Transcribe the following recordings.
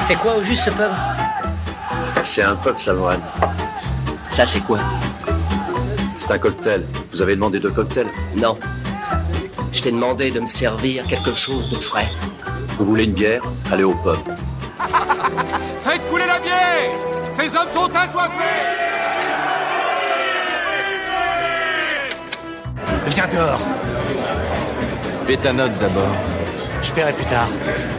C'est quoi au juste ce pub? C'est un pub, Salmohan. Ça c'est quoi? C'est un cocktail. Vous avez demandé 2 cocktails? Non. Je t'ai demandé de me servir quelque chose de frais. Vous voulez une bière? Allez au pub. Faites couler la bière! Ces hommes sont assoiffés! Viens dehors. Fais ta note d'abord. Je paierai plus tard.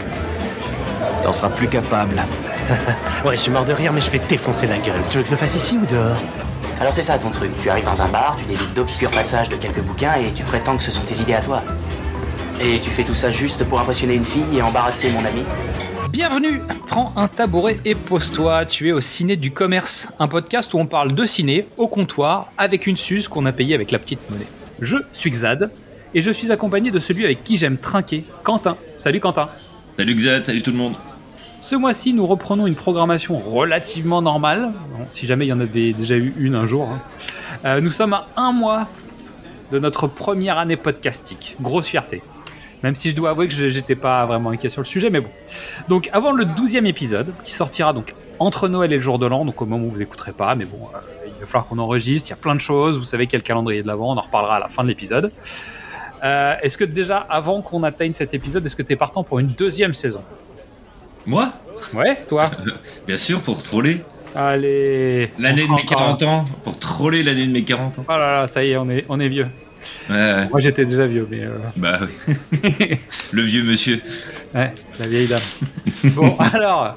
T'en seras plus capable. Ouais, je suis mort de rire, mais je vais te défoncer la gueule. Tu veux que je le fasse ici ou dehors? Alors c'est ça ton truc, tu arrives dans un bar, tu délites d'obscurs passages de quelques bouquins et tu prétends que ce sont tes idées à toi. Et tu fais tout ça juste pour impressionner une fille et embarrasser mon ami? Bienvenue, prends un tabouret et pose-toi, tu es au Ciné du Commerce, un podcast où on parle de ciné au comptoir avec une suze qu'on a payée avec la petite monnaie. Je suis Xad et je suis accompagné de celui avec qui j'aime trinquer, Quentin. Salut Quentin. Salut Xad, salut tout le monde. Ce mois-ci, nous reprenons une programmation relativement normale, bon, si jamais il y en avait déjà eu une un jour. Nous sommes à 1 mois de notre première année podcastique. Grosse fierté. Même si je dois avouer que j'étais pas vraiment inquiet sur le sujet, mais bon. Donc avant le 12e épisode, qui sortira donc entre Noël et le jour de l'an, donc au moment où vous écouterez pas, mais bon, il va falloir qu'on enregistre, il y a plein de choses, vous savez quel calendrier de l'avant, on en reparlera à la fin de l'épisode. Est-ce que déjà, avant qu'on atteigne cet épisode, est-ce que t'es partant pour une 2e saison? Moi? Ouais, toi? Bien sûr, pour troller. Allez. L'année de mes 40 ans. Pour troller l'année de mes 40 ans. Oh là là, ça y est, on est vieux. Ouais. Moi j'étais déjà vieux, mais... Bah oui. Le vieux monsieur. Ouais, la vieille dame. Bon, alors...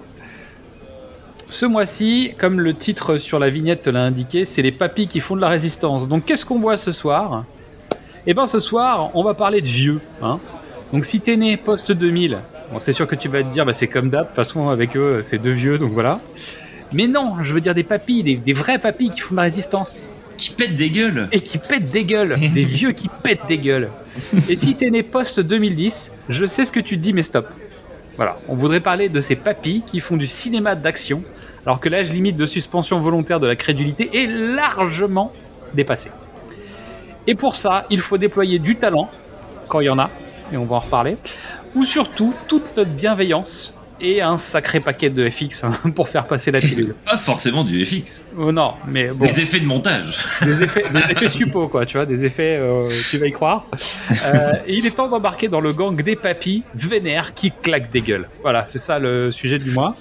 Ce mois-ci, comme le titre sur la vignette te l'a indiqué, c'est les papys qui font de la résistance. Donc qu'est-ce qu'on voit ce soir? Eh ben ce soir, on va parler de vieux, hein. Donc si t'es né post-2000, bon, c'est sûr que tu vas te dire, bah, c'est comme d'hab, de toute façon avec eux, c'est 2 vieux, donc voilà. Mais non, je veux dire des papys, des vrais papys qui font de la résistance. Qui pètent des gueules. Et qui pètent des gueules. Des vieux qui pètent des gueules. Et si t'es né post-2010, je sais ce que tu te dis, mais stop. Voilà, on voudrait parler de ces papys qui font du cinéma d'action, alors que l'âge limite de suspension volontaire de la crédulité est largement dépassé. Et pour ça, il faut déployer du talent, quand il y en a, et on va en reparler, ou surtout toute notre bienveillance et un sacré paquet de FX pour faire passer la pilule. Pas forcément du FX. Oh non, mais bon. Des effets de montage. Des effets suppos, quoi, tu vois, des effets, tu vas y croire. Et il est temps d'embarquer dans le gang des papys vénères qui claquent des gueules. Voilà, c'est ça le sujet du mois.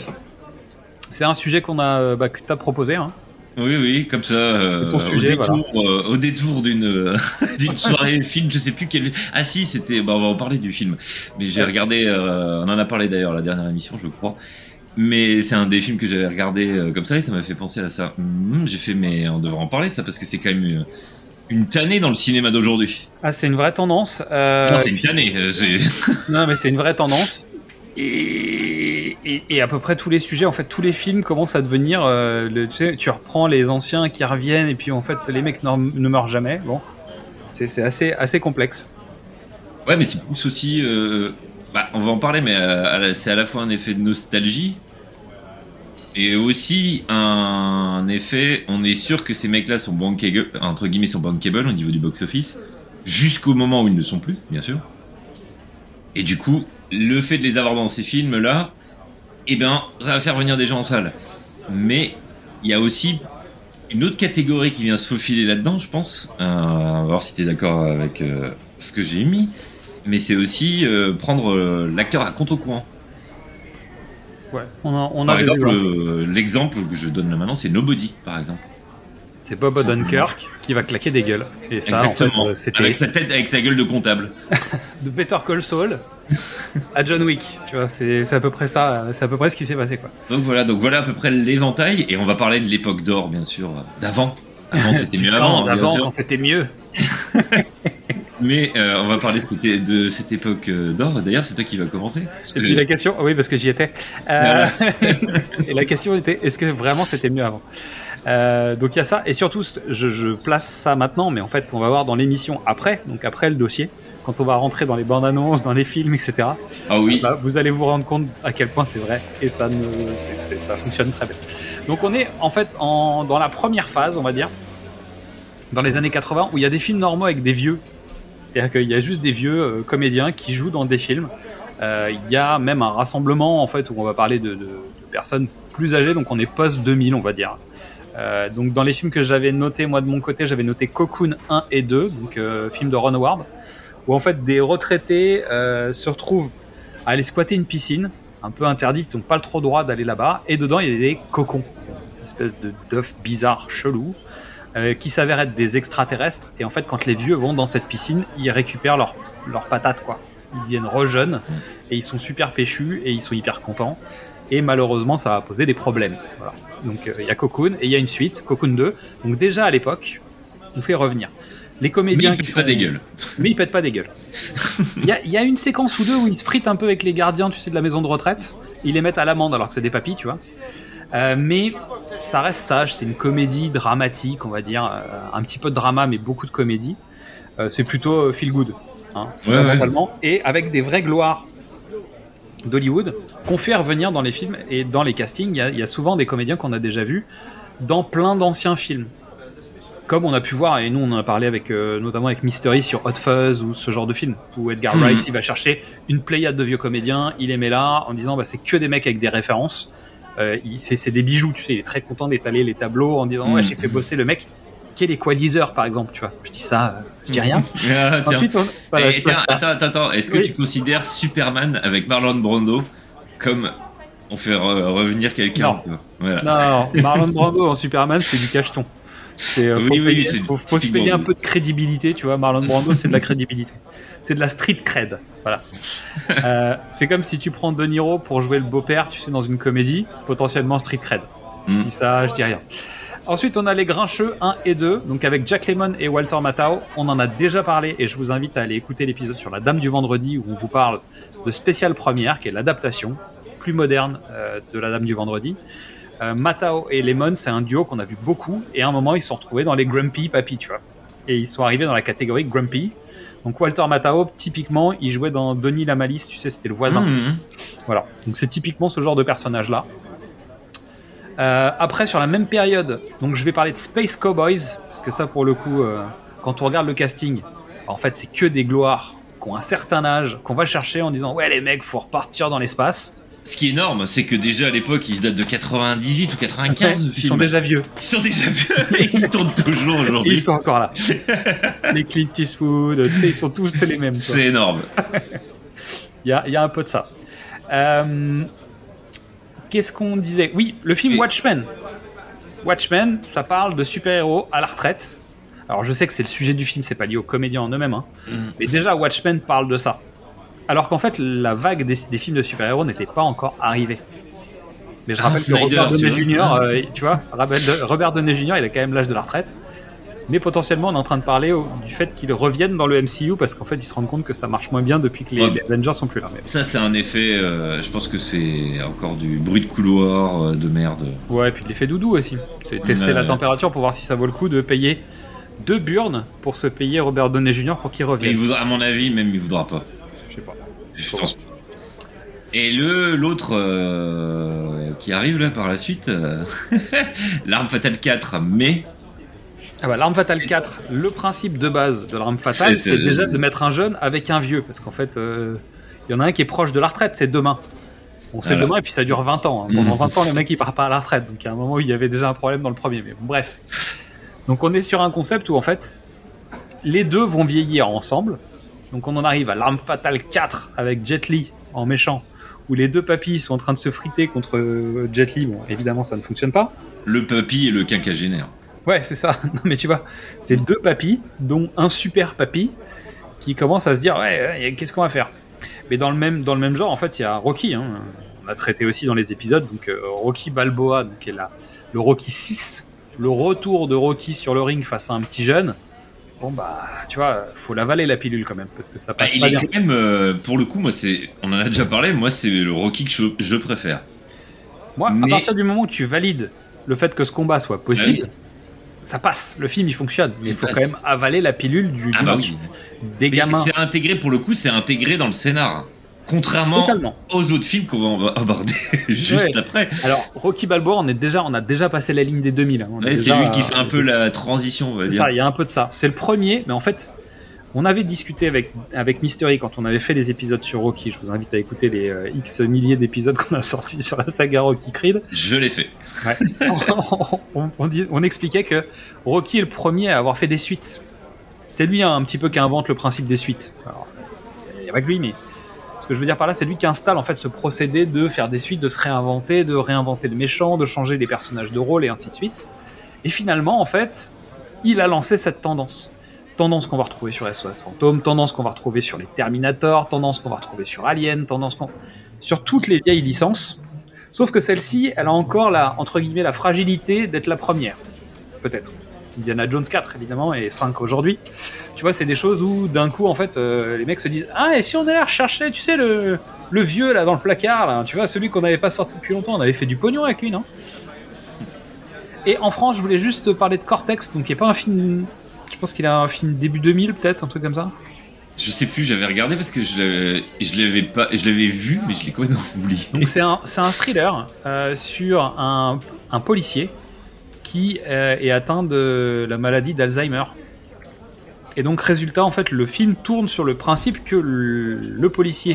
C'est un sujet que t'as proposé, hein. Oui, comme ça, sujet, au détour d'une soirée film, je sais plus quel... Ah si, c'était... on va en parler du film. Mais j'ai regardé, on en a parlé d'ailleurs la dernière émission, je crois. Mais c'est un des films que j'avais regardé comme ça et ça m'a fait penser à ça. J'ai fait, mais on devrait en parler ça, parce que c'est quand même une tannée dans le cinéma d'aujourd'hui. Ah, c'est une vraie tendance. Non, c'est une tannée. Non, mais c'est une vraie tendance. Et à peu près tous les sujets, en fait, tous les films commencent à devenir, tu sais, tu reprends les anciens qui reviennent et puis en fait les mecs ne meurent jamais. Bon, c'est assez complexe. Ouais, mais c'est plus aussi, on va en parler, mais c'est à la fois un effet de nostalgie et aussi un effet. On est sûr que ces mecs-là sont bankable, entre guillemets, sont bankable au niveau du box-office, jusqu'au moment où ils ne le sont plus, bien sûr. Et du coup, le fait de les avoir dans ces films-là, eh ben, ça va faire venir des gens en salle. Mais il y a aussi une autre catégorie qui vient se faufiler là-dedans, je pense. On va voir si tu es d'accord avec ce que j'ai mis. Mais c'est aussi prendre l'acteur à contre-courant. Ouais, on a par exemple, l'exemple que je donne là maintenant, c'est Nobody, par exemple. C'est Bob Odenkirk qui va claquer des gueules. Et ça, exactement. En fait, c'était... Avec sa tête, avec sa gueule de comptable. De Better Call Saul à John Wick, tu vois, c'est à peu près ça, c'est à peu près ce qui s'est passé, quoi. Donc voilà à peu près l'éventail, et on va parler de l'époque d'or, bien sûr, d'avant. Avant, c'était mieux avant, bien sûr. Quand c'était mieux. Mais on va parler de cette époque d'or. D'ailleurs, c'est toi qui vas commencer. Et puis la question, oui, parce que j'y étais. Et la question était, est-ce que vraiment c'était mieux avant? Donc il y a ça, et surtout, je place ça maintenant, mais en fait, on va voir dans l'émission après, donc après le dossier, quand on va rentrer dans les bandes annonces, dans les films, etc. Ah oui. Vous allez vous rendre compte à quel point c'est vrai, et ça fonctionne très bien. Donc on est en fait dans la première phase, on va dire, dans les années 80, où il y a des films normaux avec des vieux. C'est-à-dire qu'il y a juste des vieux comédiens qui jouent dans des films. Il y a même un rassemblement en fait où on va parler de personnes plus âgées, donc on est post-2000 on va dire. Donc dans les films que j'avais notés, moi de mon côté, j'avais noté Cocoon 1 et 2, donc film de Ron Howard, où en fait des retraités se retrouvent à aller squatter une piscine, un peu interdite, ils n'ont pas le trop droit d'aller là-bas, et dedans il y a des cocons, une espèce de d'œufs bizarres, chelous, qui s'avèrent être des extraterrestres, et en fait quand les vieux vont dans cette piscine, ils récupèrent leurs patates, quoi. Ils deviennent rejeunes, et ils sont super péchus, et ils sont hyper contents, et malheureusement ça va poser des problèmes. Voilà. Donc il y a Cocoon, et il y a une suite, Cocoon 2, donc déjà à l'époque, on fait revenir les comédiens. Mais ils pètent pas des gueules. Mais ils pètent pas des gueules. Il y a une séquence ou deux où ils se fritent un peu avec les gardiens, tu sais, de la maison de retraite. Ils les mettent à l'amende alors que c'est des papis, tu vois. Mais ça reste sage, c'est une comédie dramatique, on va dire. Un petit peu de drama, mais beaucoup de comédie. C'est plutôt feel good, hein, fondamentalement. Ouais. Et avec des vraies gloires d'Hollywood qu'on fait revenir dans les films et dans les castings. Il y a souvent des comédiens qu'on a déjà vus dans plein d'anciens films. Comme on a pu voir, et nous on en a parlé avec, notamment avec Mystery sur Hot Fuzz ou ce genre de film, où Edgar Wright il va chercher une pléiade de vieux comédiens, il les met là en disant bah, c'est que des mecs avec des références, c'est des bijoux, tu sais, il est très content d'étaler les tableaux en disant ouais j'ai fait bosser le mec qui est l'équaliseur par exemple, tu vois. Je dis ça, je dis rien. Ensuite, voilà, attends, est-ce que tu considères Superman avec Marlon Brando comme on fait revenir quelqu'un? Non, voilà. Non, Marlon Brando en Superman c'est du cacheton. Faut se payer un peu de crédibilité, tu vois. Marlon Brando, c'est de la crédibilité. C'est de la street cred. Voilà. C'est comme si tu prends De Niro pour jouer le beau-père, tu sais, dans une comédie, potentiellement street cred. Je dis ça, je dis rien. Ensuite, on a Les Grincheux 1 et 2, donc avec Jack Lemmon et Walter Matthau. On en a déjà parlé et je vous invite à aller écouter l'épisode sur La Dame du Vendredi où on vous parle de Spécial Première, qui est l'adaptation plus moderne de La Dame du Vendredi. Matthau et Lemmon, c'est un duo qu'on a vu beaucoup, et à un moment ils se sont retrouvés dans les Grumpy Papy, tu vois, et ils sont arrivés dans la catégorie Grumpy. Donc Walter Matthau, typiquement, il jouait dans Denis la Malice, tu sais, c'était le voisin. Voilà, donc c'est typiquement ce genre de personnage là. Après, sur la même période, donc je vais parler de Space Cowboys, parce que ça pour le coup, quand on regarde le casting, en fait c'est que des gloires qui ont un certain âge, qu'on va chercher en disant ouais les mecs faut repartir dans l'espace. Ce qui est énorme, c'est que déjà à l'époque, ils datent de 98 ou 95. Ils sont déjà vieux. Ils sont déjà vieux, mais ils tournent toujours aujourd'hui. Ils sont encore là. Les Clint Eastwood, tu sais, ils sont tous les mêmes. Quoi. C'est énorme. Il y a un peu de ça. Qu'est-ce qu'on disait ? Oui, le film Watchmen. Watchmen, ça parle de super-héros à la retraite. Alors je sais que c'est le sujet du film, c'est pas lié aux comédiens en eux-mêmes, hein. Mais déjà Watchmen parle de ça. Alors qu'en fait, la vague des films de super-héros n'était pas encore arrivée. Mais je rappelle que Robert Downey Jr., tu vois, Robert Downey Jr., il a quand même l'âge de la retraite. Mais potentiellement, on est en train de parler du fait qu'il revienne dans le MCU parce qu'en fait, ils se rendent compte que ça marche moins bien depuis que les Avengers sont plus là. Mais... Ça, c'est un effet, je pense que c'est encore du bruit de couloir de merde. Ouais, et puis de l'effet doudou aussi. C'est tester la température pour voir si ça vaut le coup de payer 2 burnes pour se payer Robert Downey Jr. pour qu'il revienne. À mon avis, même il voudra pas. Je sais pas. Je pense pas. Et l'autre qui arrive là par la suite, L'Arme Fatale 4, mais... Ah bah, L'Arme Fatale 4, le principe de base de L'Arme Fatale, c'est déjà de mettre un jeune avec un vieux, parce qu'en fait, y en a un qui est proche de la retraite, c'est demain. Bon, c'est demain et puis ça dure 20 ans. Hein. Pendant 20 ans, le mec il part pas à la retraite, donc il y a un moment où il y avait déjà un problème dans le premier, mais bon, bref. Donc on est sur un concept où en fait, les deux vont vieillir ensemble. Donc on en arrive à L'Arme Fatale 4 avec Jet Li en méchant, où les deux papis sont en train de se friter contre Jet Li. Bon, évidemment, ça ne fonctionne pas. Le papy et le quinquagénaire. Ouais, c'est ça. Non, mais tu vois, c'est 2 papis, dont un super papy, qui commence à se dire ouais, qu'est-ce qu'on va faire ? Mais dans le même genre, en fait, il y a Rocky. Hein. On a traité aussi dans les épisodes. Donc Rocky Balboa, donc, qui est le Rocky 6, le retour de Rocky sur le ring face à un petit jeune. Bon bah, tu vois, faut l'avaler la pilule quand même parce que ça passe pas bien. Il est quand même, pour le coup, moi on en a déjà parlé. Moi, c'est le Rocky que je préfère. Moi, à partir du moment où tu valides le fait que ce combat soit possible, ça passe. Le film il fonctionne, mais il faut quand même avaler la pilule des gamins. C'est intégré pour le coup, c'est intégré dans le scénar. Contrairement aux autres films qu'on va aborder juste après. Alors, Rocky Balboa, on a déjà passé la ligne des 2000. Hein. C'est lui qui fait un peu la transition, on va dire. C'est ça, il y a un peu de ça. C'est le premier, mais en fait, On avait discuté avec Mystery quand on avait fait les épisodes sur Rocky. Je vous invite à écouter les X milliers d'épisodes qu'on a sortis sur la saga Rocky Creed. Je l'ai fait. Ouais. on expliquait que Rocky est le premier à avoir fait des suites. C'est lui un petit peu qui invente le principe des suites. Alors, il y a pas que lui, mais ce que je veux dire par là, c'est lui qui installe en fait ce procédé de faire des suites, de se réinventer, de réinventer le méchant, de changer les personnages de rôle et ainsi de suite. Et finalement, en fait, il a lancé cette tendance. Tendance qu'on va retrouver sur SOS Fantôme, tendance qu'on va retrouver sur les Terminator, tendance qu'on va retrouver sur Alien, sur toutes les vieilles licences. Sauf que celle-ci, elle a encore entre guillemets, la fragilité d'être la première. Peut-être. Indiana Jones 4, évidemment, et 5 aujourd'hui. Tu vois, c'est des choses où, d'un coup, en fait, les mecs se disent « Ah, et si on allait rechercher, tu sais, le vieux, là, dans le placard, là, tu vois, celui qu'on n'avait pas sorti depuis longtemps, on avait fait du pognon avec lui, non ?» Et en France, je voulais juste te parler de Cortex, donc il n'y a pas un film... Je pense qu'il a un film début 2000, peut-être, un truc comme ça. Je sais plus, j'avais regardé parce que je l'avais vu, mais je l'ai complètement oublié. Donc c'est un thriller sur un policier qui est atteint de la maladie d'Alzheimer. Et donc résultat, en fait, le film tourne sur le principe que le policier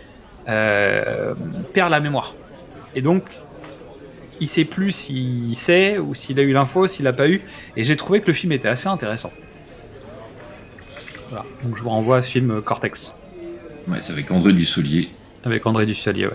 perd la mémoire. Et donc il sait plus s'il sait ou s'il a eu l'info, s'il l'a pas eu. Et j'ai trouvé que le film était assez intéressant. Voilà. Donc je vous renvoie à ce film Cortex. Ouais, c'est avec André Dussolier. Avec André Dussolier, ouais.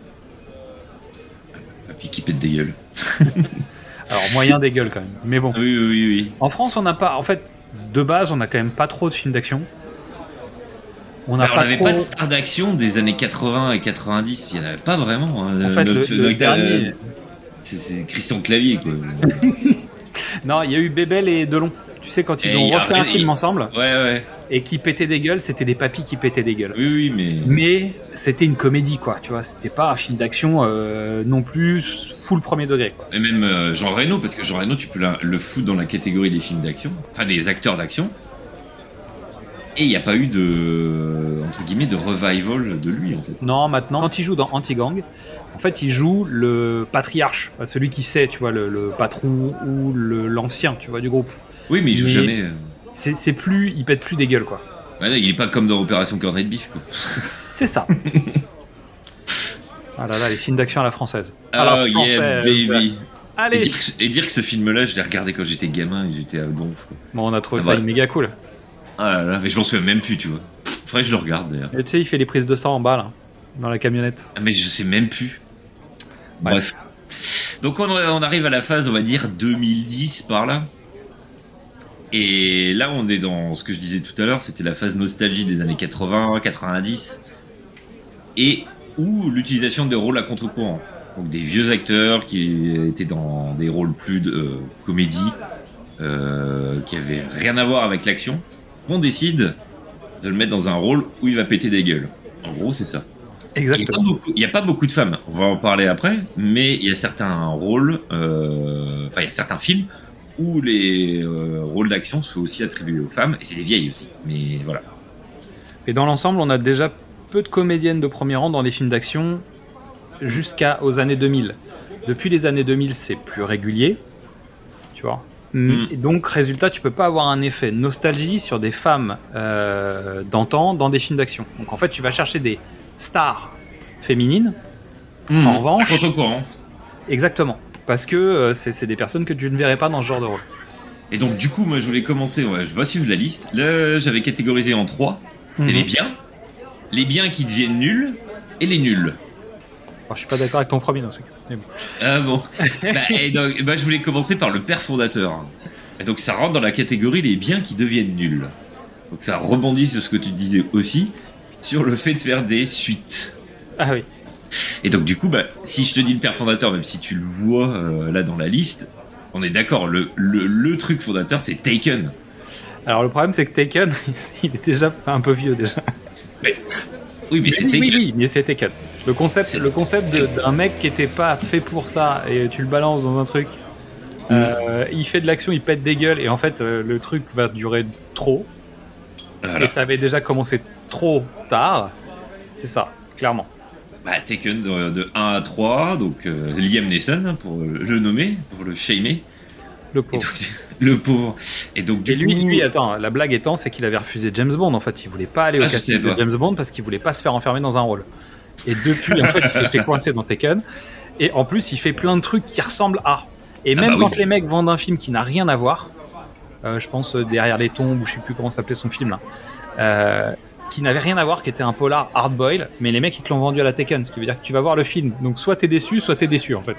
Papy qui pète des gueules. Alors moyen des gueules quand même. Mais bon. Oui. En France, on n'a pas. En fait, de base, on a quand même pas trop de films d'action. On n'avait pas de stars d'action des années 80 et 90. Il n'y en avait pas vraiment. En fait, le dernier. C'est Christian Clavier, quoi. Non, il y a eu Bébel et Delon. Tu sais, quand ils ont refait un film ensemble. Ouais. Et qui pétaient des gueules, c'était des papys qui pétaient des gueules. Oui, mais c'était une comédie, quoi. Tu vois, c'était pas un film d'action non plus full premier degré, quoi. Et même Jean Reno, parce que Jean Reno, tu peux le foutre dans la catégorie des films d'action, enfin des acteurs d'action. Et il n'y a pas eu entre guillemets, de revival de lui, en fait. Non, maintenant, quand il joue dans Anti-Gang, en fait, il joue le patriarche, celui qui sait, tu vois, le patron ou l'ancien, tu vois, du groupe. Oui, mais il joue jamais. C'est plus, il pète plus des gueules, quoi. Ouais, là, il est pas comme dans Opération Corned Beef, quoi. C'est ça. Ah là là, les films d'action à la française. Yeah, baby. Allez. Et dire que ce film-là, je l'ai regardé quand j'étais gamin et j'étais à donf, quoi. Bon, on a trouvé ça méga cool. Ah là là, mais je m'en souviens même plus, tu vois. Faudrait que je le regarde, d'ailleurs. Et tu sais, il fait les prises de sang en bas, là, dans la camionnette. Ah, mais je sais même plus. Bref. Donc on arrive à la phase, on va dire 2010 par là. Et là on est dans ce que je disais tout à l'heure, c'était la phase nostalgie des années 80, 90, et où l'utilisation des rôles à contre-courant. Donc des vieux acteurs qui étaient dans des rôles plus de comédie, qui avaient rien à voir avec l'action. On décide de le mettre dans un rôle où il va péter des gueules. En gros, c'est ça. Exactement. Il n'y a pas beaucoup de femmes, on va en parler après, mais il y a certains rôles, il y a certains films où les rôles d'action sont aussi attribués aux femmes, et c'est des vieilles aussi, mais voilà. Et dans l'ensemble, on a déjà peu de comédiennes de premier rang dans les films d'action jusqu'aux années 2000. Depuis les années 2000, c'est plus régulier, tu vois. Et donc, résultat, tu peux pas avoir un effet nostalgie sur des femmes d'antan dans des films d'action. Donc en fait, tu vas chercher des stars féminines. En revanche, à contre-courant. Exactement, parce que c'est des personnes que tu ne verrais pas dans ce genre de rôle. Et donc du coup, moi je voulais commencer, je vais suivre la liste. Là, j'avais catégorisé en 3. C'est les biens qui deviennent nuls et les nuls. Enfin, je suis pas d'accord avec ton premier, non, c'est bon. Ah bon. Je voulais commencer par le père fondateur. Et donc ça rentre dans la catégorie les biens qui deviennent nuls. Donc ça rebondit sur ce que tu disais aussi, sur le fait de faire des suites. Ah oui. Et donc du coup, si je te dis le père fondateur, même si tu le vois là dans la liste, on est d'accord, le truc fondateur, c'est Taken. Alors le problème, c'est que Taken, il est déjà un peu vieux déjà. Oui, mais c'est Taken. Oui, mais c'est Taken. Le concept d'un mec qui était pas fait pour ça, et tu le balances dans un truc, il fait de l'action, il pète des gueules, et en fait, le truc va durer trop. Voilà. Et ça avait déjà commencé trop tard. C'est ça, clairement. Taken de 1 à 3, donc Liam Neeson, pour le nommer, pour le shamer. Le pauvre. Le pauvre. Et donc du Et lui, coup, attends, la blague étant, c'est qu'il avait refusé James Bond. En fait, il voulait pas aller au je casting sais de pas. James Bond parce qu'il voulait pas se faire enfermer dans un rôle. Et depuis, en fait, il s'est fait coincer dans Taken. Et en plus, il fait plein de trucs qui ressemblent à. Et même bah quand oui. les mecs vendent un film qui n'a rien à voir, je pense Derrière les tombes, ou je sais plus comment s'appelait son film là, qui n'avait rien à voir, qui était un polar hard-boil, mais les mecs ils te l'ont vendu à la Taken, ce qui veut dire que tu vas voir le film. Donc soit t'es déçu, soit t'es déçu en fait.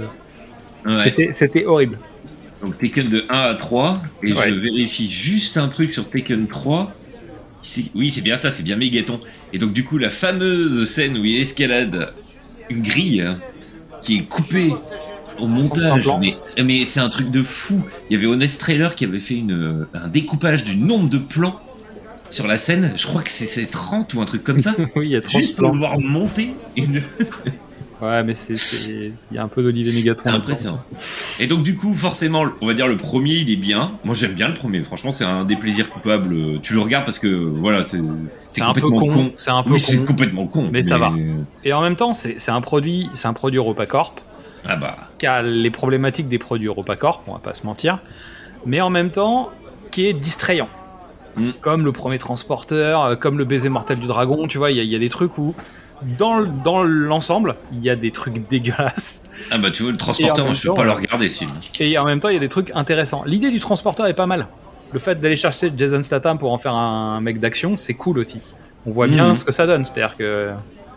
C'était horrible. Donc Taken de 1 à 3, et Ouais. je vérifie juste un truc sur Taken 3. Oui, c'est bien ça, c'est bien Mégaton. Et donc du coup, la fameuse scène où il escalade une grille qui est coupée au montage, Semblant. mais c'est un truc de fou. Il y avait Honest Trailer qui avait fait un découpage du nombre de plans sur la scène. Je crois que c'est 30 ou un truc comme ça. Oui, il y a 30 Juste pour plans. le voir monter. Ouais, mais il y a un peu d'Olivier Mégatron. C'est impressionnant. Et donc du coup, forcément, on va dire le premier, il est bien. Moi, j'aime bien le premier. Franchement, c'est un des plaisirs coupables. Tu le regardes parce que voilà, c'est C'est un peu complètement con. C'est un peu Oui, con. c'est complètement con. Mais ça va. Et en même temps, c'est un produit EuropaCorp Ah bah. qui a les problématiques des produits EuropaCorp, on va pas se mentir, mais en même temps qui est distrayant. Comme le premier Transporteur, comme le baiser mortel du dragon, tu vois, il y a des trucs où dans l'ensemble, il y a des trucs dégueulasses. Ah bah tu vois, le Transporteur, moi, je peux pas le regarder ce film. Et en même temps, il y a des trucs intéressants. L'idée du Transporteur est pas mal. Le fait d'aller chercher Jason Statham pour en faire un mec d'action, c'est cool aussi. On voit bien ce que ça donne, c'est-à-dire que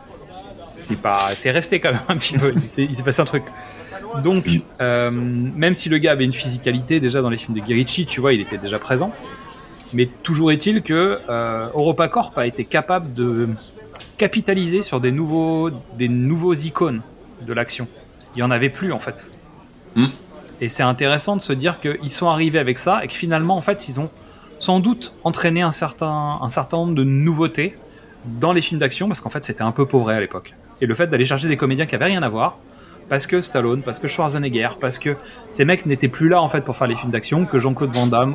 c'est resté quand même un petit peu. Il s'est passé un truc. Donc, même si le gars avait une physicalité déjà dans les films de Guy Ritchie, tu vois, il était déjà présent. Mais toujours est-il que EuropaCorp a été capable de capitaliser sur des nouveaux icônes de l'action. Il y en avait plus en fait. Et c'est intéressant de se dire qu'ils sont arrivés avec ça et que finalement en fait ils ont sans doute entraîné un certain nombre de nouveautés dans les films d'action parce qu'en fait c'était un peu pauvré à l'époque. Et le fait d'aller chercher des comédiens qui avaient rien à voir, parce que Stallone, parce que Schwarzenegger, parce que ces mecs n'étaient plus là en fait pour faire les films d'action, que Jean-Claude Van Damme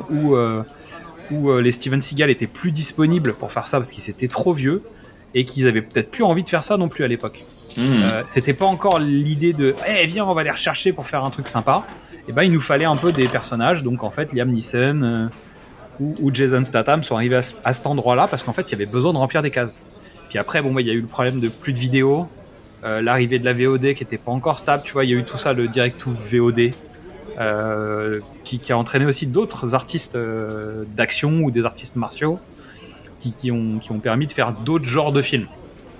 ou les Steven Seagal étaient plus disponibles pour faire ça parce qu'ils étaient trop vieux et qu'ils avaient peut-être plus envie de faire ça non plus à l'époque. C'était pas encore l'idée de viens on va les rechercher pour faire un truc sympa. Et ben il nous fallait un peu des personnages, donc en fait Liam Neeson ou Jason Statham sont arrivés à cet endroit-là parce qu'en fait il y avait besoin de remplir des cases. Puis après il y a eu le problème de plus de vidéos, l'arrivée de la VOD qui était pas encore stable, tu vois, il y a eu tout ça, le direct to VOD. Qui a entraîné aussi d'autres artistes d'action ou des artistes martiaux qui ont permis de faire d'autres genres de films.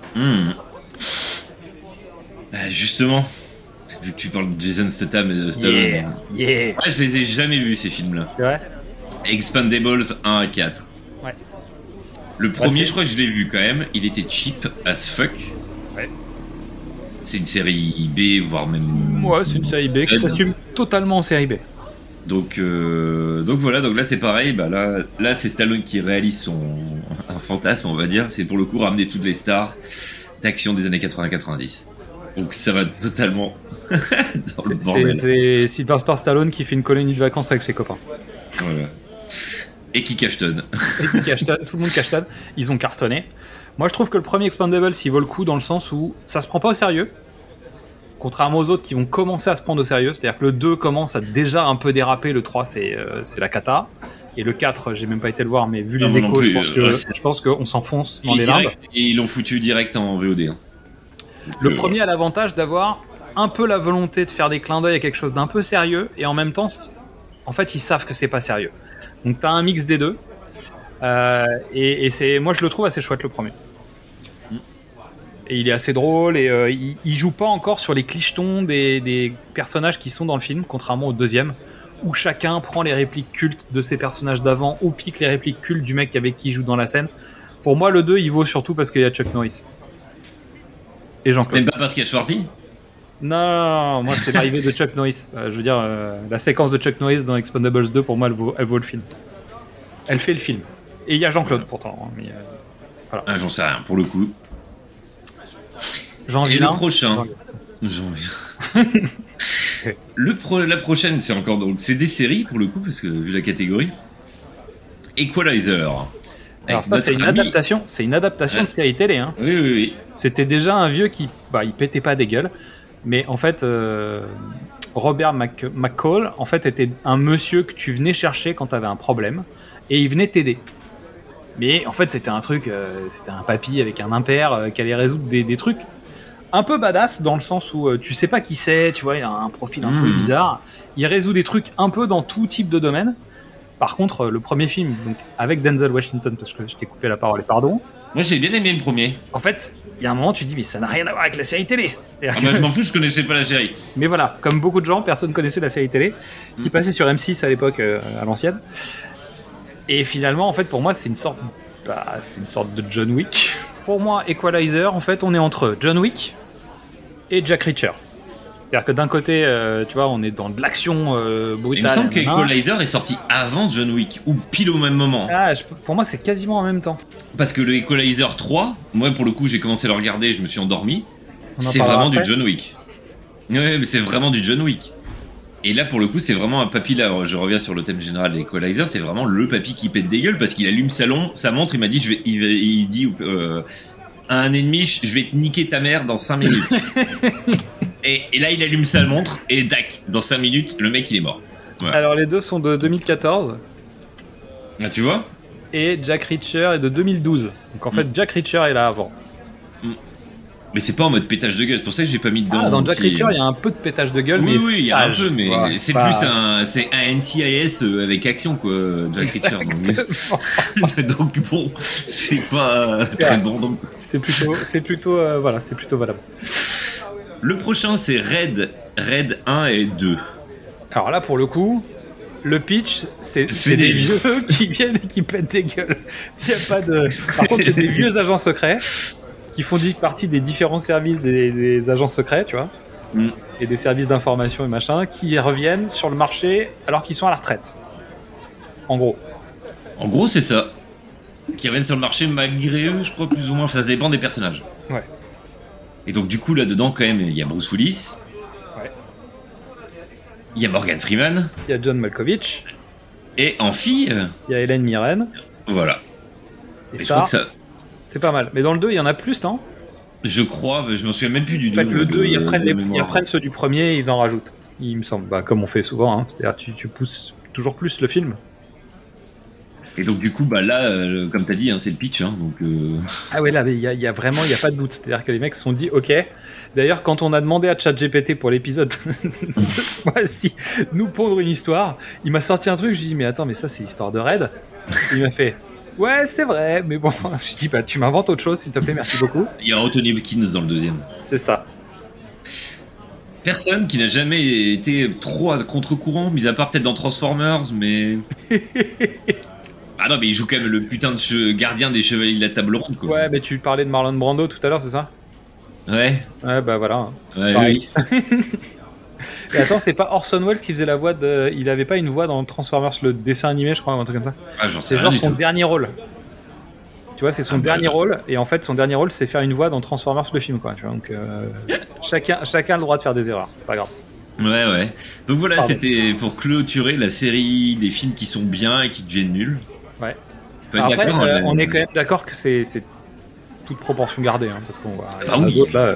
Justement, vu que tu parles de Jason Statham et de Stallone, Yeah. Ouais, je les ai jamais vus ces films-là. C'est vrai. Expendables 1 à 4. Ouais. Le premier, je crois que je l'ai vu quand même. Il était cheap as fuck. Ouais. C'est une série B, voire même. Ouais, c'est une série B qui s'assume totalement en série B. Donc voilà, donc là c'est pareil. Bah là c'est Stallone qui réalise un fantasme, on va dire. C'est pour le coup ramener toutes les stars d'action des années 80-90. Donc ça va totalement dans le bordel. C'est Sylvester Stallone qui fait une colonie de vacances avec ses copains. Voilà. Et qui cachetonne. Et qui cachetonne, tout le monde cachetonne. Ils ont cartonné. Moi, je trouve que le premier Expendables, il vaut le coup dans le sens où ça se prend pas au sérieux. Contrairement aux autres qui vont commencer à se prendre au sérieux. C'est-à-dire que le 2 commence à déjà un peu déraper. Le 3, c'est la cata. Et le 4, j'ai même pas été le voir, mais vu les non échos, plus, je pense qu'on s'enfonce dans les limbes. Et ils l'ont foutu direct en VOD. Hein. Le premier a l'avantage d'avoir un peu la volonté de faire des clins d'œil à quelque chose d'un peu sérieux. Et en même temps, en fait, ils savent que c'est pas sérieux. Donc t'as un mix des deux. Et moi, je le trouve assez chouette, le premier. Et il est assez drôle et il joue pas encore sur les clichetons des personnages qui sont dans le film, contrairement au deuxième, où chacun prend les répliques cultes de ses personnages d'avant ou pique les répliques cultes du mec avec qui il joue dans la scène. Pour moi, le 2, il vaut surtout parce qu'il y a Chuck Norris. Et Jean-Claude. Même pas parce qu'il y a Schwarzy ? Non, moi c'est l'arrivée de Chuck Norris. Je veux dire, la séquence de Chuck Norris dans Expendables 2, pour moi, elle vaut le film. Elle fait le film. Et il y a Jean-Claude pourtant. Hein, mais, voilà. Ah, j'en sais rien, pour le coup. Jean Et Villain. le prochain. La prochaine, c'est encore donc c'est des séries pour le coup parce que vu la catégorie. Equalizer. Alors ça c'est une adaptation, de série télé. Hein. Oui. C'était déjà un vieux qui, il pétait pas des gueules. Mais en fait, Robert McCall, en fait, était un monsieur que tu venais chercher quand tu avais un problème, et il venait t'aider. Mais en fait, c'était un truc, c'était un papy avec un impair qui allait résoudre des trucs un peu badass, dans le sens où tu sais pas qui c'est, tu vois, il a un profil un peu bizarre. Il résout des trucs un peu dans tout type de domaine. Par contre, le premier film, donc avec Denzel Washington, parce que je t'ai coupé la parole et pardon. Moi, j'ai bien aimé le premier. En fait, il y a un moment, tu te dis, mais ça n'a rien à voir avec la série télé. Ah bah, je m'en fous, je connaissais pas la série. Mais voilà, comme beaucoup de gens, personne connaissait la série télé, qui passait sur M6 à l'époque, à l'ancienne. Et finalement, en fait, pour moi, c'est une sorte de John Wick. Pour moi, Equalizer, en fait, on est entre John Wick et Jack Reacher. C'est-à-dire que d'un côté, tu vois, on est dans de l'action brutale. Il me semble qu'Equalizer est sorti avant John Wick, ou pile au même moment. Ah, pour moi, c'est quasiment en même temps. Parce que le Equalizer 3, moi, pour le coup, j'ai commencé à le regarder, je me suis endormi. C'est vraiment du John Wick. Ouais, mais c'est vraiment du John Wick. Et là, pour le coup, c'est vraiment un papy, là, je reviens sur le thème général d'Equalizer, c'est vraiment le papy qui pète des gueules, parce qu'il allume sa montre, il m'a dit, il dit à un ennemi, je vais te niquer ta mère dans 5 minutes. Et là, il allume sa montre, et dac, dans 5 minutes, le mec, il est mort. Voilà. Alors, les deux sont de 2014. Ah, tu vois ? Et Jack Reacher est de 2012. Donc, en fait, Jack Reacher est là avant. Mais c'est pas en mode pétage de gueule, c'est pour ça que j'ai pas mis dedans. Ah, dans Jack Reacher, il y a un peu de pétage de gueule, mais oui, il y a un peu, mais ouais, c'est pas... plus un NCIS avec action, quoi, Jack Reacher. Donc bon, c'est pas très bon. Donc. C'est plutôt valable. Le prochain, c'est Raid 1 et 2. Alors là, pour le coup, le pitch, c'est des vieux qui viennent et qui pètent des gueules. Il y a pas de... Par contre, c'est des vieux agents secrets qui font partie des différents services des agents secrets, tu vois, et des services d'information et machin, qui reviennent sur le marché alors qu'ils sont à la retraite. En gros, c'est ça. Qui reviennent sur le marché malgré eux, je crois, plus ou moins. Enfin, ça dépend des personnages. Ouais. Et donc, du coup, là-dedans, quand même, il y a Bruce Willis. Ouais. Il y a Morgan Freeman. Il y a John Malkovich. Et en fille... il y a Hélène Mirren. Voilà. Et ça, je crois que ça... c'est pas mal. Mais dans le 2, il y en a plus, non ? Je crois, je m'en souviens même plus du 2. En fait, le 2, ils reprennent ceux du premier et ils en rajoutent. Il me semble. Bah, comme on fait souvent. Hein. C'est-à-dire tu pousses toujours plus le film. Et donc du coup, bah là, comme t'as dit, hein, c'est le pitch. Hein, donc, ah ouais, là, il y a vraiment, il y a pas de doute. C'est-à-dire que les mecs se sont dit, ok. D'ailleurs, quand on a demandé à ChatGPT pour l'épisode, voici, nous pondre une histoire, il m'a sorti un truc. Je lui ai dit, mais attends, mais ça, c'est l'histoire de Raid. Il m'a fait, ouais, c'est vrai, mais bon, je dis, bah, tu m'inventes autre chose, s'il te plaît, merci beaucoup. Il y a Anthony Hopkins dans le deuxième. C'est ça. Personne qui n'a jamais été trop à contre-courant, mis à part peut-être dans Transformers, mais. Ah non, mais il joue quand même le putain de gardien des Chevaliers de la Table Ronde, quoi. Ouais, mais tu parlais de Marlon Brando tout à l'heure, c'est ça ? Ouais. Ouais, bah voilà. Ouais, pareil. Oui. Et attends, c'est pas Orson Welles qui faisait la voix de... Il avait pas une voix dans Transformers, le dessin animé, je crois, ou un truc comme ça. Ah, j'en sais rien. C'est genre son dernier rôle. Tu vois, c'est son dernier rôle, et en fait, son dernier rôle, c'est faire une voix dans Transformers, le film, quoi. Tu vois, donc, chacun a le droit de faire des erreurs, c'est pas grave. Ouais. Donc voilà, c'était pour clôturer la série des films qui sont bien et qui deviennent nuls. Ouais. Après, on est quand même d'accord que c'est toute proportion gardée, hein, parce qu'on voit d'autres là,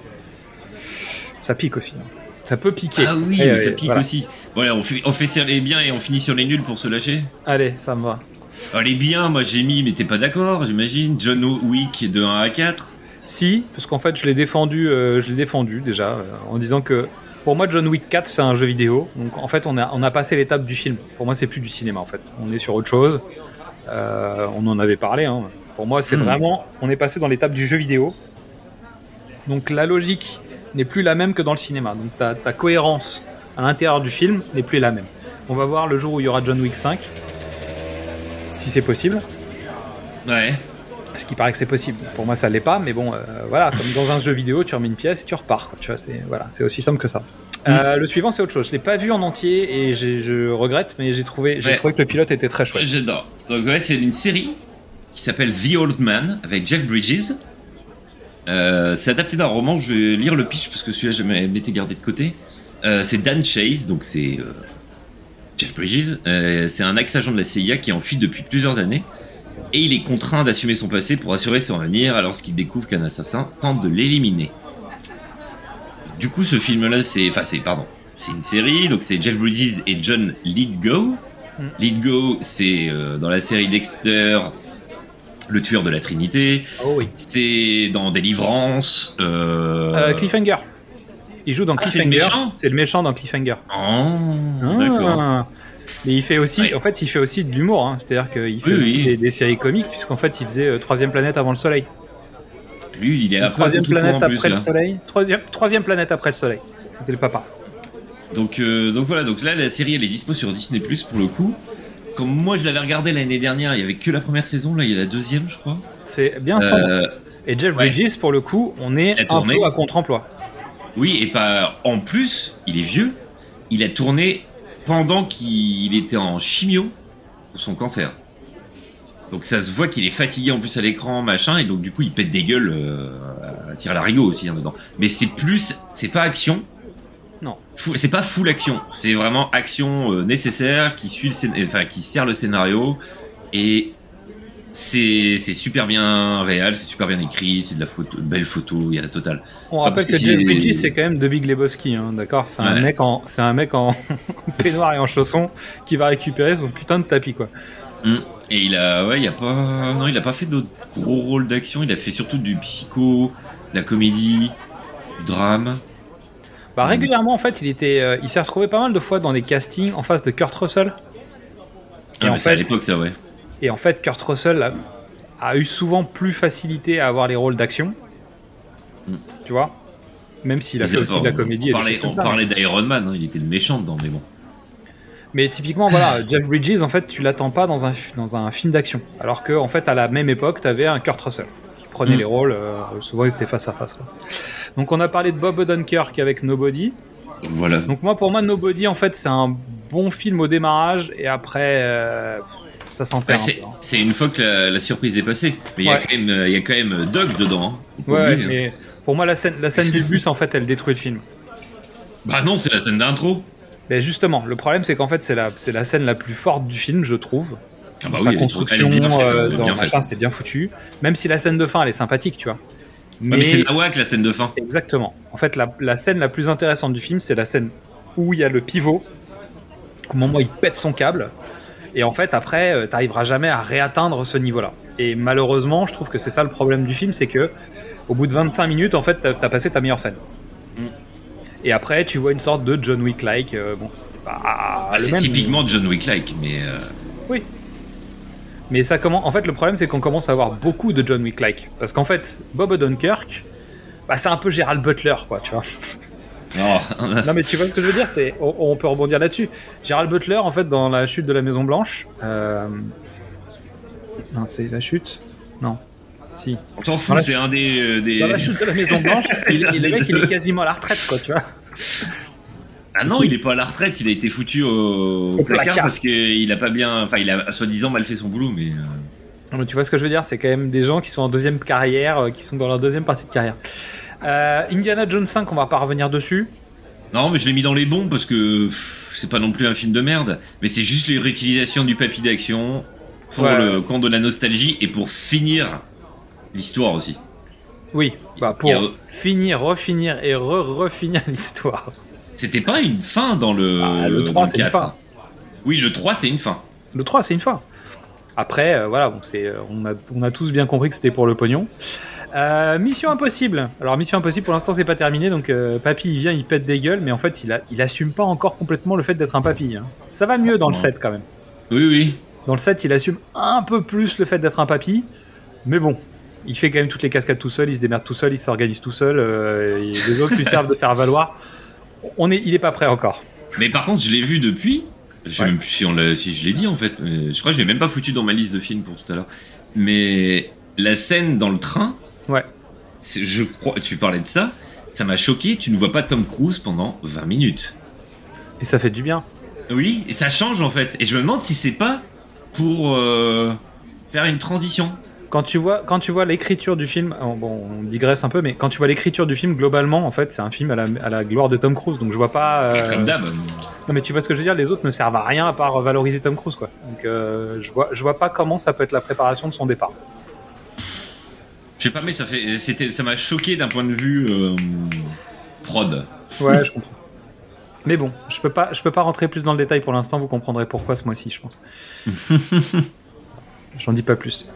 ça pique aussi. Hein. Ça peut piquer. Ah oui, ça pique aussi. Voilà, on fait sur les biens et on finit sur les nuls pour se lâcher. Allez, ça me va. Alors, les biens, moi j'ai mis, mais t'es pas d'accord, j'imagine. John Wick de 1 à 4. Si, parce qu'en fait je l'ai défendu déjà, en disant que pour moi John Wick 4 c'est un jeu vidéo. Donc en fait on a passé l'étape du film. Pour moi c'est plus du cinéma en fait. On est sur autre chose. On en avait parlé. Hein. Pour moi c'est vraiment, on est passé dans l'étape du jeu vidéo. Donc la logique n'est plus la même que dans le cinéma. Donc ta cohérence à l'intérieur du film n'est plus la même. On va voir le jour où il y aura John Wick 5. Si c'est possible. Ouais. Parce qu'il paraît que c'est possible. Pour moi, ça l'est pas, mais bon, voilà, comme dans un jeu vidéo, tu remets une pièce et tu repars. Quoi, tu vois, c'est aussi simple que ça. Le suivant, c'est autre chose. Je l'ai pas vu en entier et je regrette, mais j'ai trouvé que le pilote était très chouette. J'adore. Donc ouais, c'est une série qui s'appelle The Old Man avec Jeff Bridges. C'est adapté d'un roman. Je vais lire le pitch parce que celui-là, je m'étais gardé de côté. C'est Dan Chase, donc c'est Jeff Bridges. C'est un ex-agent de la CIA qui est en fuite depuis plusieurs années. Et il est contraint d'assumer son passé pour assurer son avenir alors qu'il découvre qu'un assassin tente de l'éliminer. du coup, ce film-là, c'est une série, donc c'est Jeff Bridges et John Lithgow. Lithgow, c'est dans la série Dexter, le tueur de la Trinité. Oh oui. C'est dans Délivrance. Cliffhanger. Il joue dans Cliffhanger. C'est le méchant dans Cliffhanger. D'accord. Mais il fait aussi, en fait, il fait aussi de l'humour. Hein. C'est-à-dire qu'il fait aussi des séries comiques, puisqu'en fait, il faisait Troisième planète avant le Soleil. Lui, il est après Troisième planète après le Soleil. Troisième planète après le Soleil. C'était le papa. Donc voilà, donc là la série elle est dispo sur Disney+ pour le coup. Comme moi je l'avais regardé l'année dernière, il y avait que la première saison, là il y a la deuxième je crois. C'est bien ça. Et Jeff Bridges pour le coup, on est un peu à contre-emploi. Oui, et pas en plus, il est vieux. Il a tourné pendant qu'il était en chimio pour son cancer. Donc ça se voit qu'il est fatigué en plus à l'écran, machin, et donc du coup il pète des gueules à tirer l'arigot aussi dedans. Mais c'est pas action. Non. C'est pas full action, c'est vraiment action nécessaire qui suit qui sert le scénario, et c'est super bien réel, c'est super bien écrit, c'est de la photo, belle photo, il y a la totale. On rappelle que Jeff Bridges c'est quand même de Big Lebowski, hein, d'accord. C'est un mec en peignoir et en chaussons qui va récupérer son putain de tapis quoi. Et il a pas fait d'autres gros rôles d'action, il a fait surtout du psycho, de la comédie, du drame. Régulièrement, en fait, il s'est retrouvé pas mal de fois dans des castings en face de Kurt Russell. Et en fait, à l'époque, ça, ouais. Et en fait, Kurt Russell a eu souvent plus facilité à avoir les rôles d'action. Tu vois, même s'il a fait aussi de la comédie. On parlait d'Iron Man, hein, il était le méchant dedans, mais bon. Mais typiquement, voilà, Jeff Bridges, en fait, tu l'attends pas dans un film d'action. Alors que, en fait, à la même époque, t'avais un Kurt Russell qui prenait les rôles. Souvent, ils étaient face à face, quoi. Donc on a parlé de Bob Odenkirk avec Nobody. Voilà. Donc pour moi Nobody en fait c'est un bon film au démarrage et après ça s'enterre. C'est une fois que la surprise est passée. Mais il y a quand même Doug dedans. Hein. Mais pour moi la scène du bus en fait elle détruit le film. Bah non, c'est la scène d'intro. Mais justement, le problème c'est qu'en fait c'est la scène la plus forte du film je trouve. Sa construction dans machin c'est bien foutu. Même si la scène de fin elle est sympathique tu vois. Mais c'est la whack la scène de fin. Exactement. En fait, la scène la plus intéressante du film, c'est la scène où il y a le pivot, au moment où il pète son câble. Et en fait, après, t'arriveras jamais à réatteindre ce niveau-là. Et malheureusement, je trouve que c'est ça le problème du film, c'est que au bout de 25 minutes, en fait, t'as passé ta meilleure scène. Et après, tu vois une sorte de John Wick-like. C'est pas c'est même, typiquement John Wick-like, mais. Oui. Mais ça commence. En fait, le problème, c'est qu'on commence à avoir beaucoup de John Wick-like. Parce qu'en fait, Bob Odenkirk, c'est un peu Gerald Butler, quoi, tu vois. Non, mais tu vois ce que je veux dire, c'est on peut rebondir là-dessus. Gerald Butler, en fait, dans la chute de la Maison Blanche. Non, c'est la chute. Non. Si. On s'en fout, c'est un des. Dans la chute de la Maison Blanche, le mec, il est quasiment à la retraite, quoi, tu vois. Ah non, il est pas à la retraite, il a été foutu au placard parce qu'il a pas bien. Enfin, il a soi-disant mal fait son boulot, mais. Non, mais tu vois ce que je veux dire, c'est quand même des gens qui sont en deuxième carrière, qui sont dans leur deuxième partie de carrière. Indiana Jones 5, on va pas revenir dessus. Non, mais je l'ai mis dans les bons parce que c'est pas non plus un film de merde, mais c'est juste les réutilisations du papy d'action pour le compte de la nostalgie et pour finir l'histoire aussi. Oui, pour finir, refinir et refinir l'histoire. C'était pas une fin dans le 3, c'est une fin. Oui, le 3, c'est une fin. Le 3, c'est une fin. Après, voilà, bon, on a tous bien compris que c'était pour le pognon. Mission Impossible. Alors, Mission Impossible, pour l'instant, c'est pas terminé. Donc, Papy, il vient, il pète des gueules. Mais en fait, il assume pas encore complètement le fait d'être un papy. Hein. Ça va mieux dans le 7, quand même. Oui. Dans le 7, il assume un peu plus le fait d'être un papy. Mais bon, il fait quand même toutes les cascades tout seul. Il se démerde tout seul. Il s'organise tout seul. Et les autres lui servent de faire valoir. Il est pas prêt encore. Mais par contre, je l'ai vu depuis. Je sais même plus si je l'ai dit en fait. Je crois que je l'ai même pas foutu dans ma liste de films pour tout à l'heure. Mais la scène dans le train. Ouais. Je crois. Tu parlais de ça. Ça m'a choqué. Tu ne vois pas Tom Cruise pendant 20 minutes. Et ça fait du bien. Oui, et ça change en fait. Et je me demande si c'est pas pour faire une transition. Quand tu vois l'écriture du film, bon, on digresse un peu, mais quand tu vois l'écriture du film, globalement, en fait, c'est un film à la gloire de Tom Cruise, donc je vois pas. Comme d'hab. Non, mais tu vois ce que je veux dire, les autres ne servent à rien à part valoriser Tom Cruise, quoi. Donc, je vois pas comment ça peut être la préparation de son départ. Je sais pas, mais ça m'a choqué d'un point de vue prod. Ouais, je comprends. Mais bon, je peux pas rentrer plus dans le détail pour l'instant. Vous comprendrez pourquoi ce mois-ci, je pense. J'en dis pas plus.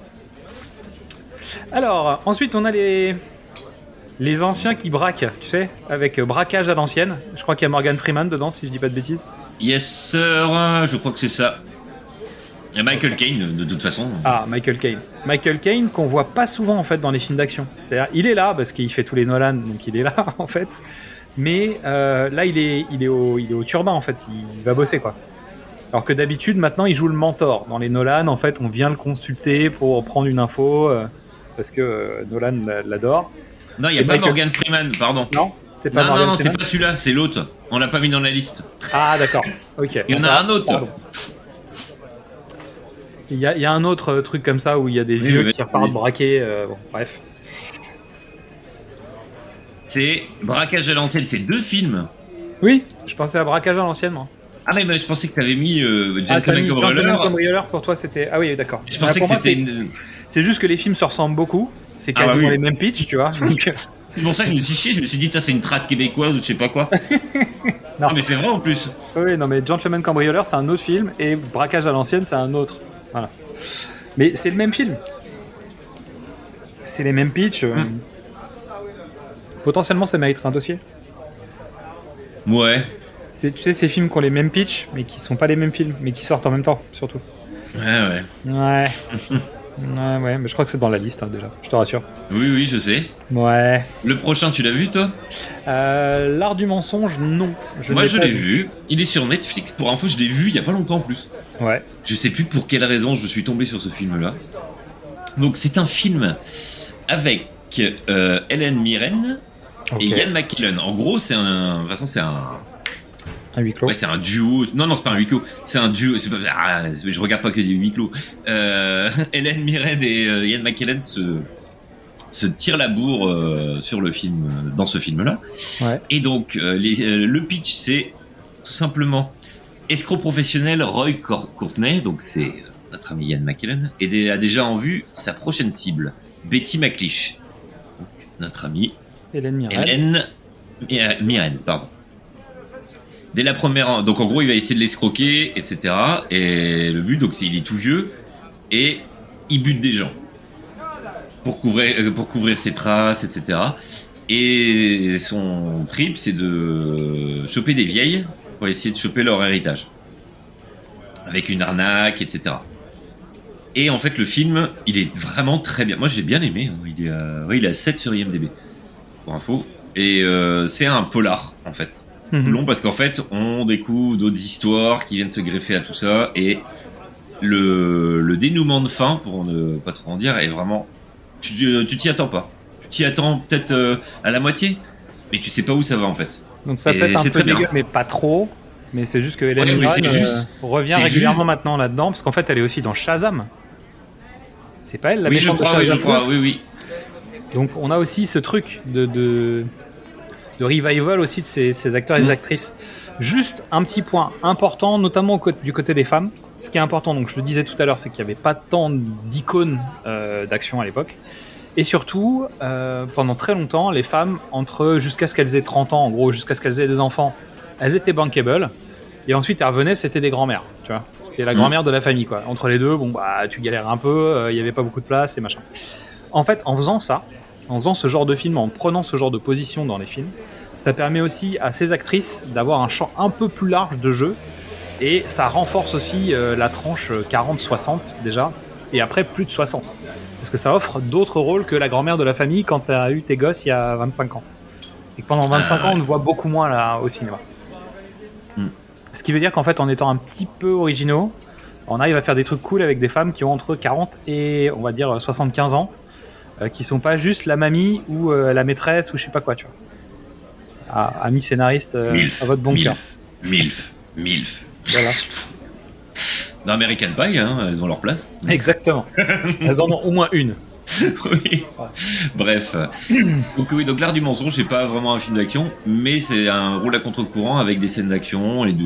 Alors, ensuite, on a les anciens qui braquent, tu sais, avec braquage à l'ancienne. Je crois qu'il y a Morgan Freeman dedans, si je dis pas de bêtises. Yes, sir, je crois que c'est ça. Et Michael Caine, de toute façon. Ah, Michael Caine. Michael Caine, qu'on voit pas souvent, en fait, dans les films d'action. C'est-à-dire, il est là, parce qu'il fait tous les Nolan, donc il est là, en fait. Mais là, il est au turbin, en fait. Il va bosser, quoi. Alors que d'habitude, maintenant, il joue le mentor. Dans les Nolan, en fait, on vient le consulter pour prendre une info, parce que Nolan l'adore. Non, il n'y a pas Morgan Freeman, pardon. Non, c'est pas Morgan non, Freeman. c'est pas celui-là, c'est l'autre. On l'a pas mis dans la liste. Ah, d'accord. Ok. Il y en a un autre. Pardon. Il y a un autre truc comme ça où il y a des vieux qui repartent braquer. Bon, bref. C'est Braquage à l'ancienne, c'est 2 films. Oui, je pensais à Braquage à l'ancienne, moi. Ah mais je pensais que t'avais mis Gentleman Cambrioleur. Pour toi, c'était... Ah oui, d'accord. Je pensais que c'était C'est juste que les films se ressemblent beaucoup. C'est quasiment les mêmes pitchs, tu vois. Donc... C'est pour ça que je me suis chié, je me suis dit, c'est une traque québécoise ou je sais pas quoi. Non, mais c'est vrai en plus. Oui, non, mais Gentleman Cambrioleur, c'est un autre film, et Braquage à l'ancienne, c'est un autre. Voilà. Mais c'est le même film. C'est les mêmes pitchs. Potentiellement, ça mériterait un dossier. Ouais. Tu sais, ces films qui ont les mêmes pitchs, mais qui sont pas les mêmes films, mais qui sortent en même temps, surtout. Ouais. Ouais, mais je crois que c'est dans la liste, hein, déjà, je te rassure. Oui, je sais. Ouais. Le prochain, tu l'as vu, toi ? L'art du mensonge, non. Moi, je l'ai vu. Il est sur Netflix. Pour info, je l'ai vu il y a pas longtemps en plus. Ouais. Je sais plus pour quelle raison je suis tombé sur ce film-là. Donc, c'est un film avec Helen Mirren et Ian McKellen. En gros, c'est un... De toute façon, c'est un huis clos. Ouais, c'est un duo. Non, c'est pas un huis clos. C'est un duo. C'est pas... je regarde pas que des huis clos. Helen Mirren et Ian McKellen se tirent la bourre sur le film, dans ce film-là. Ouais. Et donc, le pitch, c'est tout simplement escroc professionnel Roy Courtney, donc c'est notre ami Ian McKellen, et a déjà en vue sa prochaine cible, Betty McLeish. Donc, notre ami Helen Mirren, pardon. Dès la première, donc en gros, il va essayer de l'escroquer, etc. Et le but, donc, c'est il est tout vieux et il bute des gens pour couvrir ses traces, etc. Et son trip, c'est de choper des vieilles pour essayer de choper leur héritage avec une arnaque, etc. Et en fait, le film, il est vraiment très bien. Moi, j'ai bien aimé. Il est à 7 sur IMDb pour info. Et c'est un polar, en fait. Long parce qu'en fait on découvre d'autres histoires qui viennent se greffer à tout ça et le dénouement de fin, pour ne pas trop en dire, est vraiment tu t'y attends pas, tu t'y attends peut-être à la moitié, mais tu sais pas où ça va en fait. Donc ça peut être un peu dégueu, mais pas trop. Mais c'est juste que Helen Mirren revient régulièrement maintenant là-dedans, parce qu'en fait elle est aussi dans Shazam. C'est pas elle la méchante de Shazam? Oui, je crois, oui. Donc on a aussi ce truc de revival aussi de ces acteurs et des actrices. Juste un petit point important, notamment du côté des femmes. Ce qui est important, donc je le disais tout à l'heure, c'est qu'il n'y avait pas tant d'icônes d'action à l'époque. Et surtout, pendant très longtemps, les femmes, jusqu'à ce qu'elles aient 30 ans, en gros, jusqu'à ce qu'elles aient des enfants, elles étaient bankable. Et ensuite, elles revenaient, c'était des grands-mères. Tu vois, c'était la grand-mère de la famille, quoi. Entre les deux, tu galères un peu, il n'y avait pas beaucoup de place et machin. En fait, en faisant ce genre de film, en prenant ce genre de position dans les films, ça permet aussi à ces actrices d'avoir un champ un peu plus large de jeu, et ça renforce aussi la tranche 40-60 déjà, et après plus de 60. Parce que ça offre d'autres rôles que la grand-mère de la famille quand tu as eu tes gosses il y a 25 ans. Et que pendant 25 ans, on le voit beaucoup moins là, au cinéma. Ce qui veut dire qu'en fait, en étant un petit peu originaux, on arrive à faire des trucs cool avec des femmes qui ont entre 40 et, on va dire, 75 ans, qui sont pas juste la mamie ou la maîtresse ou je sais pas quoi, tu vois. Amis scénaristes, à votre bon cœur. Milf. Voilà. Dans American Pie, hein, elles ont leur place. Exactement. Elles en ont au moins une. Oui. Bref. Donc l'art du mensonge, c'est pas vraiment un film d'action, mais c'est un rôle à contre-courant avec des scènes d'action et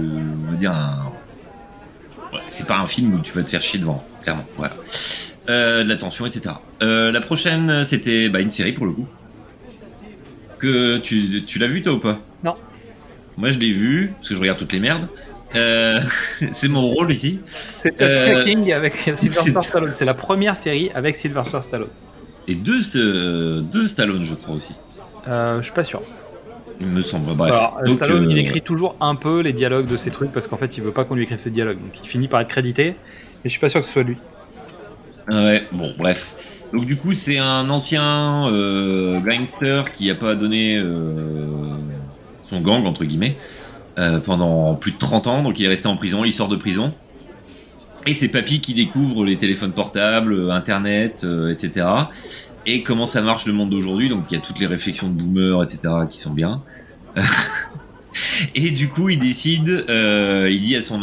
c'est pas un film où tu vas te faire chier devant, clairement. Voilà. De la tension, etc. La prochaine, c'était une série pour le coup. que tu l'as vu toi ou pas? Non. Moi je l'ai vu parce que je regarde toutes les merdes. C'est mon rôle ici. C'est King avec Sylvester Stallone. C'est la première série avec Sylvester Stallone. Et deux Stallone, je crois aussi. Je suis pas sûr. Il me semble. Bref. Alors, donc, Stallone, il écrit toujours un peu les dialogues de ces trucs parce qu'en fait, il veut pas qu'on lui écrive ses dialogues. Donc, il finit par être crédité. Mais je suis pas sûr que ce soit lui. Ouais. Bon, bref. Donc du coup, c'est un ancien gangster qui a pas donné son gang entre guillemets pendant plus de 30 ans. Donc il est resté en prison. Il sort de prison. Et c'est Papy qui découvre les téléphones portables, Internet, etc. Et comment ça marche le monde d'aujourd'hui. Donc il y a toutes les réflexions de boomer, etc. qui sont bien. Et du coup, il décide, il dit à son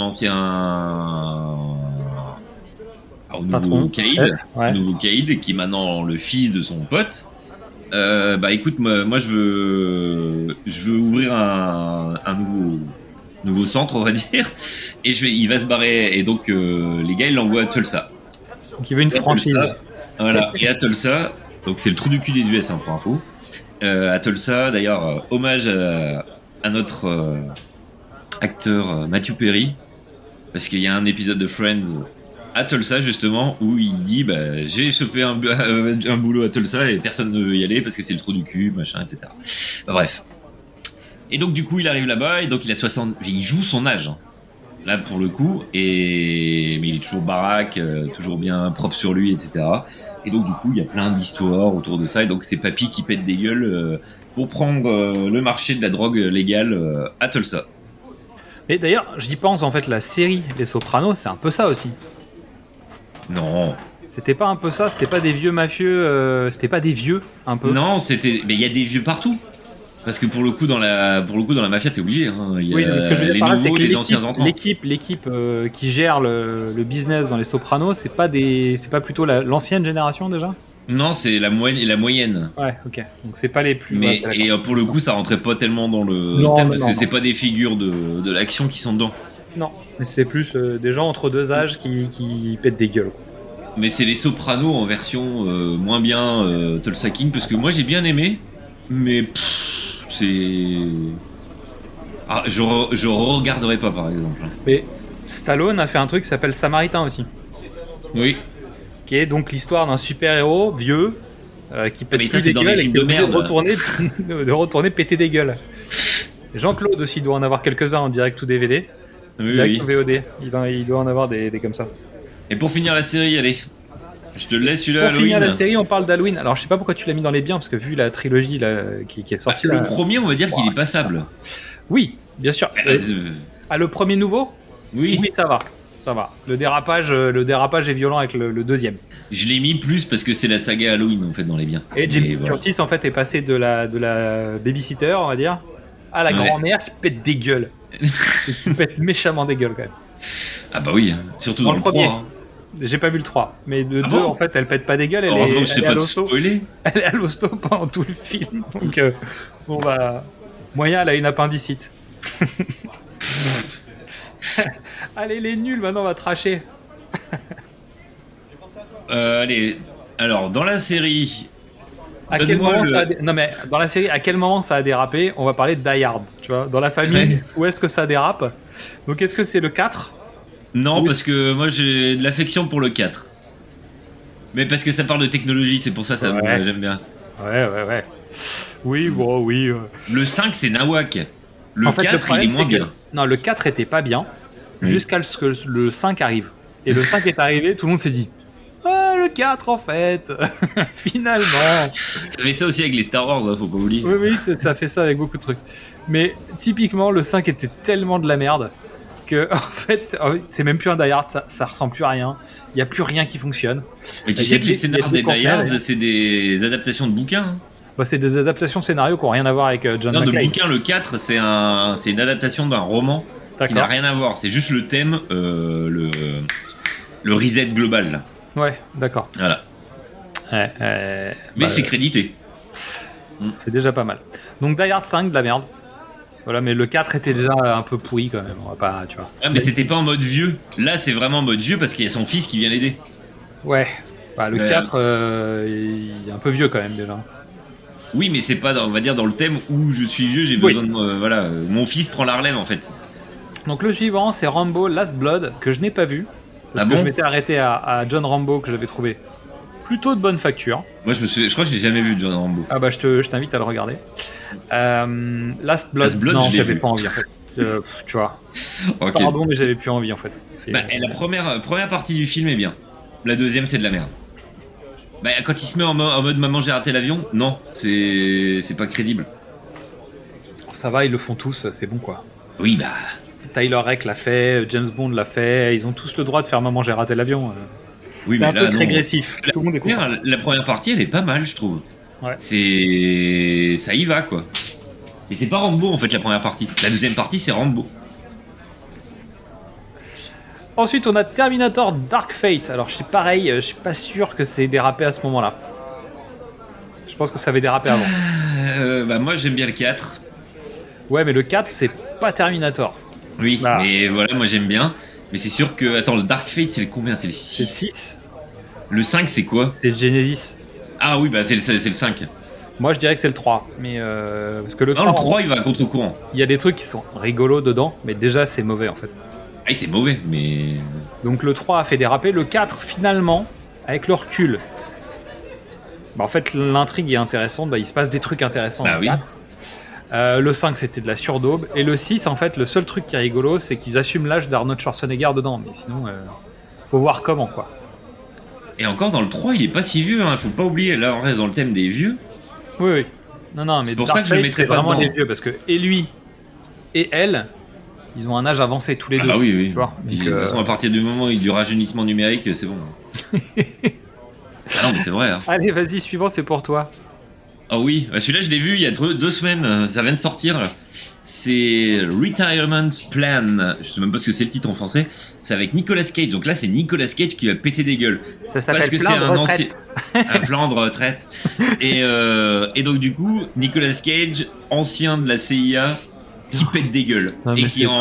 au nouveau Caïd, nouveau Caïd, qui est maintenant le fils de son pote. Bah écoute, moi je veux ouvrir un nouveau centre, on va dire, et il va se barrer. Et donc les gars, ils l'envoient à Tulsa. Donc il veut une franchise. Voilà. Et à Tulsa, donc c'est le trou du cul des US, hein, pour info. À Tulsa, d'ailleurs, hommage à notre acteur Matthew Perry, parce qu'il y a un épisode de Friends à Tulsa justement où il dit j'ai chopé un boulot à Tulsa et personne ne veut y aller parce que c'est le trou du cul, machin, etc. Bref. Et donc du coup il arrive là-bas et donc il joue son âge, hein, là pour le coup, mais il est toujours baraque, toujours bien propre sur lui, etc. Et donc du coup il y a plein d'histoires autour de ça et donc c'est Papy qui pète des gueules pour prendre le marché de la drogue légale à Tulsa. Mais d'ailleurs, j'y pense, en fait, la série Les Sopranos, c'est un peu ça aussi. Non. C'était pas un peu ça? C'était pas des vieux mafieux, c'était pas des vieux, un peu? Non, mais il y a des vieux partout. Parce que pour le coup, dans la mafia, t'es obligé. Hein. Il y a oui, ce que je veux dire les par là, nouveaux, c'est que les anciens entrants. l'équipe qui gère le business dans Les Sopranos, c'est pas plutôt l'ancienne génération déjà? Non, c'est la moyenne. Ouais, ok. Donc c'est pas les plus. Mais et pour le coup, ça rentrait pas tellement dans le thème parce que c'est pas des figures de l'action qui sont dedans. Non, mais c'était plus des gens entre deux âges qui pètent des gueules. Mais c'est les Sopranos en version moins bien Tulsa King, parce que moi j'ai bien aimé, mais c'est. Ah, je regarderai pas par exemple. Mais Stallone a fait un truc qui s'appelle Samaritain aussi. Oui. Qui est donc l'histoire d'un super-héros vieux qui pète plus des gueules et qui est obligé de retourner péter des gueules. Jean-Claude aussi doit en avoir quelques-uns en direct ou DVD. Oui. VOD. Il doit en avoir des comme ça. Et pour finir la série, allez, je te laisse celui-là. Pour finir la série, on parle d'Halloween. Alors je sais pas pourquoi tu l'as mis dans les biens, parce que vu la trilogie là, qui est sortie. Le premier, on va dire qu'il est passable. Oui, bien sûr. Le premier nouveau? Oui, ça va. Le dérapage est violent avec le deuxième. Je l'ai mis plus parce que c'est la saga Halloween en fait dans les biens. Et Jamie Curtis en fait est passé de la babysitter, on va dire, à la grand-mère qui pète des gueules. Qui pète méchamment des gueules quand même. Ah bah oui, surtout dans le premier. 3, hein. J'ai pas vu le 3, mais le 2 en fait elle pète pas des gueules, elle est à l'hosto. Elle est à l'hosto pendant tout le film. Donc moyen elle a une appendicite. Allez les nuls, maintenant on va tracher. Allez, alors dans la série. À quel moment dans la série, à quel moment ça a dérapé? On va parler de Die Hard, tu vois. Dans la famille, où est-ce que ça dérape? Donc est-ce que c'est le 4? Non, parce que moi j'ai de l'affection pour le 4. Mais parce que ça parle de technologie, c'est pour ça j'aime bien. Ouais. Oui, bon, oui. Le 5 c'est Nawak. Le 4 il est moins bien. Non, le 4 était pas bien jusqu'à ce que le 5 arrive. Et le 5 est arrivé, tout le monde s'est dit le 4 en fait. Finalement. Ça fait ça aussi avec les Star Wars, hein, faut pas oublier. Oui, ça fait ça avec beaucoup de trucs. Mais typiquement, le 5 était tellement de la merde que en fait, c'est même plus un Die Hard, ça ressemble plus à rien. Il y a plus rien qui fonctionne. Mais tu sais que les scénarios des Die Hard, c'est des adaptations de bouquins. Bah, c'est des adaptations scénarios qui n'ont rien à voir avec John McClane. Non, le bouquin, le 4, c'est une adaptation d'un roman qui n'a rien à voir. C'est juste le thème, le reset global. Là. Ouais, d'accord. Voilà. Mais c'est crédité. C'est déjà pas mal. Donc Die Hard 5, de la merde. Voilà, mais le 4 était déjà un peu pourri quand même. On va pas, tu vois. Ah, mais c'était pas en mode vieux. Là, c'est vraiment en mode vieux parce qu'il y a son fils qui vient l'aider. Ouais. Bah, le 4, il est un peu vieux quand même déjà. Oui, mais c'est pas, on va dire, dans le thème où je suis vieux, j'ai besoin de... voilà, mon fils prend la relève, en fait. Donc le suivant, c'est Rambo Last Blood, que je n'ai pas vu. Parce que je m'étais arrêté à John Rambo, que j'avais trouvé plutôt de bonne facture. Moi, je crois que j'ai jamais vu John Rambo. Ah bah, je t'invite à le regarder. Last Blood, non, j'avais pas envie, en fait. Tu vois. Okay. Pardon, mais j'avais plus envie, en fait. La première partie du film est bien. La deuxième, c'est de la merde. Bah, quand il se met en mode maman j'ai raté l'avion, non, c'est pas crédible. Ça va, ils le font tous, c'est bon quoi. Oui, bah. Tyler Rake l'a fait, James Bond l'a fait, ils ont tous le droit de faire maman j'ai raté l'avion. Oui, c'est mais un peu régressif. Tout le monde est content. La première partie, elle est pas mal, je trouve. Ouais. Ça y va quoi. Et c'est pas Rambo en fait la première partie. La deuxième partie, c'est Rambo. Ensuite, on a Terminator Dark Fate. Alors, je suis pas sûr que c'est dérapé à ce moment-là. Je pense que ça avait dérapé avant. Bah, moi, j'aime bien le 4. Ouais, mais le 4, c'est pas Terminator. Oui, mais voilà, moi, j'aime bien. Mais c'est sûr que... Attends, le Dark Fate, c'est le combien? C'est le 6. C'est 6. Le 5, c'est quoi? C'est Genesis. Ah oui, bah, c'est le 5. Moi, je dirais que c'est le 3. Mais parce que le 3, non, le 3, il va à contre-courant. Il y a des trucs qui sont rigolos dedans, mais déjà, c'est mauvais, en fait. Ah, c'est mauvais, mais... Donc le 3 a fait déraper. Le 4, finalement, avec le recul, bah, en fait, l'intrigue est intéressante. Bah, il se passe des trucs intéressants. Bah oui. Le 5, c'était de la surdaube. Et le 6, en fait, le seul truc qui est rigolo, c'est qu'ils assument l'âge d'Arnold Schwarzenegger dedans. Mais sinon, faut voir comment, quoi. Et encore, dans le 3, il est pas si vieux. Hein. Faut pas oublier, là, on reste dans le thème des vieux. Oui. Non, mais c'est pour ça que je le mettrais pas vraiment dedans. Les vieux, parce que et lui et elle... Ils ont un âge avancé tous les deux. Ah oui. Tu vois de toute façon, à partir du moment où il y a du rajeunissement numérique, c'est bon. Ah non, mais c'est vrai. Hein. Allez, vas-y, suivant, c'est pour toi. Ah oui, celui-là, je l'ai vu il y a 2 semaines. Ça vient de sortir. C'est Retirement Plan. Je sais même pas ce que c'est le titre en français. C'est avec Nicolas Cage. Donc là, c'est Nicolas Cage qui va péter des gueules. Ça s'appelle parce que plan c'est de un retraite. un plan de retraite. Et donc, du coup, Nicolas Cage, ancien de la CIA, qui pète des gueules. Non, et qui est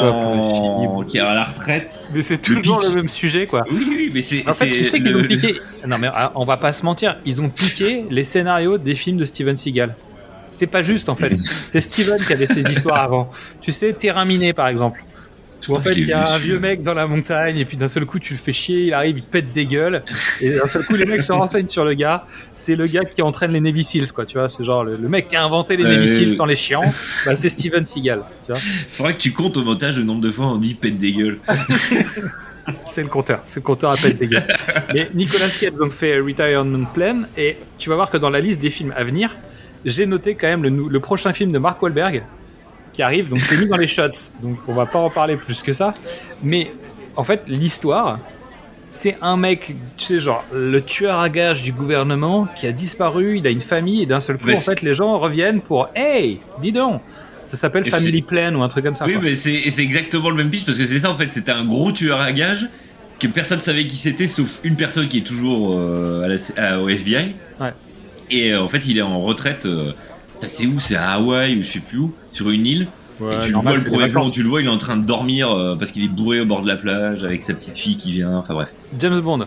à la retraite. Mais c'est toujours le même sujet, quoi. Oui, mais c'est... En fait, tu sais qu'ils ont piqué... Non, mais on va pas se mentir. Ils ont piqué les scénarios des films de Steven Seagal. C'est pas juste, en fait. C'est Steven qui avait ces histoires avant. Tu sais, Terrain miné, par exemple. Où en fait, il y a un vieux mec dans la montagne, et puis d'un seul coup, tu le fais chier, il arrive, il te pète des gueules, et d'un seul coup, les mecs se renseignent sur le gars. C'est le gars qui entraîne les Navy Seals, quoi, tu vois. C'est genre le mec qui a inventé les Navy Seals sans les chiants, bah, c'est Steven Seagal, tu vois. Faudrait que tu comptes au montage le nombre de fois on dit pète des gueules. C'est le compteur à pète des gueules. Mais Nicolas Cage donc fait Retirement Plan, et tu vas voir que dans la liste des films à venir, j'ai noté quand même le prochain film de Mark Wahlberg, qui arrive, donc c'est mis dans les shots, donc on va pas en parler plus que ça, mais en fait l'histoire, c'est un mec, tu sais, genre le tueur à gages du gouvernement qui a disparu, il a une famille, et d'un seul coup en fait les gens reviennent pour hey, dis donc, ça s'appelle Family Plan ou un truc comme ça. Oui, quoi. mais c'est exactement le même pitch, parce que c'est ça en fait, c'était un gros tueur à gages que personne savait qui c'était, sauf une personne qui est toujours au FBI. Ouais. Et en fait il est en retraite. C'est où? C'est à Hawaï ou je sais plus où, sur une île. Ouais, et tu le vois, le premier plan où tu le vois, il est en train de dormir parce qu'il est bourré au bord de la plage avec sa petite fille qui vient. Enfin bref. James Bond.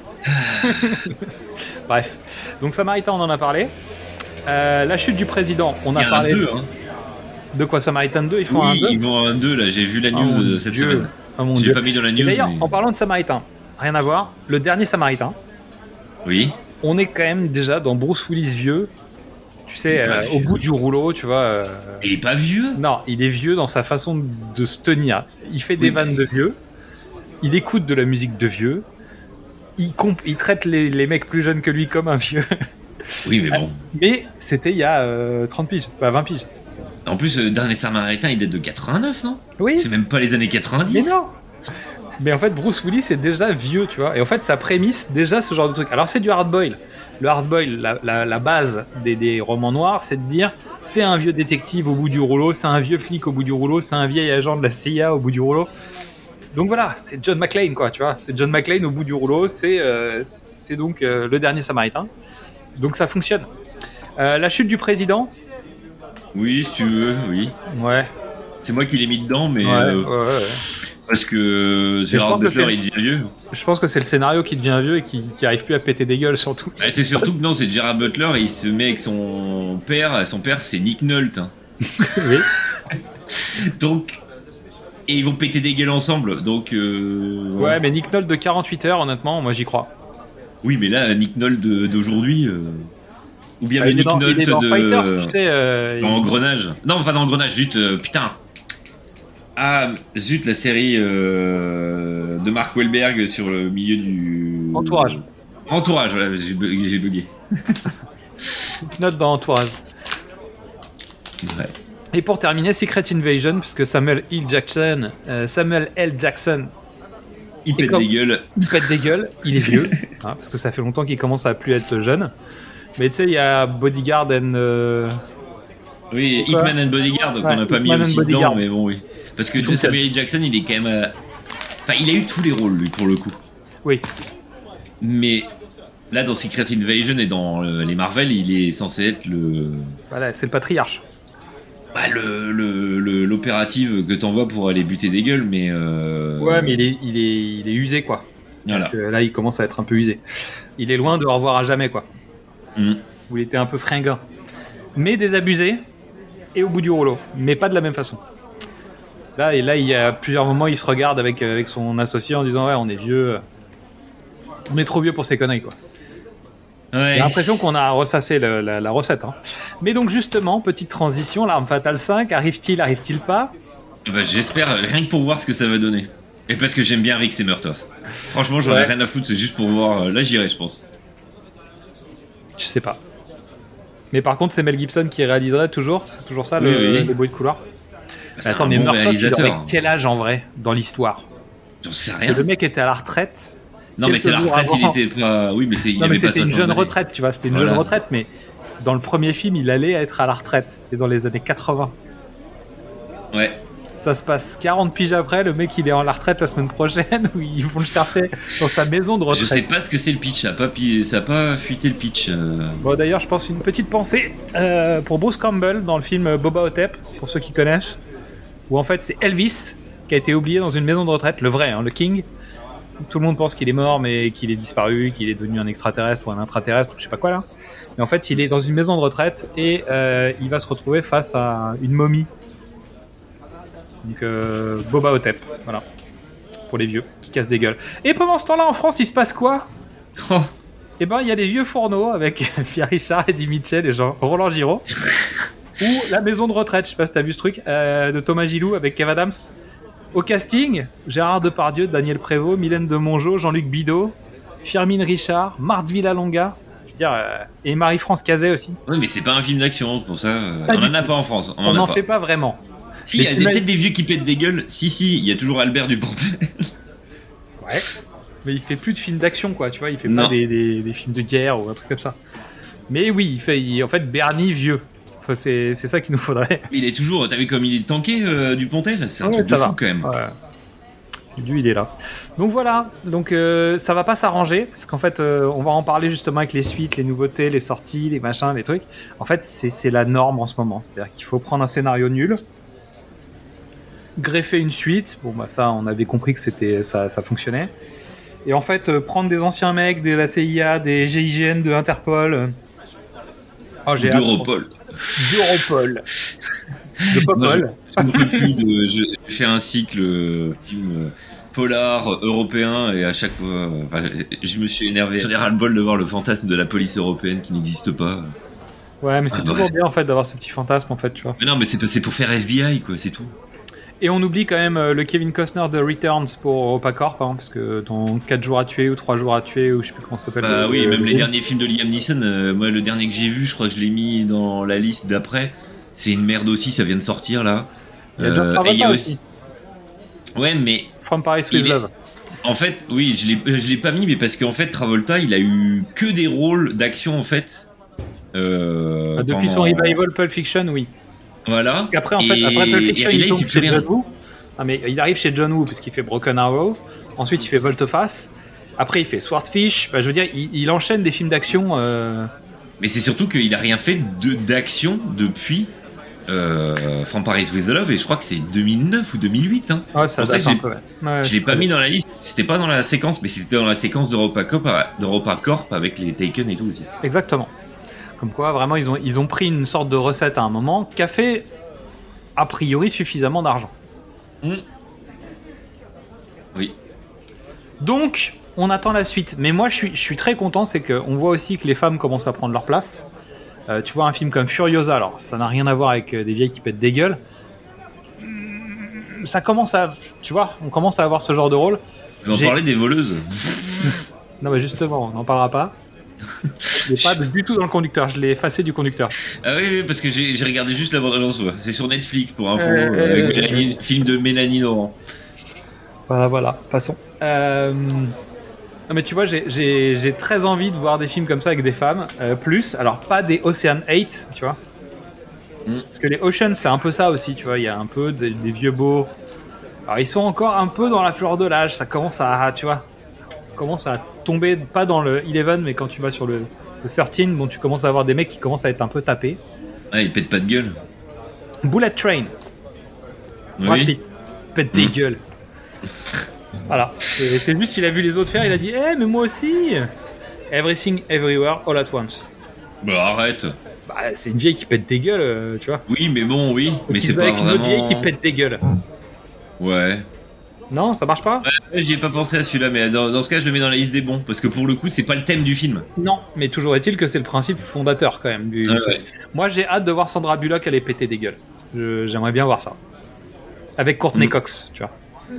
Bref. Donc Samaritain, on en a parlé. La chute du président, on a parlé. Il y a un 2, hein. De quoi, Samaritain 2? Ils font un 2? Ils vont un 2 là, j'ai vu la news cette semaine. Oh mon J'ai Dieu. pas mis dans la news. Et d'ailleurs, mais... en parlant de Samaritain, rien à voir, le dernier Samaritain. Oui. On est quand même déjà dans Bruce Willis vieux. Tu sais, au bout du rouleau, tu vois. Il est pas vieux? Non, il est vieux dans sa façon de se tenir. Il fait des vannes de vieux. Il écoute de la musique de vieux. Il traite les mecs plus jeunes que lui comme un vieux. Oui, mais bon. Mais c'était il y a 30 piges, pas 20 piges. En plus, le dernier Samaritain, il date de 89, non? Oui. C'est même pas les années 90. Mais non. Mais en fait, Bruce Willis est déjà vieux, tu vois. Et en fait, sa prémisse, déjà ce genre de truc. Alors, c'est du hard-boil. Le hard-boil, la base des romans noirs, c'est de dire c'est un vieux détective au bout du rouleau, c'est un vieux flic au bout du rouleau, c'est un vieil agent de la CIA au bout du rouleau. Donc voilà, c'est John McClane, quoi, tu vois. C'est John McClane au bout du rouleau, c'est donc le dernier Samaritain. Donc ça fonctionne. La chute du président. Oui, si tu veux, oui. Ouais. C'est moi qui l'ai mis dedans, mais... Ouais. Parce que Gerard Butler, il devient vieux. Je pense que c'est le scénario qui devient vieux et qui arrive plus à péter des gueules, surtout. C'est surtout que non, c'est Gerard Butler et il se met avec son père. Son père, c'est Nick Nolte. Hein. Oui. Donc, et ils vont péter des gueules ensemble. Donc, ouais, mais Nick Nolte de 48 heures, honnêtement, moi j'y crois. Oui, mais là, Nick Nolte d'aujourd'hui. Ou bien le il Nick Nolte il est dans de. Fighters, tu sais. Dans Engrenage. Non, pas dans Engrenage, zut, putain. Ah, zut, la série de Mark Wahlberg sur le milieu du. Entourage. Entourage, voilà, j'ai bugué. Note dans Entourage. Ouais. Et pour terminer, Secret Invasion, puisque Samuel L. Jackson, Il pète des gueules. Il pète des gueules, il est vieux, hein, parce que ça fait longtemps qu'il commence à plus être jeune. Mais tu sais, il y a Bodyguard and. Oui, Hitman and Bodyguard, qu'on n'a pas mis aussi dedans, mais bon, oui. Parce que Samuel L. Jackson, il est quand même. Enfin, il a eu tous les rôles, lui, pour le coup. Oui. Mais là, dans Secret Invasion et dans les Marvel, il est censé être le. Voilà, c'est le patriarche. Bah, l'opérative que t'envoies pour aller buter des gueules, mais. Ouais, mais il est usé, quoi. Voilà. Donc, là, il commence à être un peu usé. Il est loin de revoir à jamais, quoi. Où il était un peu fringant. Mais désabusé, et au bout du rouleau. Mais pas de la même façon. Là, il y a plusieurs moments, il se regarde avec son associé en disant « Ouais, on est vieux. On est trop vieux pour ces conneries, quoi. » Ouais. J'ai l'impression qu'on a ressassé la recette. Hein. Mais donc, justement, petite transition, l'Arme Fatale 5, arrive-t-il pas ? Bah, j'espère, rien que pour voir ce que ça va donner. Et parce que j'aime bien Rick Semmertoff. Franchement, j'en ai rien à foutre, c'est juste pour voir. Là, j'irai, je pense. Je sais pas. Mais par contre, c'est Mel Gibson qui réaliserait toujours. C'est toujours ça, les bruits de couloir. Bah, attends, mais Murtaugh, il aurait quel âge en vrai dans l'histoire ? J'en sais rien. Le mec était à la retraite. Non, mais c'est la retraite, il était pas. Oui, mais il avait pas 60 ans. C'était une jeune retraite, tu vois. C'était une jeune retraite, mais dans le premier film, il allait être à la retraite. C'était dans les années 80. Ouais. Ça se passe 40 piges après, le mec il est en la retraite la semaine prochaine, où ils vont le chercher dans sa maison de retraite. Je sais pas ce que c'est le pitch, ça a pas fuité le pitch. Bon, d'ailleurs, je pense une petite pensée pour Bruce Campbell dans le film Boba Hotep, pour ceux qui connaissent, où en fait c'est Elvis qui a été oublié dans une maison de retraite, le vrai, hein, le King. Tout le monde pense qu'il est mort, mais qu'il est disparu, qu'il est devenu un extraterrestre ou un intraterrestre, ou je sais pas quoi là. Mais en fait, il est dans une maison de retraite et il va se retrouver face à une momie. Donc Boba Hotep, voilà, pour les vieux qui cassent des gueules. Et pendant ce temps-là, en France, il se passe quoi ? Eh ben, il y a des vieux fourneaux avec Pierre Richard, Eddie Mitchell et Roland Giraud, ou la maison de retraite, je sais pas si t'as vu ce truc, de Thomas Gilou avec Kev Adams. Au casting, Gérard Depardieu, Daniel Prévost, Mylène de Mongeau, Jean-Luc Bidot, Firmin Richard, Marthe Villalonga, je veux dire, et Marie-France Cazet aussi. Oui, mais c'est pas un film d'action, pour ça. On en a pas en France. On n'en fait pas vraiment. Si, il y a peut-être des vieux qui pètent des gueules. Si, il y a toujours Albert Dupontel. Ouais. Mais il fait plus de films d'action, quoi, tu vois. Il fait pas des films de guerre ou un truc comme ça. Mais oui, en fait, Bernie vieux. Enfin, c'est ça qu'il nous faudrait. Il est toujours. T'as vu comme il est tanké, Dupontel ? C'est un truc de fou, quand même. Ouais. Lui, il est là. Donc voilà. Donc ça va pas s'arranger parce qu'en fait, on va en parler justement avec les suites, les nouveautés, les sorties, les machins, les trucs. En fait, c'est la norme en ce moment. C'est-à-dire qu'il faut prendre un scénario nul, greffer une suite, bon bah ça on avait compris que ça fonctionnait, et en fait prendre des anciens mecs de la CIA, des GIGN, de Interpol, d'Europol, de Popol. J'ai fait un cycle film polar européen et à chaque fois je me suis énervé. J'en ai ras-le-bol de voir le fantasme de la police européenne qui n'existe pas. Ouais, mais c'est toujours bien en fait d'avoir ce petit fantasme en fait, tu vois. Mais non, mais c'est pour faire FBI quoi, c'est tout. Et on oublie quand même le Kevin Costner de Returns pour EuropaCorp, hein, parce que dans 4 jours à tuer ou 3 jours à tuer ou je sais plus comment ça s'appelle. Bah oui, même les derniers films de Liam Neeson, moi le dernier que j'ai vu, je crois que je l'ai mis dans la liste d'après. C'est une merde aussi, ça vient de sortir là. Il y a John Travolta aussi. Ouais, mais From Paris with Love. En fait, oui, je l'ai pas mis, mais parce qu'en fait Travolta, il a eu que des rôles d'action en fait. Depuis son revival Pulp Fiction, oui. Voilà. Après Pulp Fiction, il tombe chez John Woo. Ah, mais il arrive chez John Woo parce qu'il fait Broken Arrow. Ensuite, il fait Volte-Face. Après, il fait Swordfish. Bah, je veux dire, il enchaîne des films d'action. Mais c'est surtout qu'il a rien fait d'action depuis From Paris with Love, et je crois que c'est 2009 ou 2008. Hein. Ouais, ça date un peu. Ouais, je l'ai pas mis dans la liste. C'était pas dans la séquence, mais c'était dans la séquence d'EuropaCorp avec les Taken et tout aussi. Exactement. Comme quoi, vraiment, ils ont pris une sorte de recette à un moment qui a fait, a priori, suffisamment d'argent. Oui. Donc, on attend la suite. Mais moi, je suis très content, c'est qu'on voit aussi que les femmes commencent à prendre leur place. Tu vois un film comme Furiosa, alors ça n'a rien à voir avec des vieilles qui pètent des gueules. Ça commence à... Tu vois, on commence à avoir ce genre de rôle. Je vais en parler des voleuses. Non, mais justement, on n'en parlera pas. Je l'ai pas du tout dans le conducteur, je l'ai effacé du conducteur. Ah oui, parce que j'ai regardé juste la bande-annonce. C'est sur Netflix pour info, avec film de Mélanie Laurent. Voilà, passons. Non mais tu vois, j'ai très envie de voir des films comme ça avec des femmes, plus, alors pas des Ocean 8, tu vois. Parce que les Oceans, c'est un peu ça aussi, tu vois, il y a un peu des vieux beaux. Alors ils sont encore un peu dans la fleur de l'âge, ça commence à, tu vois, tomber, pas dans le 11, mais quand tu vas sur le 13, bon, tu commences à avoir des mecs qui commencent à être un peu tapés. Ah, ils pètent pas de gueule. Bullet Train. Oui. Pète des gueules. Voilà, c'est juste, il a vu les autres faire, il a dit mais moi aussi. Everything, Everywhere, All at Once. Bah arrête. Bah c'est une vieille qui pète des gueules, tu vois. Oui, mais bon, oui, mais c'est pas avec vraiment... une autre vieille qui pète des gueules. Ouais. Non, ça marche pas. Ouais, j'y ai pas pensé à celui-là, mais dans ce cas, je le mets dans la liste des bons, parce que pour le coup, c'est pas le thème du film. Non, mais toujours est-il que c'est le principe fondateur quand même. Ouais. Moi, j'ai hâte de voir Sandra Bullock aller péter des gueules. J'aimerais bien voir ça. Avec Courtney Cox, tu vois.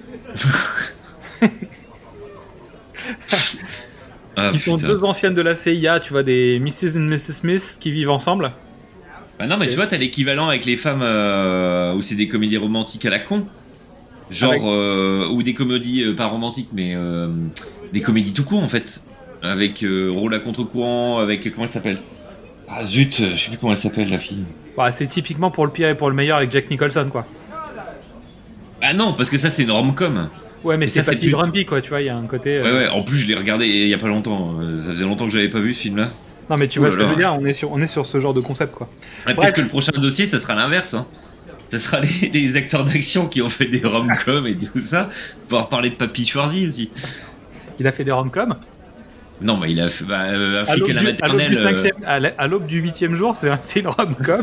Qui sont deux anciennes de la CIA, tu vois, des Mrs. and Mrs. Smith qui vivent ensemble. Bah non, mais tu vois, t'as l'équivalent avec les femmes où c'est des comédies romantiques à la con. Genre, ou des comédies pas romantiques, mais des comédies tout court en fait. Avec rôle à contre-courant, avec. Comment elle s'appelle? Ah zut, je sais plus comment elle s'appelle la fille. Bah, c'est typiquement pour le pire et pour le meilleur avec Jack Nicholson, quoi. Ah non, parce que ça c'est une rom-com. Ouais, mais c'est Papi Grumpy, quoi, tu vois, il y a un côté... Ouais, en plus je l'ai regardé il y a pas longtemps, ça faisait longtemps que j'avais pas vu ce film-là. Non mais tu vois ce que je veux dire, on est sur ce genre de concept, quoi. Ouais, peut-être que le prochain dossier, ça sera l'inverse, hein. Ça sera les acteurs d'action qui ont fait des rom-coms et tout ça, pouvoir parler de Papy Schwarzy aussi. Il a fait des rom-coms? Non, mais il a fait un flic à la maternelle. À l'aube du 8e jour, c'est une rom-com.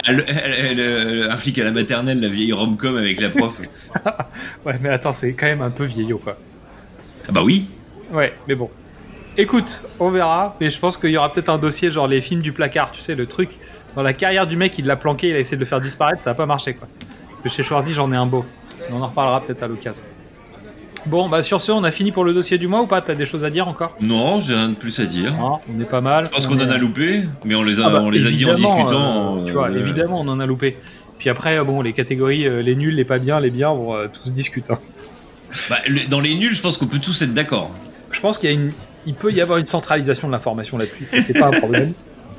Un flic à la maternelle, la vieille rom-com avec la prof. Ouais, mais attends, c'est quand même un peu vieillot, quoi. Ah bah oui. Ouais, mais bon. Écoute, on verra, mais je pense qu'il y aura peut-être un dossier genre les films du placard, tu sais, le truc. Dans la carrière du mec, il l'a planqué, il a essayé de le faire disparaître, ça a pas marché, quoi. Parce que chez Schwarzy, j'en ai un beau. On en reparlera peut-être à l'occasion. Bon, bah sur ce, on a fini pour le dossier du mois ou pas? T'as des choses à dire encore? Non, j'ai rien de plus à dire. Ah, on est pas mal. Je pense qu'on en a loupé, mais on les a dit en discutant. Tu vois, évidemment, on en a loupé. Puis après, bon, les catégories, les nuls, les pas bien, les biens, bon, tous discutent. Hein. Bah, dans les nuls, je pense qu'on peut tous être d'accord. Je pense il peut y avoir une centralisation de l'information là-dessus. Ça, c'est pas un problème.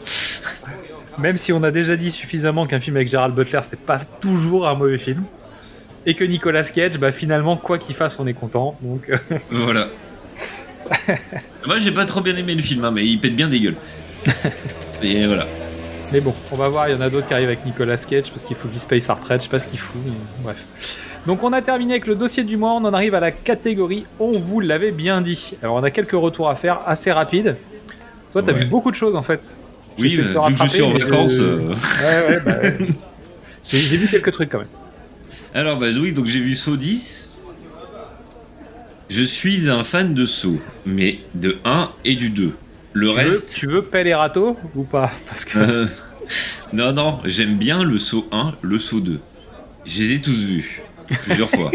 Même si on a déjà dit suffisamment qu'un film avec Gerald Butler, c'était pas toujours un mauvais film. Et que Nicolas Cage, bah finalement, quoi qu'il fasse, on est content. Donc voilà. Moi, j'ai pas trop bien aimé le film, hein, mais il pète bien des gueules. Et voilà. Mais bon, on va voir, il y en a d'autres qui arrivent avec Nicolas Cage parce qu'il faut qu'il se paye sa retraite, je sais pas ce qu'il fout, mais bref. Donc on a terminé avec le dossier du mois, on en arrive à la catégorie On vous l'avait bien dit. Alors on a quelques retours à faire assez rapides. Toi, t'as vu beaucoup de choses en fait. Oui, vu que je suis en vacances. Ouais, bah, ouais. J'ai vu quelques trucs quand même. Alors, bah oui, donc j'ai vu Saw 10. Je suis un fan de Saw, mais de 1 et du 2. Tu veux Pelle et Râteau ou pas? Parce que... Non, j'aime bien le Saw 1, le Saw 2. Je les ai tous vus, plusieurs fois.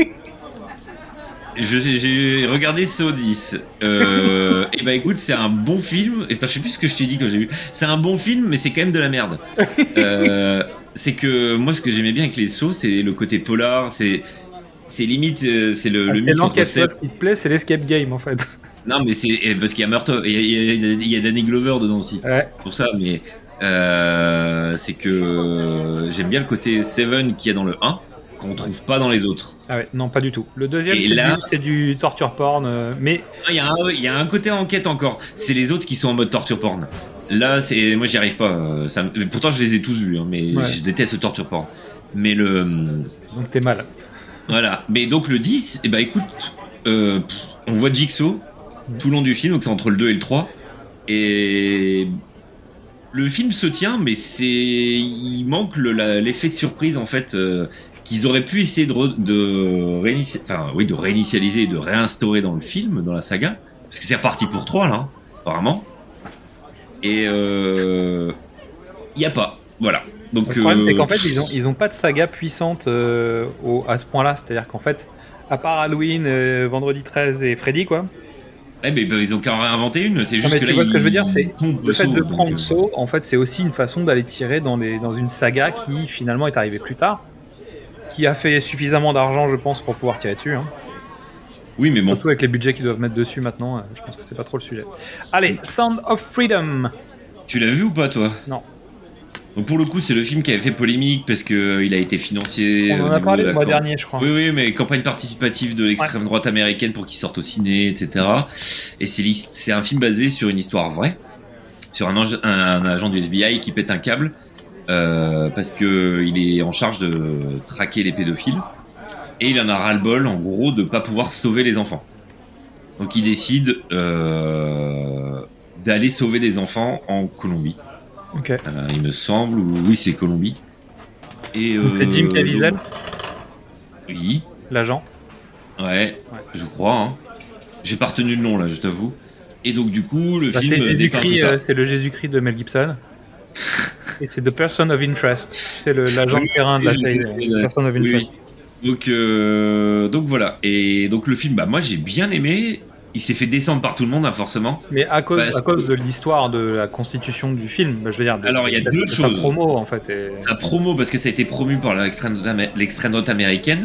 J'ai regardé Saw 10. Et bah écoute, c'est un bon film. Et je sais plus ce que je t'ai dit quand j'ai vu. C'est un bon film, mais c'est quand même de la merde. C'est que moi, ce que j'aimais bien avec les Saw, c'est le côté polar. C'est limite, c'est le mythe entre Ce qui te plaît, c'est l'escape game en fait. Non, mais c'est parce qu'il y a meurtre, il y a Danny Glover dedans aussi. Ouais. Pour ça, mais c'est que j'aime bien le côté Seven qu'il y a dans le 1 qu'on trouve pas dans les autres. Ah ouais, non, pas du tout. Le deuxième, c'est du torture porn, mais il y a un côté enquête encore. C'est les autres qui sont en mode torture porn. Là, moi, j'y arrive pas. Pourtant, je les ai tous vus, hein, mais Ouais. je déteste le torture porn. Mais Donc t'es mal. voilà. Mais donc le 10, eh ben écoute, on voit Jigsaw tout le long du film, donc c'est entre le 2 et le 3. Et le film se tient, mais il manque l'effet de surprise en fait qu'ils auraient pu essayer de réinitialiser et de réinstaurer dans le film, dans la saga, parce que c'est reparti pour 3 là, hein, apparemment. Et il y a pas, voilà. Donc Le problème, c'est qu'en fait, ils ont pas de saga puissante à ce point-là. C'est-à-dire qu'en fait, à part Halloween, Vendredi 13 et Freddy, quoi. mais ils ont qu'à en réinventer une. C'est Non, juste mais que tu là, vois ce que je veux dire, ils c'est pompent le fait Saw, de donc, prendre Saw, en fait, c'est aussi une façon d'aller tirer dans une saga qui finalement est arrivée plus tard, qui a fait suffisamment d'argent, je pense, pour pouvoir tirer dessus. Hein. Oui, mais bon. Surtout avec les budgets qu'ils doivent mettre dessus maintenant, je pense que c'est pas trop le sujet. Allez, Sound of Freedom. Tu l'as vu ou pas, toi? Non. Donc pour le coup, c'est le film qui avait fait polémique parce que il a été financé. On en a parlé le mois dernier, je crois. Oui, mais campagne participative de l'extrême droite américaine pour qu'il sorte au ciné, etc. Et c'est un film basé sur une histoire vraie, sur un agent du FBI qui pète un câble parce que il est en charge de traquer les pédophiles et il en a ras-le-bol, en gros, de pas pouvoir sauver les enfants. Donc il décide d'aller sauver des enfants en Colombie. Ok. Il me semble, oui, c'est Colombie. Et Donc c'est Jim Caviezel, oui, l'agent. ouais, je crois. Hein. J'ai pas retenu le nom là, je t'avoue. Et donc du coup, le C'est film dépeint tout ça. c'est le Jésus-Christ de Mel Gibson. Et c'est The Person of Interest. C'est l'agent de terrain de la Oui, je sais, série. Person of oui, Interest. oui. Donc voilà. Et donc le film, moi j'ai bien aimé. Il s'est fait descendre par tout le monde, hein, forcément. Mais à cause Parce que- de l'histoire de la constitution du film, je veux dire. Alors, il y a deux sa choses. promo en fait. Et... Sa promo, parce que ça a été promu par l'extrême droite américaine.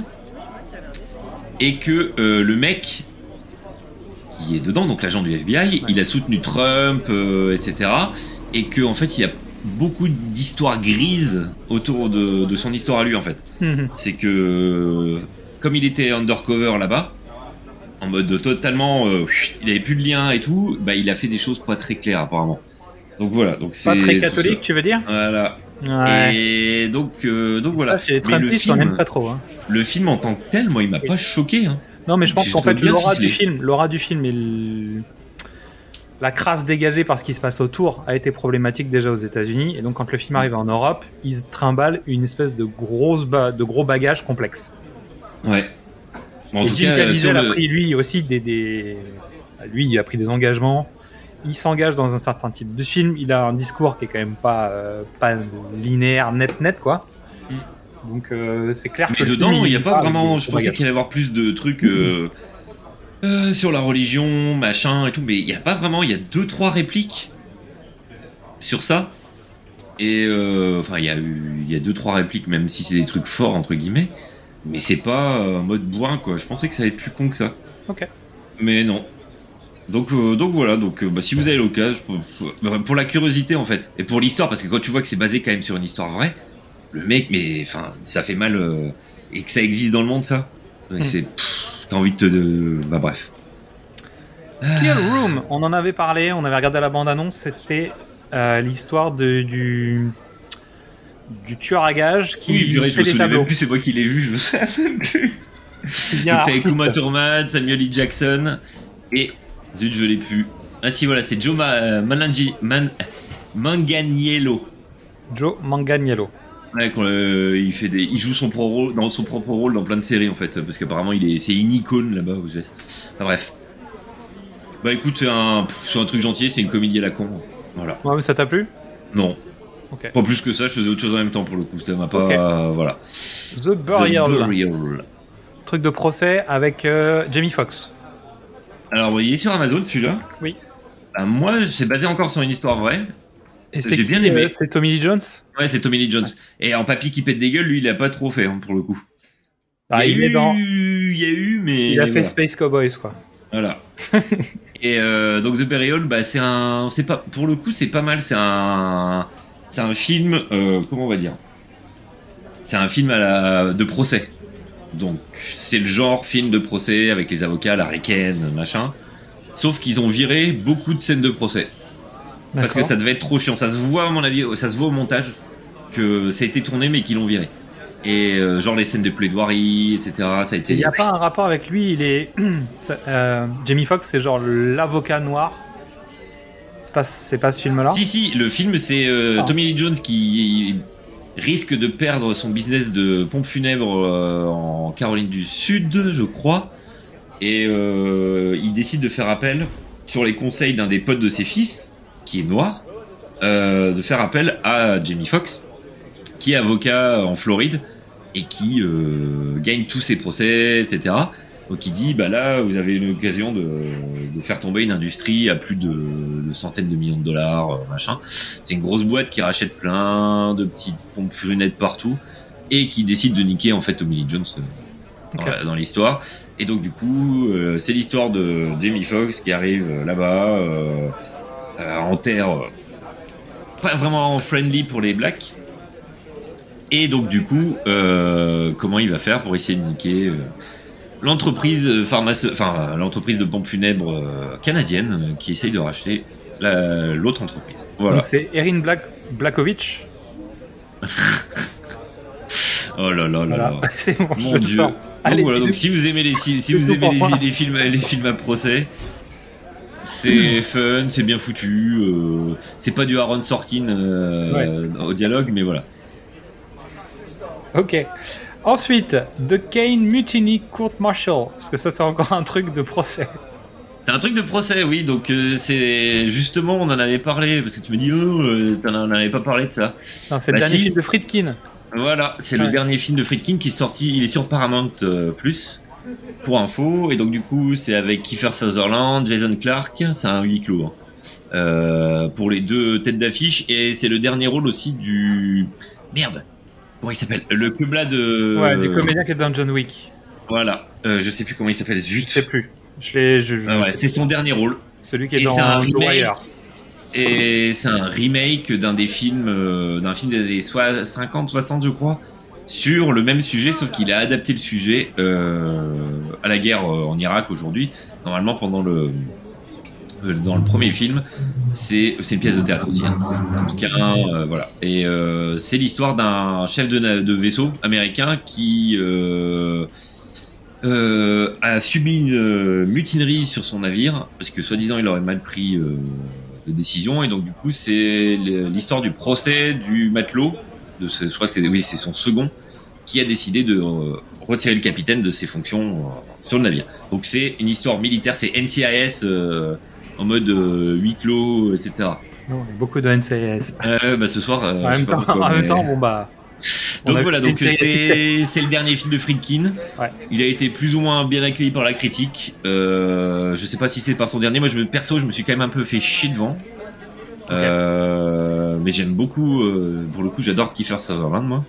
Et que le mec qui est dedans, donc l'agent du FBI, il a soutenu Trump, etc. Et que en fait, il y a beaucoup d'histoires grises autour de son histoire à lui, en fait. C'est que, comme il était undercover là-bas, en mode totalement, il avait plus de lien et tout, il a fait des choses pas très claires apparemment. Donc voilà, donc c'est Pas très tout catholique, ça. tu veux dire? Voilà. Ouais. Et donc voilà. Ça, chez les Mais le Trumpistes, on n'aime film, pas trop. Hein. le film en tant que tel, moi, il m'a pas choqué. Hein. Non, mais je pense J'ai qu'en fait, trouvé bien l'aura ficelé. du film et la crasse dégagée par ce qui se passe autour a été problématique déjà aux États-Unis. Et donc, quand le film arrive en Europe, ils trimballent une espèce de gros bagage complexe. Ouais. Bon, en Et tout Jim cas, Caviezel sur a le- pris lui aussi lui, il a pris des engagements. Il s'engage dans un certain type de film. Il a un discours qui est quand même pas linéaire, net quoi. Donc c'est clair que Mais le dedans, film, il n'y a pas parle vraiment. de Je pensais qu'il allait y avoir plus de trucs sur la religion, machin et tout, mais il n'y a pas vraiment. Il y a 2-3 répliques sur ça. Et il y a 2-3 répliques, même si c'est des trucs forts entre guillemets. Mais c'est pas en mode bourrin quoi. Je pensais que ça allait être plus con que ça. Ok. Mais non. Donc voilà. Donc si vous avez l'occasion, pour la curiosité en fait, et pour l'histoire, parce que quand tu vois que c'est basé quand même sur une histoire vraie, le mec, mais enfin, ça fait mal et que ça existe dans le monde ça. Et t'as envie de te. Bref. Kill Room, on en avait parlé, on avait regardé la bande-annonce, c'était l'histoire du tueur à gages qui Oui, purée, je fait me des souviens tableaux. même plus, c'est moi qui l'ai vu, je me souviens même plus. Qui devient Donc c'est avec artiste. Uma Thurman, Samuel L. Jackson et zut, je l'ai plus. Ah si, voilà, c'est Joe Manganiello. Joe Manganiello. Ouais, il joue son propre rôle dans plein de séries en fait, parce qu'apparemment c'est une icône là-bas aux US. Enfin, bref. Écoute, c'est un truc gentil, c'est une comédie à la con. Voilà. Ouais, mais ça t'a plu? Non. Ok. Pas plus que ça, je faisais autre chose en même temps pour le coup. Ça m'a pas. Ok. Voilà. The Burial. The Burial. Truc de procès avec Jamie Foxx. Alors, il est sur Amazon celui-là. Oui. Moi, c'est basé encore sur une histoire vraie. Et c'est J'ai qui, bien aimé. c'est Tommy Lee Jones. Ouais, c'est Tommy Lee Jones. Et en papy qui pète des gueules, lui, il a pas trop fait pour le coup. Il est dans. Il y a eu, mais. Il a fait voilà. Space Cowboys quoi. Voilà. Et donc The Burial, c'est pas, pour le coup, c'est pas mal. C'est un film, comment on va dire, c'est un film de procès. Donc c'est le genre film de procès avec les avocats, la ricaine, machin. Sauf qu'ils ont viré beaucoup de scènes de procès. Parce que D'accord. ça devait être trop chiant. Ça se voit, à mon avis, ça se voit au montage que ça a été tourné mais qu'ils l'ont viré. Et genre les scènes de plaidoirie, etc. Ça a été. Il n'y a pas un rapport avec lui, il est. Jamie Foxx, c'est genre l'avocat noir. C'est pas ce film-là. Si, le film, c'est Tommy Lee Jones qui risque de perdre son business de pompe funèbre en Caroline du Sud, je crois. Et il décide de faire appel, sur les conseils d'un des potes de ses fils, qui est noir, de faire appel à Jamie Foxx, qui est avocat en Floride et qui gagne tous ses procès, etc. Donc il dit, bah là, vous avez une occasion de faire tomber une industrie à plus de centaines de millions de dollars, machin. C'est une grosse boîte qui rachète plein de petites pompes furunettes partout et qui décide de niquer en fait Tommy Lee Jones dans l'histoire. Et donc du coup, c'est l'histoire de Jamie Foxx qui arrive là-bas en terre pas vraiment friendly pour les blacks. Et donc du coup, comment il va faire pour essayer de niquer l'entreprise l'entreprise de pompes funèbres canadienne qui essaye de racheter l'autre entreprise. Voilà. Donc c'est Erin Brockovich. Oh là là là Voilà. là. C'est bon, Mon je le Dieu. sors. Donc Allez, voilà, donc bisous. si vous aimez les films à procès, c'est fun, c'est bien foutu, c'est pas du Aaron Sorkin au dialogue, mais voilà. Ok. Ensuite, The Kane Mutiny Court Martial. Parce que ça, c'est encore un truc de procès. T'as un truc de procès, oui, donc c'est justement, on en avait parlé, parce que tu me dis, t'en avais pas parlé de ça. Non, c'est le Bah dernier si. film de Friedkin. Voilà, c'est Ouais. le dernier film de Friedkin qui est sorti, il est sur Paramount Plus, pour info, et donc du coup, c'est avec Kiefer Sutherland, Jason Clarke, c'est un huis clos, hein. Pour les deux têtes d'affiche, et c'est le dernier rôle aussi du... Merde, comment il s'appelle? Le quebla de... Ouais, du comédien qui est dans John Wick. Voilà, je sais plus comment il s'appelle, Je sais plus. Ouais, c'est son dernier rôle. Celui qui est Et dans c'est un The remake. Wire. Et c'est un remake d'un film des années 50-60, je crois, sur le même sujet, sauf qu'il a adapté le sujet à la guerre en Irak aujourd'hui. Normalement, dans le premier film, c'est une pièce de théâtre aussi, hein. C'est un bouquin, voilà. Et c'est l'histoire d'un chef de vaisseau américain qui a subi une mutinerie sur son navire parce que soi-disant il aurait mal pris de décision, et donc du coup c'est l'histoire du procès du matelot je crois que c'est son second qui a décidé de retirer le capitaine de ses fonctions sur le navire. Donc c'est une histoire militaire, c'est NCIS en mode huis clos, etc. Non, beaucoup de NCIS. Bah ce soir En je sais même pas temps, pourquoi, mais- bon bah. on Donc a voilà, vu donc cette série. c'est le dernier film de Friedkin. Ouais. Il a été plus ou moins bien accueilli par la critique. Je sais pas si c'est par son dernier. Moi, je me suis quand même un peu fait chier devant. Mais j'aime beaucoup. Pour le coup, j'adore Kiefer Sutherland, moi.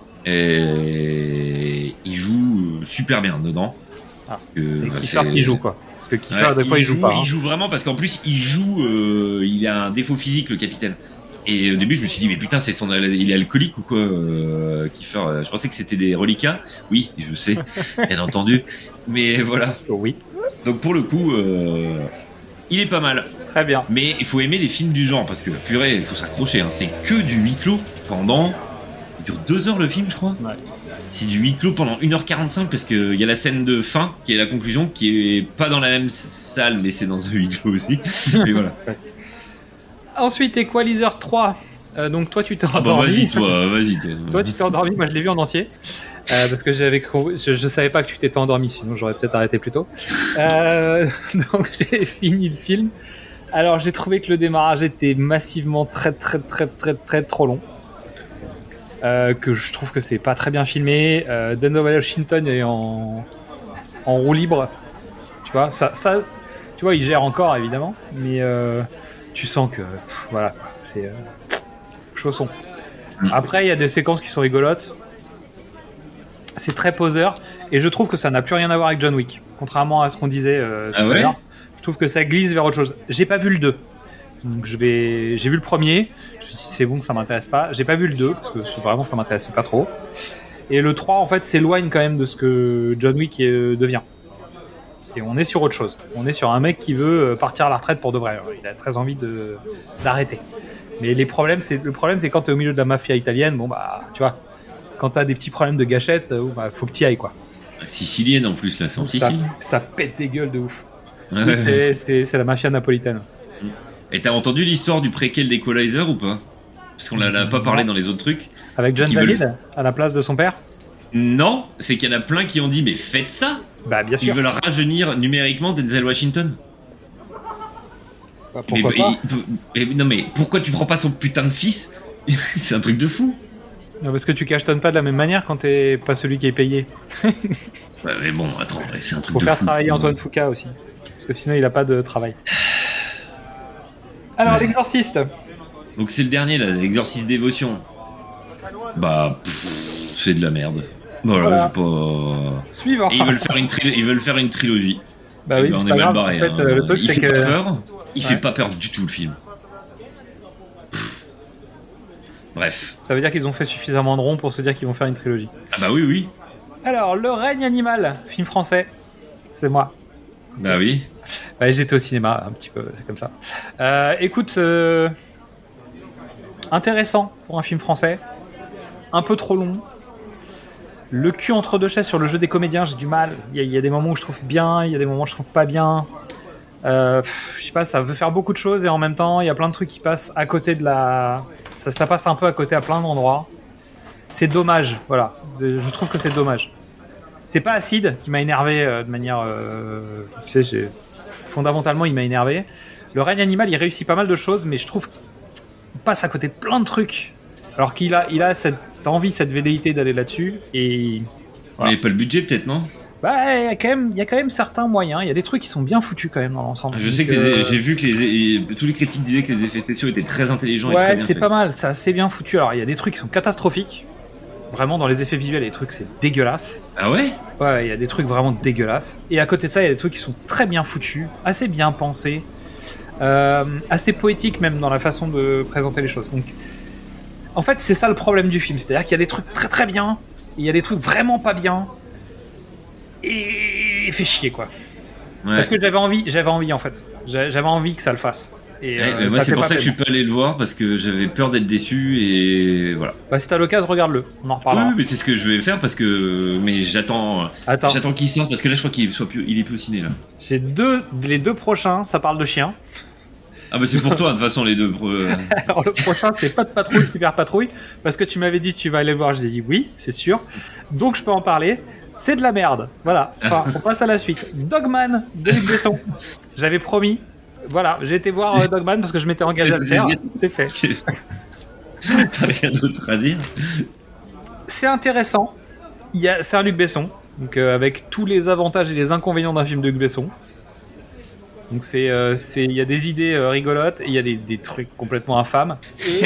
Et il joue super bien dedans. Ah. Et Kiefer qui joue quoi. Parce que Kiefer, des fois, il joue pas. Il joue vraiment parce qu'en plus, il a un défaut physique, le capitaine. Et au début, je me suis dit, mais putain, il est alcoolique ou quoi, Kiefer? Je pensais que c'était des reliquats. Oui, je sais, bien entendu. Mais voilà. Oui. Donc pour le coup, il est pas mal. Très bien. Mais il faut aimer les films du genre, parce que purée, il faut s'accrocher, hein. C'est que du huis clos pendant... Il dure 2 heures le film, je crois. Ouais. C'est du huis clos pendant 1h45, parce qu'il y a la scène de fin, qui est la conclusion, qui est pas dans la même salle, mais c'est dans un huis clos aussi. Et voilà. Ensuite, Equalizer 3. Donc toi, tu t'es Ah bah endormi. vas-y, toi, vas-y. Toi, tu t'es endormi. Moi, je l'ai vu en entier. Parce que je savais pas que tu t'étais endormi, sinon j'aurais peut-être arrêté plus tôt. Donc j'ai fini le film. Alors j'ai trouvé que le démarrage était massivement très trop long. Que je trouve que c'est pas très bien filmé. Denzel Washington est en roue libre. Tu vois, ça, tu vois, il gère encore évidemment, mais tu sens que voilà, c'est chausson. Après, il y a des séquences qui sont rigolotes. C'est très poseur, et je trouve que ça n'a plus rien à voir avec John Wick, contrairement à ce qu'on disait tout à l'heure. Je trouve que ça glisse vers autre chose. J'ai pas vu le 2, donc j'ai vu le premier. Je me suis dit c'est bon, ça m'intéresse pas. J'ai pas vu le 2 parce que vraiment ça m'intéressait pas trop. Et le 3 en fait s'éloigne quand même de ce que John Wick devient. Et on est sur autre chose. On est sur un mec qui veut partir à la retraite pour de vrai. Il a très envie d'arrêter. Mais le problème, c'est quand t'es au milieu de la mafia italienne, bon bah, tu vois, quand t'as des petits problèmes de gâchette, bah, faut que t'y ailles, quoi. Sicilienne en plus, là, c'est en Sicile. Ça pète des gueules de ouf. Ouais. Oui, c'est la mafia napolitaine. Et t'as entendu l'histoire du préquel d'Equalizer ou pas? Parce qu'on l'a pas parlé dans les autres trucs. Avec John David à la place de son père? Non, c'est qu'il y en a plein qui ont dit mais faites ça. Bah bien sûr. Ils veulent rajeunir numériquement Denzel Washington. Bah, pourquoi pas non mais pourquoi tu prends pas son putain de fils? C'est un truc de fou. Non, parce que tu cachetonnes pas de la même manière quand t'es pas celui qui est payé. Ouais, mais bon, attends, c'est un truc de fou. Faut faire travailler Antoine Fuqua aussi. Parce que sinon il a pas de travail. Alors, l'exorciste. Donc c'est le dernier là, l'exorciste dévotion. Bah, c'est de la merde. Voilà. Je sais pas. Suivant. Et ils veulent faire une trilogie. Bah oui, on c'est est pas mal grave. barré. En fait, le truc, c'est que... pas peur. Il fait pas peur du tout, le film. Bref. Ça veut dire qu'ils ont fait suffisamment de ronds pour se dire qu'ils vont faire une trilogie. Ah bah oui. Alors, Le règne animal, film français. C'est moi. Bah oui. Bah, j'étais au cinéma, un petit peu, c'est comme ça. Écoute, intéressant pour un film français. Un peu trop long. Le cul entre deux chaises sur le jeu des comédiens, j'ai du mal. Il y a des moments où je trouve bien, il y a des moments où je trouve pas bien. Je sais pas, ça veut faire beaucoup de choses et en même temps, il y a plein de trucs qui passent à côté de la... Ça passe un peu à côté à plein d'endroits. C'est dommage, voilà. Je trouve que c'est dommage. C'est pas Acide qui m'a énervé de manière... tu sais, fondamentalement, il m'a énervé. Le règne animal, il réussit pas mal de choses, mais je trouve qu'il passe à côté de plein de trucs. Alors qu'il a cette envie, cette velléité d'aller là-dessus. Et voilà. Il n'y a pas le budget, peut-être, non? Bah, il y a quand même certains moyens. Il y a des trucs qui sont bien foutus quand même dans l'ensemble. Je sais que j'ai vu que tous les critiques disaient que les effets spéciaux étaient très intelligents et très bien faits. Ouais, c'est pas mal, c'est assez bien foutu. Alors, il y a des trucs qui sont catastrophiques. Vraiment, dans les effets visuels, les trucs, c'est dégueulasse. Ah ouais? Ouais, il y a des trucs vraiment dégueulasses. Et à côté de ça, il y a des trucs qui sont très bien foutus, assez bien pensés, assez poétiques même dans la façon de présenter les choses. Donc, en fait, c'est ça le problème du film. C'est-à-dire qu'il y a des trucs très très bien, et il y a des trucs vraiment pas bien, et fait chier, quoi. Ouais. Parce que j'avais envie en fait. J'avais envie que ça le fasse. Et moi, c'est pour ça que je suis pas allé le voir, parce que j'avais peur d'être déçu, et voilà. Bah, si t'as l'occasion, regarde-le. On en reparlera. Oui, mais c'est ce que je vais faire, parce que. Mais j'attends qu'il sorte, parce que là, je crois qu'il est plus au ciné, là. Les deux prochains, ça parle de chiens. Ah bah c'est pour toi de toute façon les deux. Alors le prochain c'est pas de patrouille, super patrouille, parce que tu m'avais dit tu vas aller le voir, je t'ai dit oui, c'est sûr. Donc je peux en parler. C'est de la merde. Voilà. Enfin, on passe à la suite. Dogman de Luc Besson. J'avais promis. Voilà, j'ai été voir Dogman parce que je m'étais engagé à le faire. C'est fait. T'as rien d'autre à dire? C'est intéressant. C'est un Luc Besson, donc avec tous les avantages et les inconvénients d'un film de Luc Besson. Donc il y a des idées rigolotes et il y a des trucs complètement infâmes. Et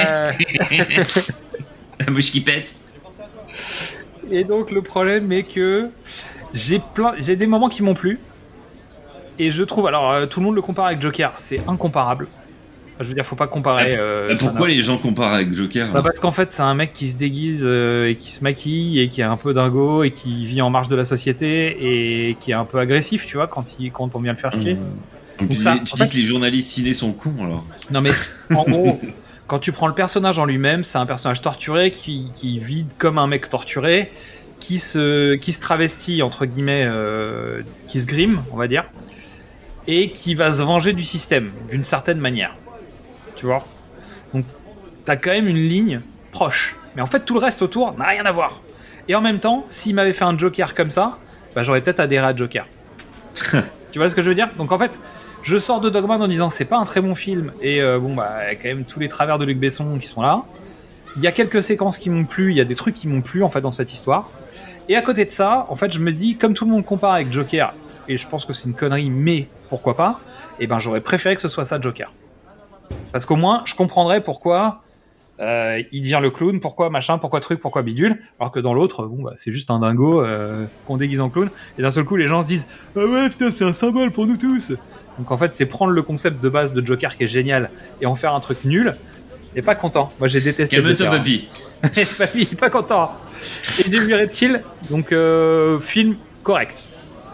la mouche qui pète. Et donc le problème est que j'ai des moments qui m'ont plu. Et je trouve, alors tout le monde le compare avec Joker, c'est incomparable. Je veux dire, faut pas comparer. Pourquoi les gens comparent avec Joker? Parce qu'en fait, c'est un mec qui se déguise et qui se maquille et qui est un peu dingo et qui vit en marge de la société et qui est un peu agressif, tu vois, quand on vient le faire chier. Donc tu dis que les journalistes ciné sont cons, alors? Non mais en gros, quand tu prends le personnage en lui-même, c'est un personnage torturé qui vit comme un mec torturé, qui se travestit entre guillemets, qui se grime, on va dire, et qui va se venger du système d'une certaine manière. Tu vois, donc t'as quand même une ligne proche, mais en fait tout le reste autour n'a rien à voir. Et en même temps, s'il m'avait fait un Joker comme ça, bah j'aurais peut-être adhéré à Joker. Tu vois ce que je veux dire? Donc en fait, je sors de Dogman en disant c'est pas un très bon film et il y a quand même tous les travers de Luc Besson qui sont là. Il y a quelques séquences qui m'ont plu, il y a des trucs qui m'ont plu en fait dans cette histoire. Et à côté de ça, en fait, je me dis comme tout le monde compare avec Joker, et je pense que c'est une connerie, mais pourquoi pas? Et ben j'aurais préféré que ce soit ça Joker. Parce qu'au moins, je comprendrais pourquoi il devient le clown, pourquoi machin, pourquoi truc, pourquoi bidule, alors que dans l'autre, c'est juste un dingo qu'on déguise en clown, et d'un seul coup, les gens se disent « Ah ouais, putain, c'est un symbole pour nous tous !» Donc en fait, c'est prendre le concept de base de Joker qui est génial, et en faire un truc nul, et pas content. Moi, j'ai détesté Calme-toi, Joker. papy. Papy, pas content. Et j'ai vu Reptile, donc film correct.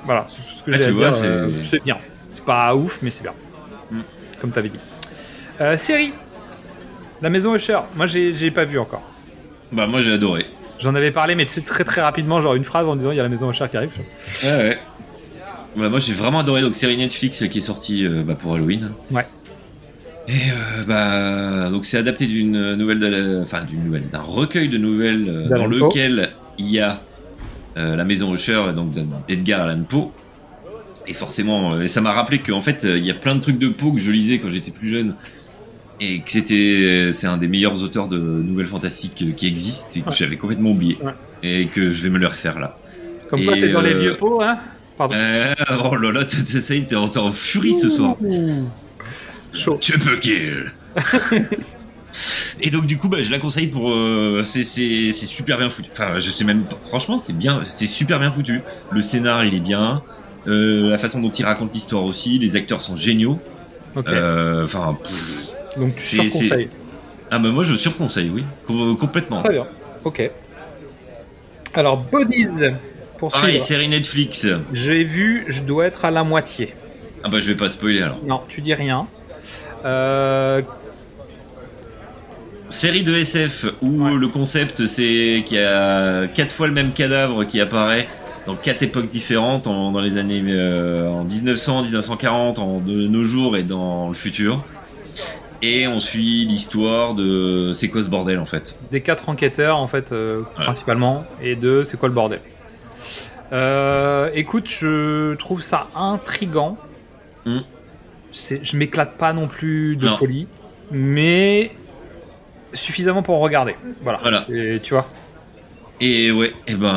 Voilà, c'est ce que Ah, j'ai à tu vois, dire. C'est bien. C'est pas ouf, mais c'est bien. Comme t'avais dit. Série. La Maison Usher. Moi, j'ai pas vu encore. Bah, moi, j'ai adoré. J'en avais parlé, mais tu sais, très très rapidement, genre une phrase en disant il y a la Maison Usher qui arrive. Ouais. Bah, moi, j'ai vraiment adoré. Donc, série Netflix qui est sortie pour Halloween. Ouais. Et donc c'est adapté d'un recueil de nouvelles dans lequel il y a la Maison Usher, donc d'Edgar Allan Poe. Et forcément, ça m'a rappelé qu'en fait, il y a plein de trucs de Poe que je lisais quand j'étais plus jeune, et que c'est un des meilleurs auteurs de nouvelles fantastiques qui existent et que j'avais complètement oublié, et que je vais me le refaire là. Comme quoi, t'es dans les vieux Poe, hein? Pardon. Oh là là, ça y est, t'es en furie ce soir. Chaud. Tu peux kill. Et donc du coup je la conseille pour c'est super bien foutu. Enfin je sais même pas, franchement c'est bien, c'est super bien foutu. Le scénar il est bien, la façon dont il raconte l'histoire aussi, les acteurs sont géniaux. Ok. Donc tu surconseilles. Ah bah moi je surconseille, oui, complètement. Très bien. Ok. Alors Bodies. Pareil, série Netflix. J'ai vu, je dois être à la moitié. Ah bah je vais pas spoiler alors. Non, tu dis rien. Série de SF où le concept c'est qu'il y a 4 fois le même cadavre qui apparaît dans 4 époques différentes dans les années en 1900, 1940, de nos jours et dans le futur. Et on suit l'histoire de c'est quoi ce bordel en fait. Des 4 enquêteurs en fait principalement et de c'est quoi le bordel. Écoute, je trouve ça intriguant. Je m'éclate pas non plus de folie, mais suffisamment pour regarder. Voilà. Et tu vois. Et moi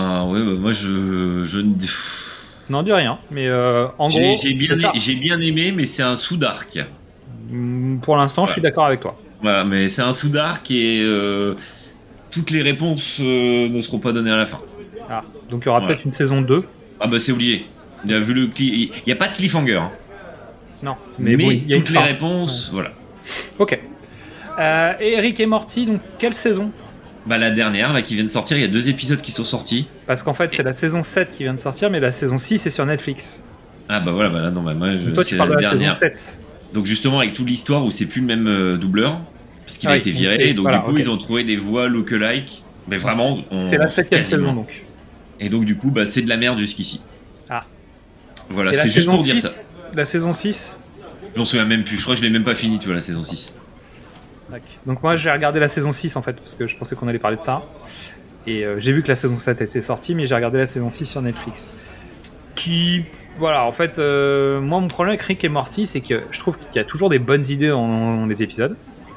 je n'en dis rien, mais en gros, j'ai bien aimé, mais c'est un sous-dark. Pour l'instant, je suis d'accord avec toi. Voilà, mais c'est un sous-dark et toutes les réponses ne seront pas données à la fin. Ah, donc il y aura peut-être une saison 2. Ah bah c'est obligé. Il y a pas de cliffhanger. Hein. Non, mais oui, toutes les réponses, voilà. Ok. Et Rick et Morty, donc quelle saison? Bah la dernière, là, qui vient de sortir, il y a 2 épisodes qui sont sortis. Parce qu'en fait, c'est la saison 7 qui vient de sortir, mais la saison 6 est sur Netflix. Ah bah voilà, là, non, bah moi, toi, tu parles de la dernière. Saison 7. Donc justement, avec toute l'histoire où c'est plus le même doubleur, parce qu'il a été viré, donc du coup, ils ont trouvé des voix look-alike. Mais vraiment, c'est la 7e saison, donc. Et donc du coup, bah c'est de la merde jusqu'ici. Ah. Voilà, c'était juste pour dire ça. La saison 6 je m'en souviens même plus, je crois que je l'ai même pas fini, tu vois, la saison 6. Donc moi j'ai regardé la saison 6 en fait, parce que je pensais qu'on allait parler de ça. Et j'ai vu que la saison 7 était sortie, mais j'ai regardé la saison 6 sur Netflix. Qui, voilà, en fait, moi mon problème avec Rick et Morty, c'est que je trouve qu'il y a toujours des bonnes idées dans les épisodes.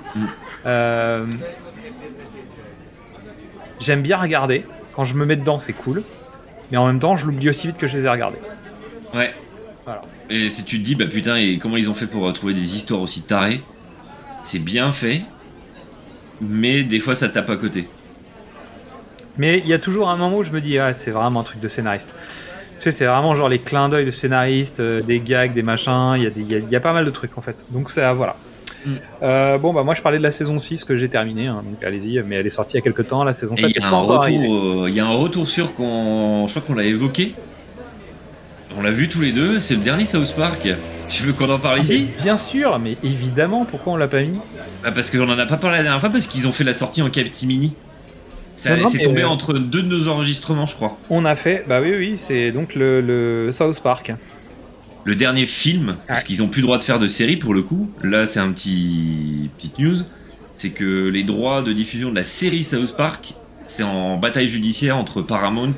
J'aime bien regarder, quand je me mets dedans c'est cool, mais en même temps je l'oublie aussi vite que je les ai regardés. Ouais. Voilà. Et si tu te dis, bah putain, et comment ils ont fait pour trouver des histoires aussi tarées, c'est bien fait, mais des fois ça tape à côté. Mais il y a toujours un moment où je me dis, c'est vraiment un truc de scénariste. Tu sais, c'est vraiment genre les clins d'œil de scénariste, des gags, des machins, il y a pas mal de trucs en fait. Donc ça, voilà. Moi je parlais de la saison 6 que j'ai terminée, hein, donc allez-y, mais elle est sortie il y a quelques temps, la saison 7. Il y a un retour sûr je crois qu'on l'a évoqué. On l'a vu tous les deux, c'est le dernier South Park. Tu veux qu'on en parle ici ? Bien sûr, mais évidemment, pourquoi on l'a pas mis ? Parce qu'on en a pas parlé la dernière fois, parce qu'ils ont fait la sortie en catimini. C'est tombé entre 2 de nos enregistrements, je crois. On a fait, oui, c'est donc le South Park. Le dernier film, parce qu'ils ont plus le droit de faire de série pour le coup. Là, c'est un petite news. C'est que les droits de diffusion de la série South Park, c'est en bataille judiciaire entre Paramount,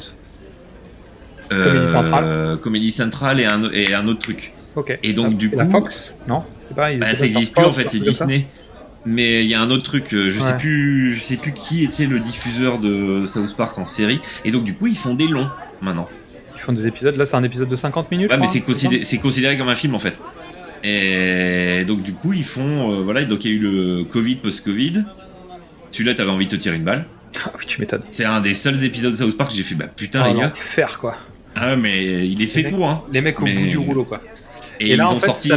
Comedy Central et un autre truc. Ok. Et donc du coup, la Fox, non, c'était pas. Ça n'existe plus en fait, c'est Disney. Mais il y a un autre truc, je sais plus qui était le diffuseur de South Park en série. Et donc du coup, ils font des longs maintenant. Ils font des épisodes. Là, c'est un épisode de 50 minutes. Ouais, mais c'est considéré comme un film en fait. Et donc du coup, ils font donc il y a eu le Covid post-Covid. Celui-là, t'avais envie de te tirer une balle. Ah oui, tu m'étonnes. C'est un des seuls épisodes de South Park que j'ai fait. Bah putain les gars. Faire quoi. Ah mais il est fait pour hein. Les mecs au bout du rouleau quoi. Et là, ils ont sorti.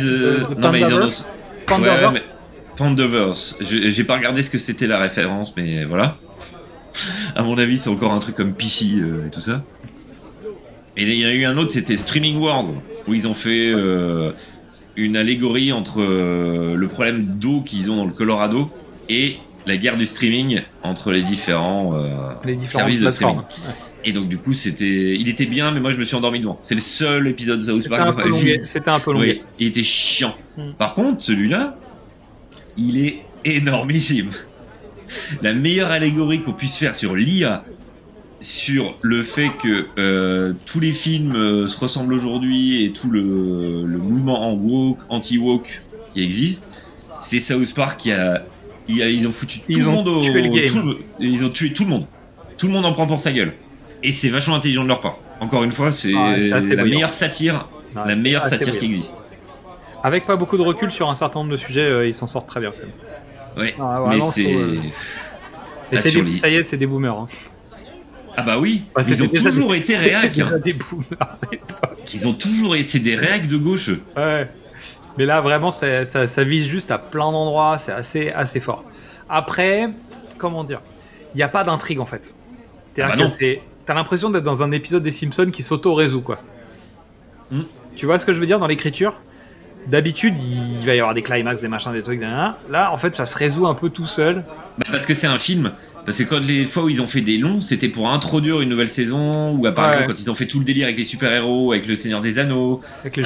Pandaverse. J'ai pas regardé ce que c'était la référence, mais voilà. À mon avis, c'est encore un truc comme PC et tout ça. Et il y en a eu un autre, c'était Streaming Wars, où ils ont fait une allégorie entre le problème d'eau qu'ils ont dans le Colorado et la guerre du streaming entre les différents services de streaming. Ouais. Et donc du coup, il était bien, mais moi je me suis endormi devant. C'est le seul épisode de South Park que j'avais vu. C'était un peu long. Oui, il était chiant. Par contre, celui-là, il est énormissime. La meilleure allégorie qu'on puisse faire sur l'IA, sur le fait que tous les films se ressemblent aujourd'hui et tout le mouvement en woke, anti-woke qui existe, c'est South Park ils ont foutu tout le monde tué le game. Ils ont tué tout le monde. Tout le monde en prend pour sa gueule. Et c'est vachement intelligent de leur part. Encore une fois, c'est la meilleure satire, qui existe. Avec pas beaucoup de recul sur un certain nombre de sujets, ils s'en sortent très bien. Ouais, mais c'est... ça y est, c'est des boomers. Hein. Ah bah oui, ils ont toujours été réacs. Ils ont toujours été des réacs de gauche. Ouais. Mais là, vraiment, ça vise juste à plein d'endroits. C'est assez fort. Après, comment dire, il n'y a pas d'intrigue en fait. C'est-à-dire que t'as l'impression d'être dans un épisode des Simpsons qui s'auto-résout, quoi. Tu vois ce que je veux dire dans l'écriture ? D'habitude, il va y avoir des climax, des machins, des trucs, là, en fait, ça se résout un peu tout seul. Bah parce que c'est un film. Parce que quand les fois où ils ont fait des longs, c'était pour introduire une nouvelle saison, ou par exemple quand ils ont fait tout le délire avec les super-héros, avec le Seigneur des Anneaux,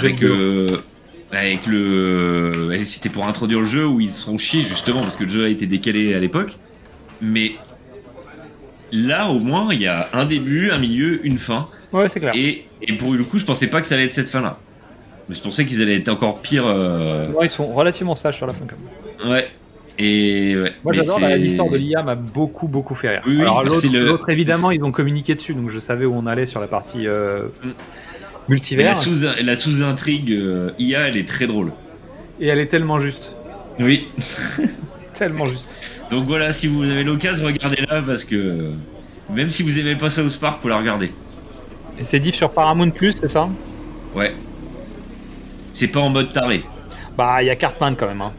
c'était pour introduire le jeu où ils se sont chiés justement parce que le jeu a été décalé à l'époque. Mais là, au moins, il y a un début, un milieu, une fin. Ouais, c'est clair. Et pour le coup, je pensais pas que ça allait être cette fin-là. Mais je pensais qu'ils allaient être encore pire. Ouais, ils sont relativement sages sur la fin, quand même. Ouais. Moi, j'adore l'histoire de l'IA, m'a beaucoup fait rire. Oui, alors l'autre, évidemment, ils ont communiqué dessus, donc je savais où on allait sur la partie multivers. La sous-intrigue IA, elle est très drôle. Et elle est tellement juste. Oui. Tellement juste. Donc voilà, si vous avez l'occasion, regardez-la, parce que même si vous aimez pas South Park, vous la regardez. Et c'est diff sur Paramount+, c'est ça ? Ouais. C'est pas en mode taré. Bah, il y a Cartman quand même, hein.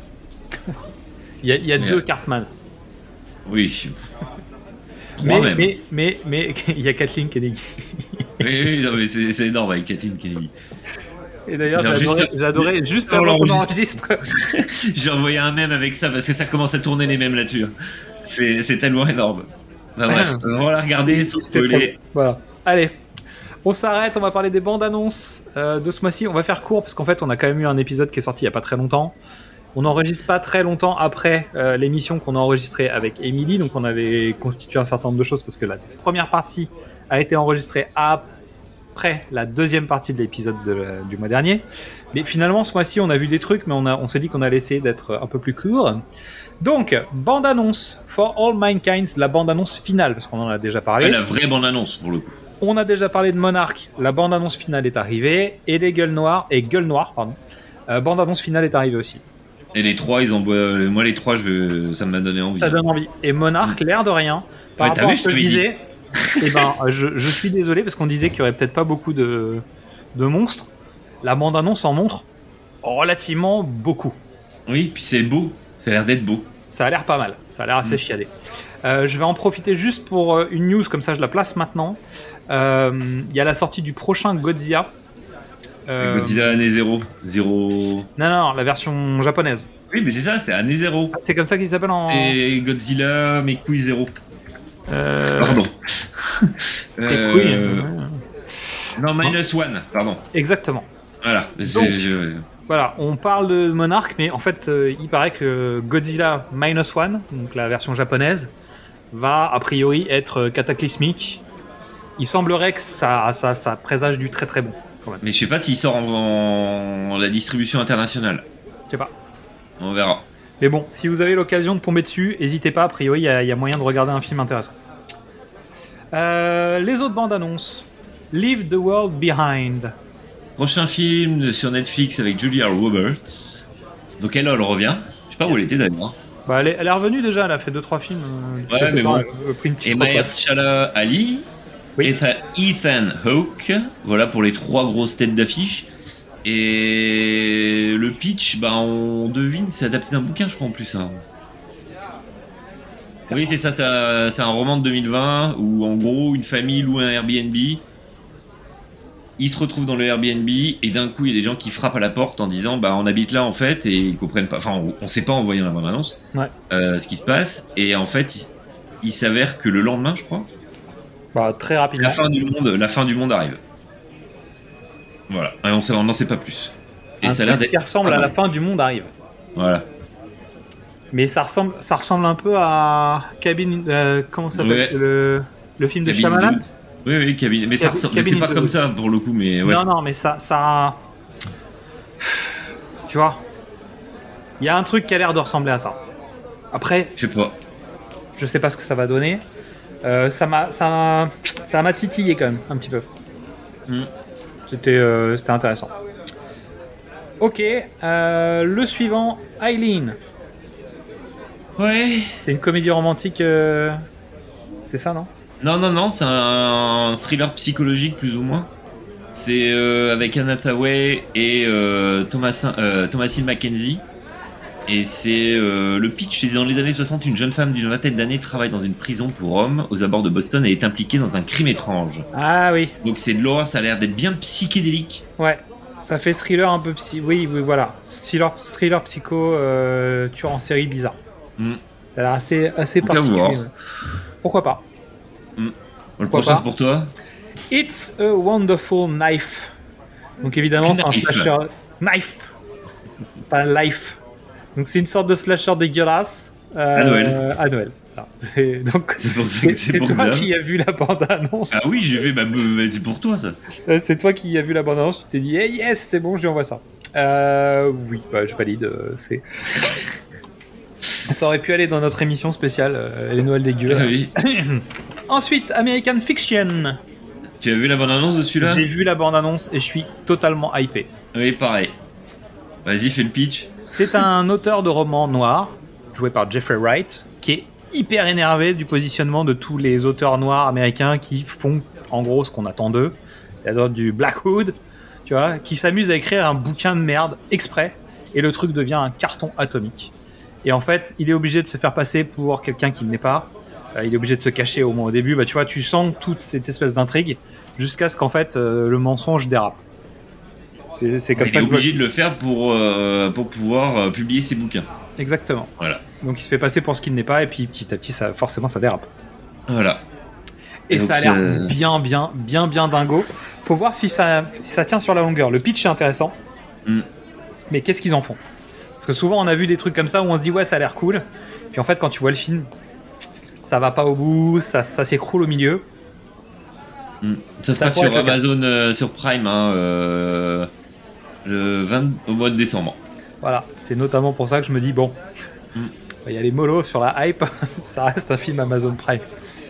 Il y a deux Cartman. Oui. Mais il y a Kathleen Kennedy. oui, non, mais c'est énorme avec Kathleen Kennedy. Et d'ailleurs, j'adorais juste avant qu'on enregistre. J'ai envoyé un mème avec ça parce que ça commence à tourner les mèmes là-dessus. C'est tellement énorme. Bah, bref, on va la regarder sans spoiler. Voilà. Allez. On s'arrête, on va parler des bandes annonces de ce mois-ci. On va faire court parce qu'en fait, on a quand même eu un épisode qui est sorti il n'y a pas très longtemps. On n'enregistre pas très longtemps après l'émission qu'on a enregistrée avec Émilie, donc on avait constitué un certain nombre de choses parce que la première partie a été enregistrée après la deuxième partie de l'épisode du mois dernier. Mais finalement, ce mois-ci, on a vu des trucs, mais on s'est dit qu'on allait essayer d'être un peu plus court. Donc, bande-annonce For All Mankind, la bande-annonce finale, parce qu'on en a déjà parlé. Ouais, la vraie bande-annonce, pour le coup. On a déjà parlé de Monarch, la bande-annonce finale est arrivée, et Gueule Noire, bande-annonce finale est arrivée aussi. Et les trois, moi les trois, ça m'a donné envie. Ça donne envie. Et Monarch, l'air de rien, par rapport à ce que je disais, je suis désolé, parce qu'on disait qu'il y aurait peut-être pas beaucoup de monstres. La bande-annonce en montre relativement beaucoup. Oui, puis c'est beau, ça a l'air d'être beau. Ça a l'air pas mal, ça a l'air assez chiadé. Je vais en profiter juste pour une news, comme ça je la place maintenant. Il y a la sortie du prochain Godzilla. Godzilla année 0. Non, la version japonaise. Oui, mais c'est ça, c'est année 0. C'est comme ça qu'il s'appelle en... C'est Godzilla, mes couilles 0. Pardon. Tes couilles. Non, -1, pardon. Exactement. Voilà. Donc, voilà, on parle de Monarch, mais en fait, il paraît que Godzilla -1, donc la version japonaise, va a priori être cataclysmique. Il semblerait que ça présage du très très bon. Quand même. Mais je sais pas s'il sort en la distribution internationale. Je sais pas. On verra. Mais bon, si vous avez l'occasion de tomber dessus, n'hésitez pas, a priori, il y a moyen de regarder un film intéressant. Les autres bandes annonces. Leave the World Behind. Prochain film sur Netflix avec Julia Roberts. Donc elle revient. Je sais pas où elle était d'ailleurs. Bah, elle est revenue déjà, elle a fait 2-3 films. Ouais, mais bon. Et Mahershala Ali. Oui. Ethan Hawke. Voilà pour les 3 grosses têtes d'affiche. Et le pitch, on devine, c'est adapté d'un bouquin, je crois en plus. Hein. Oui, c'est ça, c'est un roman de 2020 où en gros une famille loue un Airbnb ils se retrouvent dans le Airbnb et d'un coup il y a des gens qui frappent à la porte en disant bah on habite là en fait et ils comprennent pas, enfin on sait pas en voyant la bande-annonce ce qui se passe et en fait il s'avère que le lendemain je crois très rapidement la fin du monde arrive. Voilà, et on n'en sait pas plus. Et ça a l'air d'être qui ressemble à la fin du monde arrive. Voilà. Mais ça ressemble un peu à Cabin, comment ça s'appelle le film de Shyamalan. Oui, Cabin. Mais ça ressemble. C'est pas comme ça pour le coup, mais ouais. Non, mais ça. Tu vois, il y a un truc qui a l'air de ressembler à ça. Après, je sais pas ce que ça va donner. Ça m'a titillé quand même un petit peu. C'était intéressant. Ok, le suivant, Eileen. Ouais. C'est une comédie romantique. C'est ça, non? Non, c'est un thriller psychologique plus ou moins. C'est avec Anna Hathaway et Thomasin McKenzie. Et c'est le pitch, c'est dans les années 60, une jeune femme d'une vingtaine d'années travaille dans une prison pour hommes aux abords de Boston et est impliquée dans un crime étrange. Ah oui. Donc c'est de l'horreur, ça a l'air d'être bien psychédélique. Ouais, ça fait thriller un peu oui, voilà. Thriller psycho, tueur en série bizarre. Ça a l'air assez particulier. Pourquoi pas. Le prochain c'est pour toi. It's a Wonderful Knife. Donc évidemment c'est un slasher knife, pas life. Donc c'est une sorte de slasher dégueulasse à Noël. Donc c'est pour ça que c'est toi qui as vu la bande-annonce. Ah oui, j'ai fait c'est pour toi ça. C'est toi qui as vu la bande-annonce, tu t'es dit hey, yes, c'est bon, je lui envoie ça. Oui, je valide, c'est ça aurait pu aller dans notre émission spéciale les Noëls dégueux. Ah oui. Ensuite, American Fiction. Tu as vu la bande-annonce de celui-là? J'ai vu la bande-annonce et je suis totalement hypé. Oui, pareil. Vas-y, fais le pitch. C'est un auteur de romans noirs, joué par Jeffrey Wright, qui est hyper énervé du positionnement de tous les auteurs noirs américains qui font en gros ce qu'on attend d'eux, c'est-à-dire du Black Hood, tu vois, qui s'amusent à écrire un bouquin de merde exprès, et le truc devient un carton atomique. Et en fait, il est obligé de se faire passer pour quelqu'un qui ne l'est pas. Il est obligé de se cacher au moins au début. Tu vois, tu sens toute cette espèce d'intrigue jusqu'à ce qu'en fait le mensonge dérape. C'est comme ça. Il est obligé de le faire pour pouvoir publier ses bouquins. Exactement. Voilà. Donc il se fait passer pour ce qu'il n'est pas et puis petit à petit, forcément, ça dérape. Voilà. Et ça a l'air bien dingo. Faut voir si ça tient sur la longueur. Le pitch est intéressant. Mais qu'est-ce qu'ils en font? Parce que souvent on a vu des trucs comme ça où on se dit ouais ça a l'air cool. Puis en fait quand tu vois le film, ça va pas au bout, ça s'écroule au milieu. Ça sera sur Amazon, sur Prime, le 20 au mois de décembre. Voilà, c'est notamment pour ça que je me dis bon, il y a les mollo sur la hype, ça reste un film Amazon Prime.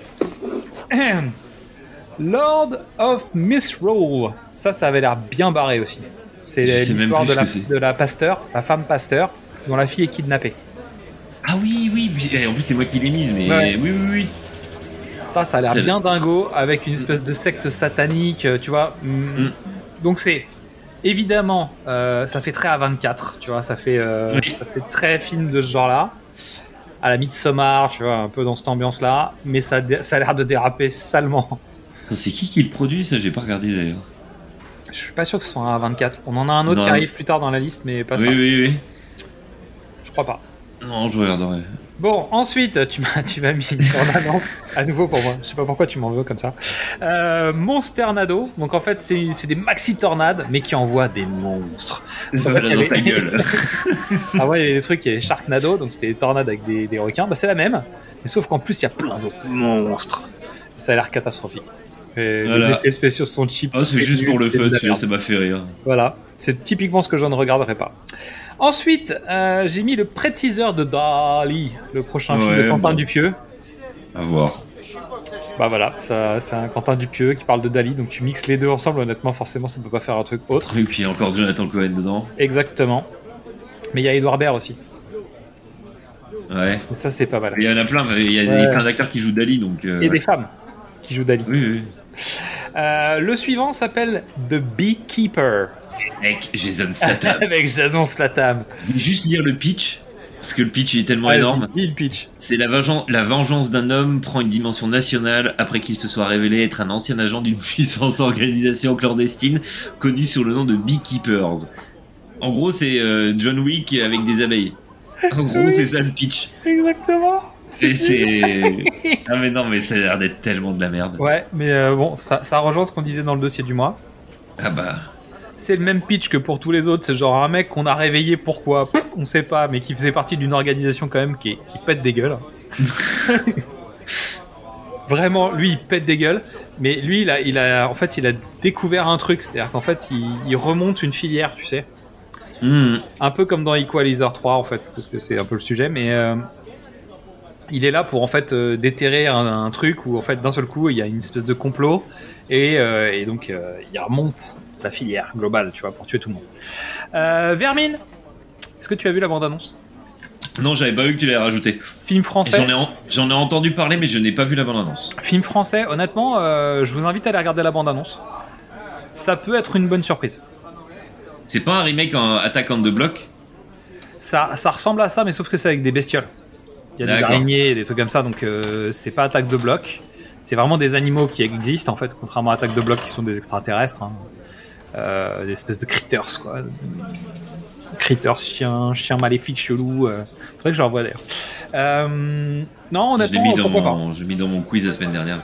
Lord of Misrule, ça avait l'air bien barré aussi. C'est l'histoire de la pasteur, la femme pasteur, dont la fille est kidnappée. Ah oui, en plus c'est moi qui l'ai mise, mais ouais. Oui. Ça a l'air bien dingo, avec une espèce de secte satanique, tu vois. Donc c'est, évidemment, ça fait très A24, tu vois, ça fait très film de ce genre-là, à la Midsommar, tu vois, un peu dans cette ambiance-là, mais ça a l'air de déraper salement. C'est qui le produit, ça? J'ai pas regardé d'ailleurs. Je suis pas sûr que ce soit un A24. On en a un autre qui arrive plus tard dans la liste, mais pas ça. Oui. Je crois pas. Non, je regarderai. Bon, ensuite, tu m'as mis une tornado à nouveau pour moi. Je sais pas pourquoi tu m'en veux comme ça. Monsternado. Donc en fait, c'est des maxi tornades, mais qui envoient des monstres. C'est pas dans ta gueule. Ah ouais, il y a des trucs, il y avait Sharknado, donc c'était des tornades avec des requins. Bah c'est la même, mais sauf qu'en plus il y a plein d'autres monstres. Ça a l'air catastrophique. Les effets spéciaux sont cheap. C'est juste pour le fun, ça m'a fait rire. Voilà, c'est typiquement ce que je ne regarderai pas. Ensuite, j'ai mis le pré-teaser de Dali, le prochain film de Quentin Dupieux. À voir. Bah voilà, c'est un Quentin Dupieux qui parle de Dali, donc tu mixes les deux ensemble, honnêtement, forcément, ça ne peut pas faire un truc autre. Et puis encore Jonathan Cohen dedans. Exactement. Mais il y a Edouard Baird aussi. Ouais. Donc ça, c'est pas mal. Il y en a plein, il y a plein d'acteurs qui jouent Dali, donc... Et des femmes qui jouent Dali. Oui. Le suivant s'appelle The Beekeeper. Avec Jason Statham. Avec Jason Statham. Juste lire le pitch. Parce que le pitch est tellement énorme. Dis le pitch. C'est la vengeance d'un homme prend une dimension nationale après qu'il se soit révélé être un ancien agent d'une puissante organisation clandestine connue sous le nom de Beekeepers. En gros, c'est John Wick avec des abeilles. En gros, c'est ça le pitch. Exactement. Ah mais non, mais ça a l'air d'être tellement de la merde. Ouais, mais bon, ça rejoint ce qu'on disait dans le dossier du mois. Ah bah... C'est le même pitch que pour tous les autres. C'est genre un mec qu'on a réveillé, pourquoi on sait pas, mais qui faisait partie d'une organisation quand même qui pète des gueules. Vraiment, lui, il pète des gueules. Mais lui, il a découvert un truc. C'est-à-dire qu'en fait, il remonte une filière, tu sais. Un peu comme dans Equalizer 3, en fait, parce que c'est un peu le sujet. Mais il est là pour, en fait, déterrer un truc où, en fait, d'un seul coup, il y a une espèce de complot. Et donc, il remonte la filière globale, tu vois, pour tuer tout le monde. Vermine, est-ce que tu as vu la bande-annonce ? Non, j'avais pas vu que tu l'avais rajouté. Film français. J'en ai entendu parler, mais je n'ai pas vu la bande-annonce. Film français, honnêtement, je vous invite à aller regarder la bande-annonce. Ça peut être une bonne surprise. C'est pas un remake en Attack on the Block ? Ça ressemble à ça, mais sauf que c'est avec des bestioles. Il y a des araignées, des trucs comme ça, donc c'est pas Attack de Block. C'est vraiment des animaux qui existent, en fait, contrairement à Attack de Block qui sont des extraterrestres. Des espèces de critters, quoi. Critters, chiens maléfiques, chelous. Faudrait que je le revoie d'ailleurs. Non, honnêtement, pourquoi pas. Je l'ai mis dans mon quiz la semaine dernière.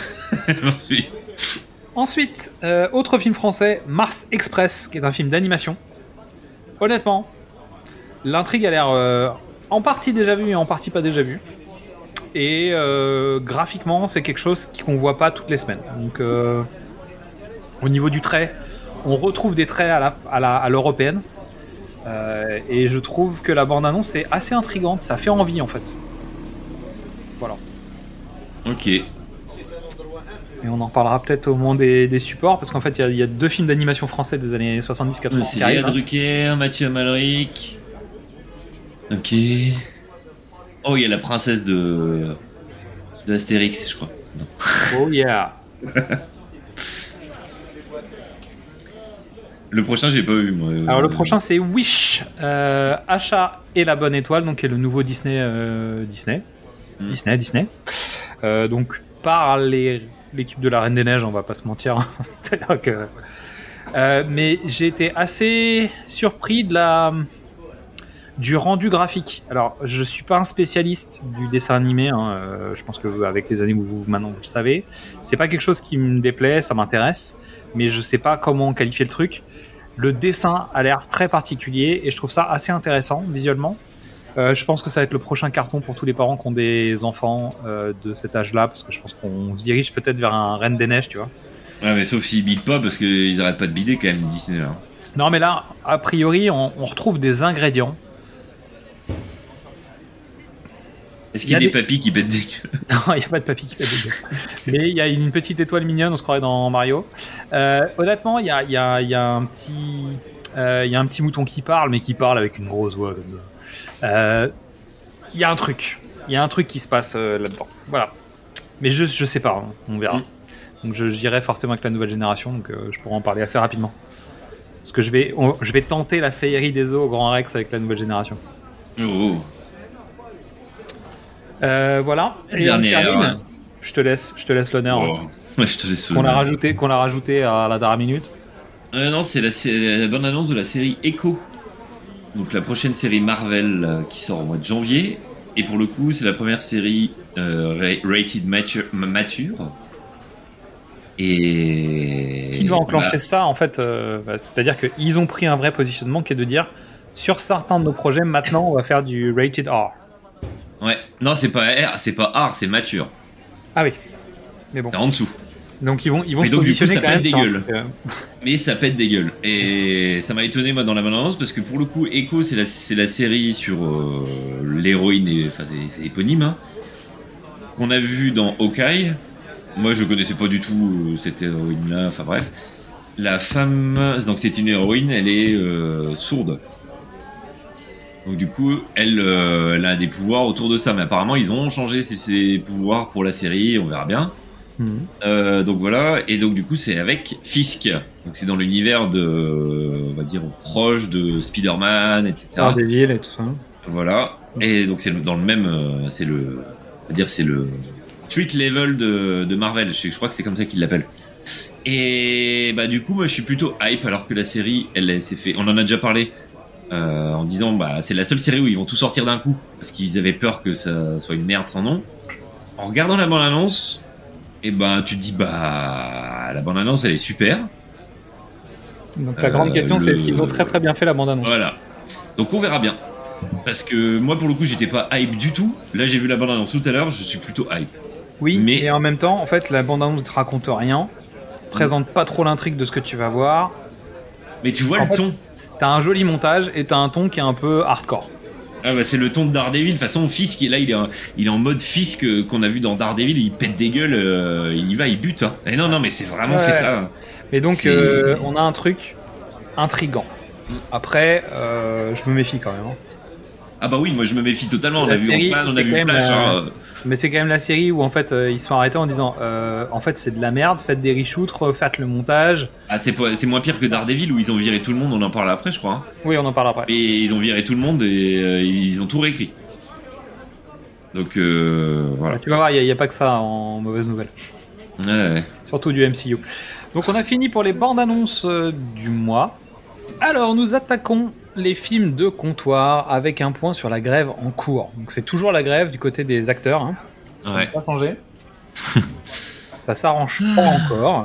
Ensuite, autre film français, Mars Express, qui est un film d'animation. Honnêtement, l'intrigue a l'air en partie déjà vue et en partie pas déjà vue. Et graphiquement, c'est quelque chose qu'on voit pas toutes les semaines. Donc, au niveau du trait, on retrouve des traits à l'européenne. Et je trouve que la bande-annonce est assez intrigante. Ça fait envie, en fait. Voilà. Ok. Et on en reparlera peut-être au moment des supports, parce qu'en fait, il y a 2 films d'animation français des années 70-80 qui arrivent. C'est Drucker, Mathieu Amalric. Ok. Oh, il y a la princesse de Astérix, je crois. Non. Oh yeah. Le prochain, j'ai pas vu, moi. Alors, le prochain, c'est Wish. Achat et la bonne étoile, donc qui est le nouveau Disney. Disney. Donc, par l'équipe de la Reine des Neiges, on va pas se mentir. C'est-à-dire que. Mais j'ai été assez surpris du rendu graphique. Alors, je suis pas un spécialiste du dessin animé. Je pense que avec les années, maintenant vous le savez. C'est pas quelque chose qui me déplaît, ça m'intéresse, mais je sais pas comment qualifier le truc. Le dessin a l'air très particulier et je trouve ça assez intéressant visuellement. Je pense que ça va être le prochain carton pour tous les parents qui ont des enfants de cet âge-là, parce que je pense qu'on se dirige peut-être vers un Reine des Neiges, tu vois. Ouais, mais sauf s'ils bident pas, parce qu'ils arrêtent pas de bider quand même, Disney là. Non, mais là, a priori, on retrouve des ingrédients. Est-ce qu'il y a des papis qui pètent des gueules ? Non, il n'y a pas de papis qui pètent des gueules. Mais il y a une petite étoile mignonne, on se croirait dans Mario. Honnêtement, il y a un petit mouton qui parle, mais qui parle avec une grosse voix. Il y a un truc qui se passe là-dedans. Voilà. Mais je sais pas, on verra. Donc j'irai forcément avec la nouvelle génération, donc je pourrai en parler assez rapidement. Parce que je vais tenter la féerie des eaux au Grand Rex avec la nouvelle génération. Oh. Voilà. Et dernière. Je te laisse l'honneur. Oh. Ouais, je te laisse qu'on l'a rajouté à la dernière minute. Non, c'est la bonne annonce de la série Echo. Donc la prochaine série Marvel qui sort au mois de janvier. Et pour le coup, c'est la première série rated mature. Et qui doit enclencher ça en fait, c'est-à-dire qu'ils ont pris un vrai positionnement qui est de dire sur certains de nos projets maintenant on va faire du rated R. Ouais, non c'est pas R, c'est mature. Ah oui, mais bon. C'est en dessous. Donc ils vont mais se donc, positionner du coup, ça quand pète même. Des gueules. Mais ça pète des gueules. Et ça m'a étonné moi dans la bande-annonce parce que pour le coup Echo c'est la série sur l'héroïne c'est éponyme hein, qu'on a vu dans Hawkeye. Moi, je connaissais pas du tout cette héroïne-là. Enfin bref, la femme, donc c'est une héroïne, elle est sourde. Donc du coup, elle a des pouvoirs autour de ça. Mais apparemment, ils ont changé ses pouvoirs pour la série. On verra bien. Donc voilà. Et donc du coup, c'est avec Fisk. Donc c'est dans l'univers on va dire proche de Spider-Man, etc. Des villes et tout ça. Voilà. Et donc c'est dans le même, c'est le street level de Marvel. Je crois que c'est comme ça qu'ils l'appellent. Et bah du coup, moi je suis plutôt hype alors que la série, elle s'est fait. On en a déjà parlé en disant bah c'est la seule série où ils vont tout sortir d'un coup parce qu'ils avaient peur que ça soit une merde sans nom. En regardant la bande-annonce, et ben tu te dis bah la bande-annonce elle est super. Donc la grande question c'est est-ce qu'ils ont très très bien fait la bande-annonce. Voilà. Donc on verra bien. Parce que moi pour le coup j'étais pas hype du tout. Là j'ai vu la bande-annonce tout à l'heure, je suis plutôt hype. Oui, mais et en même temps en fait la bande-annonce ne te raconte rien, présente pas trop l'intrigue de ce que tu vas voir. Mais tu vois en le ton. T'as un joli montage et t'as un ton qui est un peu hardcore. Ah bah c'est le ton de Daredevil. De toute façon Fisk là il est en mode Fisk qu'on a vu dans Daredevil, il pète des gueules, il y va, il bute. Hein. Et non mais c'est vraiment fait ça. Mais donc on a un truc intriguant. Après je me méfie quand même. Hein. Ah bah oui, moi je me méfie totalement. On a vu Ant-Man, on a vu Flash. Mais c'est quand même la série où en fait ils se sont arrêtés en disant en fait c'est de la merde, faites des reshoots, refaites le montage. Ah c'est moins pire que Daredevil où ils ont viré tout le monde, on en parle après je crois. Hein. Oui on en parle après. Et ils ont viré tout le monde et ils ont tout réécrit. Donc voilà. Tu vas voir, il n'y a pas que ça en mauvaise nouvelle. Ouais. Surtout du MCU. Donc on a fini pour les bandes annonces du mois. Alors nous attaquons les films de comptoir avec un point sur la grève en cours. Donc c'est toujours la grève du côté des acteurs. Hein. Ça n'a pas changé. Ça s'arrange pas encore.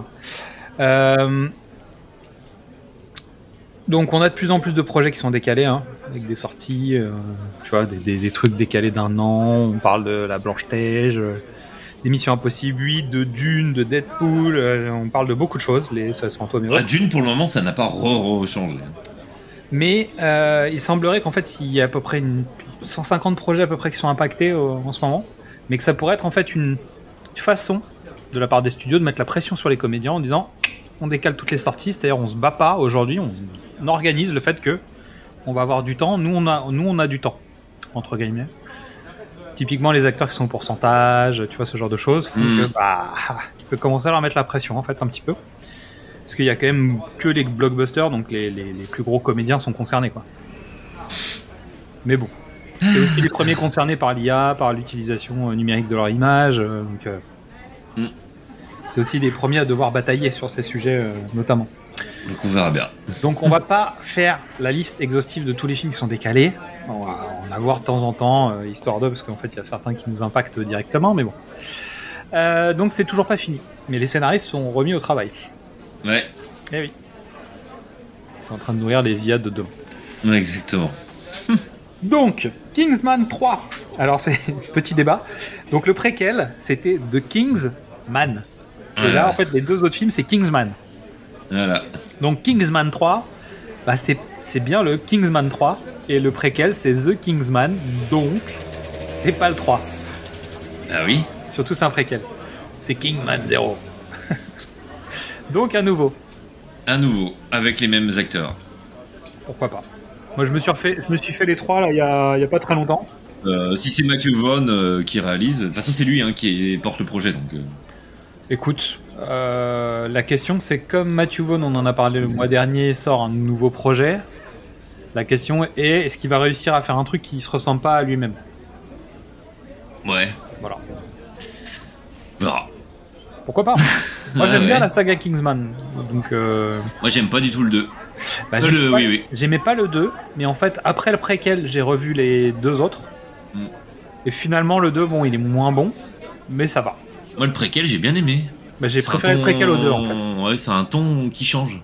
Donc on a de plus en plus de projets qui sont décalés, hein, avec des sorties, tu vois, des trucs décalés d'1 an. On parle de la Blanche-Neige, des Missions Impossibles 8, de Dune, de Deadpool. On parle de beaucoup de choses. Ça sont Antoine. Dune pour le moment ça n'a pas changé. Mais il semblerait qu'en fait il y a à peu près 150 projets à peu près qui sont impactés en ce moment, mais que ça pourrait être en fait une façon de la part des studios de mettre la pression sur les comédiens en disant on décale toutes les sorties, c'est-à-dire on se bat pas aujourd'hui, on organise le fait que on va avoir du temps, nous on a du temps entre guillemets. Typiquement les acteurs qui sont au pourcentage, tu vois ce genre de choses, font que tu peux commencer à leur mettre la pression en fait un petit peu. Parce qu'il y a quand même que les blockbusters, donc les plus gros comédiens sont concernés, quoi. Mais bon, c'est aussi les premiers concernés par l'IA, par l'utilisation numérique de leur image. C'est aussi les premiers à devoir batailler sur ces sujets, notamment. Donc on verra bien. Donc on va pas faire la liste exhaustive de tous les films qui sont décalés. On va en avoir de temps en temps, histoire de, parce qu'en fait il y a certains qui nous impactent directement, mais bon. Donc c'est toujours pas fini. Mais les scénaristes sont remis au travail. Ouais. Eh oui. Ils sont en train de nourrir les IA de demain. Ouais, exactement. Donc, Kingsman 3. Alors, c'est un petit débat. Donc, le préquel, c'était The Kingsman. Et là, en fait, les deux autres films, c'est Kingsman. Voilà. Donc, Kingsman 3, bah, c'est bien le Kingsman 3. Et le préquel, c'est The Kingsman. Donc, c'est pas le 3. Ah oui. Surtout, c'est un préquel. C'est Kingman 0. Donc, à nouveau, avec les mêmes acteurs. Pourquoi pas. Moi, je me suis fait les 3 là, il y a pas très longtemps. Si c'est Matthew Vaughn qui réalise, de toute façon, c'est lui qui porte le projet. Donc. Écoute, la question, c'est comme Matthew Vaughn, on en a parlé le mois dernier, sort un nouveau projet. La question est, est-ce qu'il va réussir à faire un truc qui se ressemble pas à lui-même ? Ouais. Voilà. Verra. Pourquoi pas ? Moi j'aime bien la saga Kingsman. Donc, moi j'aime pas du tout le 2. Bah, j'aimais pas le 2, mais en fait après le préquel j'ai revu les deux autres. Et finalement le 2, bon il est moins bon, mais ça va. Moi le préquel j'ai bien aimé. Bah, j'ai préféré le préquel au 2 en fait. Ouais, c'est un ton qui change.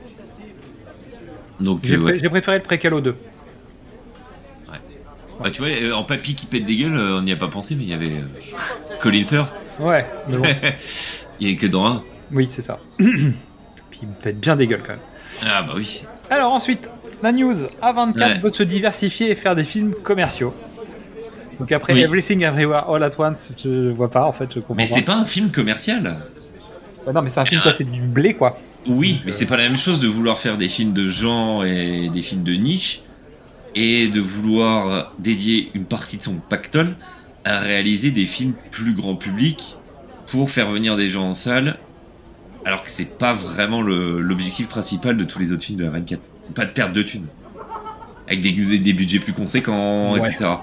Donc j'ai préféré le préquel au 2. Ouais. Bah tu vois, en papy qui pète des gueules, on n'y a pas pensé, mais il y avait Colin Firth. Ouais, mais bon. Il n'y a que dans un. Oui, c'est ça. Puis il me pète bien des gueules quand même. Ah bah oui. Alors ensuite, la news A24 veut se diversifier et faire des films commerciaux. Donc après Everything Everywhere All at Once, je vois pas en fait, je comprends. Mais c'est pas un film commercial. Ouais, non, mais c'est un film qui a fait du blé quoi. Oui, mais c'est pas la même chose de vouloir faire des films de genre et des films de niche et de vouloir dédier une partie de son pactole à réaliser des films plus grand public pour faire venir des gens en salle, alors que c'est pas vraiment l'objectif principal de tous les autres films de la 24. C'est pas de perdre de thunes avec des budgets plus conséquents, etc.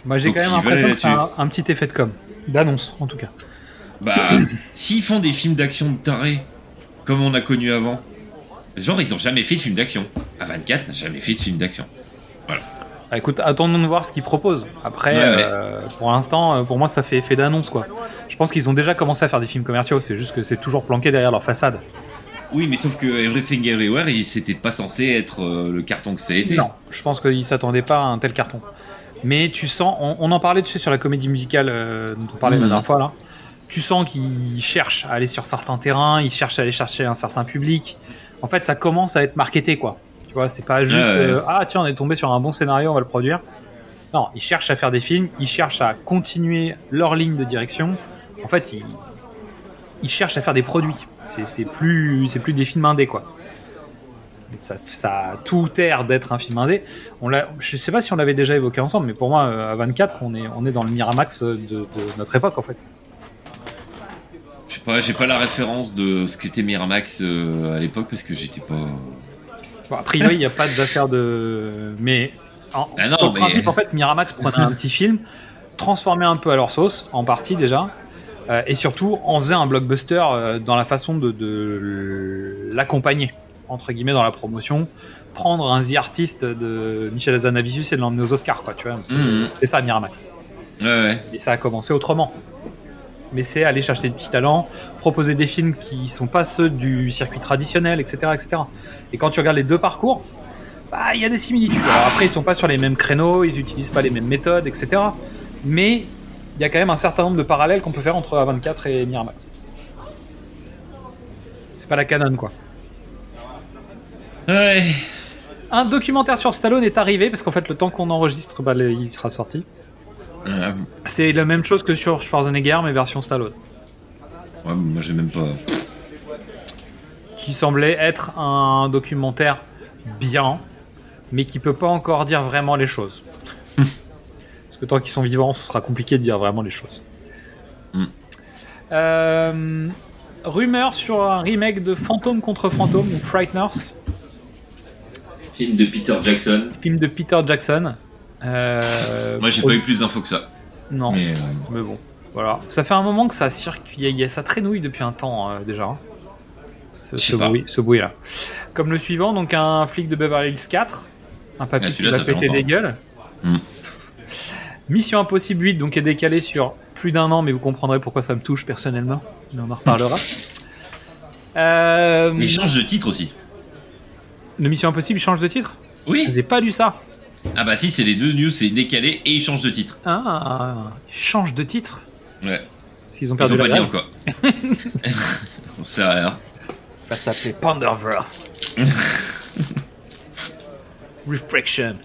Moi, j'ai Donc, quand même ils veulent l'impression que aller c'est un petit effet de com, d'annonce en tout cas. Bah, s'ils font des films d'action de tarés, comme on a connu avant, genre ils ont jamais fait de film d'action. A24 n'a jamais fait de film d'action. Bah, écoute, attendons de voir ce qu'ils proposent. Après, Ouais. pour l'instant, pour moi, ça fait effet d'annonce, quoi. Je pense qu'ils ont déjà commencé à faire des films commerciaux. C'est juste que c'est toujours planqué derrière leur façade. Oui, mais sauf que Everything Everywhere, c'était pas censé être le carton que ça a été. Non, je pense qu'ils s'attendaient pas à un tel carton. Mais tu sens, on en parlait, tu sais, sur la comédie musicale dont on parlait la dernière fois là. Tu sens qu'ils cherchent à aller sur certains terrains, ils cherchent à aller chercher un certain public. En fait, ça commence à être marketé, quoi. Tu vois, c'est pas juste ah tiens, on est tombé sur un bon scénario, on va le produire. Non, ils cherchent à faire des films, ils cherchent à continuer leur ligne de direction. En fait, ils cherchent à faire des produits. C'est plus des films indés, quoi. Ça a tout air d'être un film indé. Je sais pas si on l'avait déjà évoqué ensemble, mais pour moi, à 24, on est dans le Miramax de notre époque, en fait. Je sais pas, j'ai pas la référence de ce qu'était Miramax à l'époque parce que j'étais pas. Bon, a priori, il n'y a pas d'affaire de. Mais. Au principe, en fait, Miramax prenait un petit film, transformait un peu à leur sauce, en partie déjà, et surtout en faisait un blockbuster dans la façon de l'accompagner, entre guillemets, dans la promotion. Prendre un The Artist de Michel Hazanavicius et de l'emmener aux Oscars, quoi, tu vois. C'est ça, Miramax. Ouais. Et ça a commencé autrement. Mais c'est aller chercher des petits talents, proposer des films qui sont pas ceux du circuit traditionnel, etc., etc. Et quand tu regardes les deux parcours, bah, il y a des similitudes. Alors après, ils sont pas sur les mêmes créneaux, ils utilisent pas les mêmes méthodes, etc. Mais il y a quand même un certain nombre de parallèles qu'on peut faire entre A24 et Miramax. C'est pas la canon, quoi. Ouais. Un documentaire sur Stallone est arrivé, parce qu'en fait, le temps qu'on enregistre, bah, il sera sorti. C'est la même chose que sur Schwarzenegger, mais version Stallone. Ouais, moi j'ai même pas. Qui semblait être un documentaire bien, mais qui peut pas encore dire vraiment les choses. Parce que tant qu'ils sont vivants, ce sera compliqué de dire vraiment les choses. Rumeur sur un remake de Fantôme contre Fantôme, ou Frighteners. Film de Peter Jackson. Film de Peter Jackson. Moi j'ai pas eu plus d'infos que ça. Non, mais bon, voilà. Ça fait un moment que ça circule, ça traînouille depuis un temps déjà. Hein. Ce bruit là. Comme le suivant, donc un flic de Beverly Hills 4, un papy qui va péter des gueules. Mission Impossible 8 donc est décalé sur plus d'1 an, mais vous comprendrez pourquoi ça me touche personnellement. On en reparlera. Mais il change de titre aussi. Le Mission Impossible change de titre ? Oui. J'ai pas lu ça. Ah bah si, c'est les deux news, c'est décalé et ils changent de titre. Ah, ils changent de titre ? Ouais. Parce qu'ils ont perdu pas la dit encore. On sait rien. Ça s'appelait Panderverse. Refraction.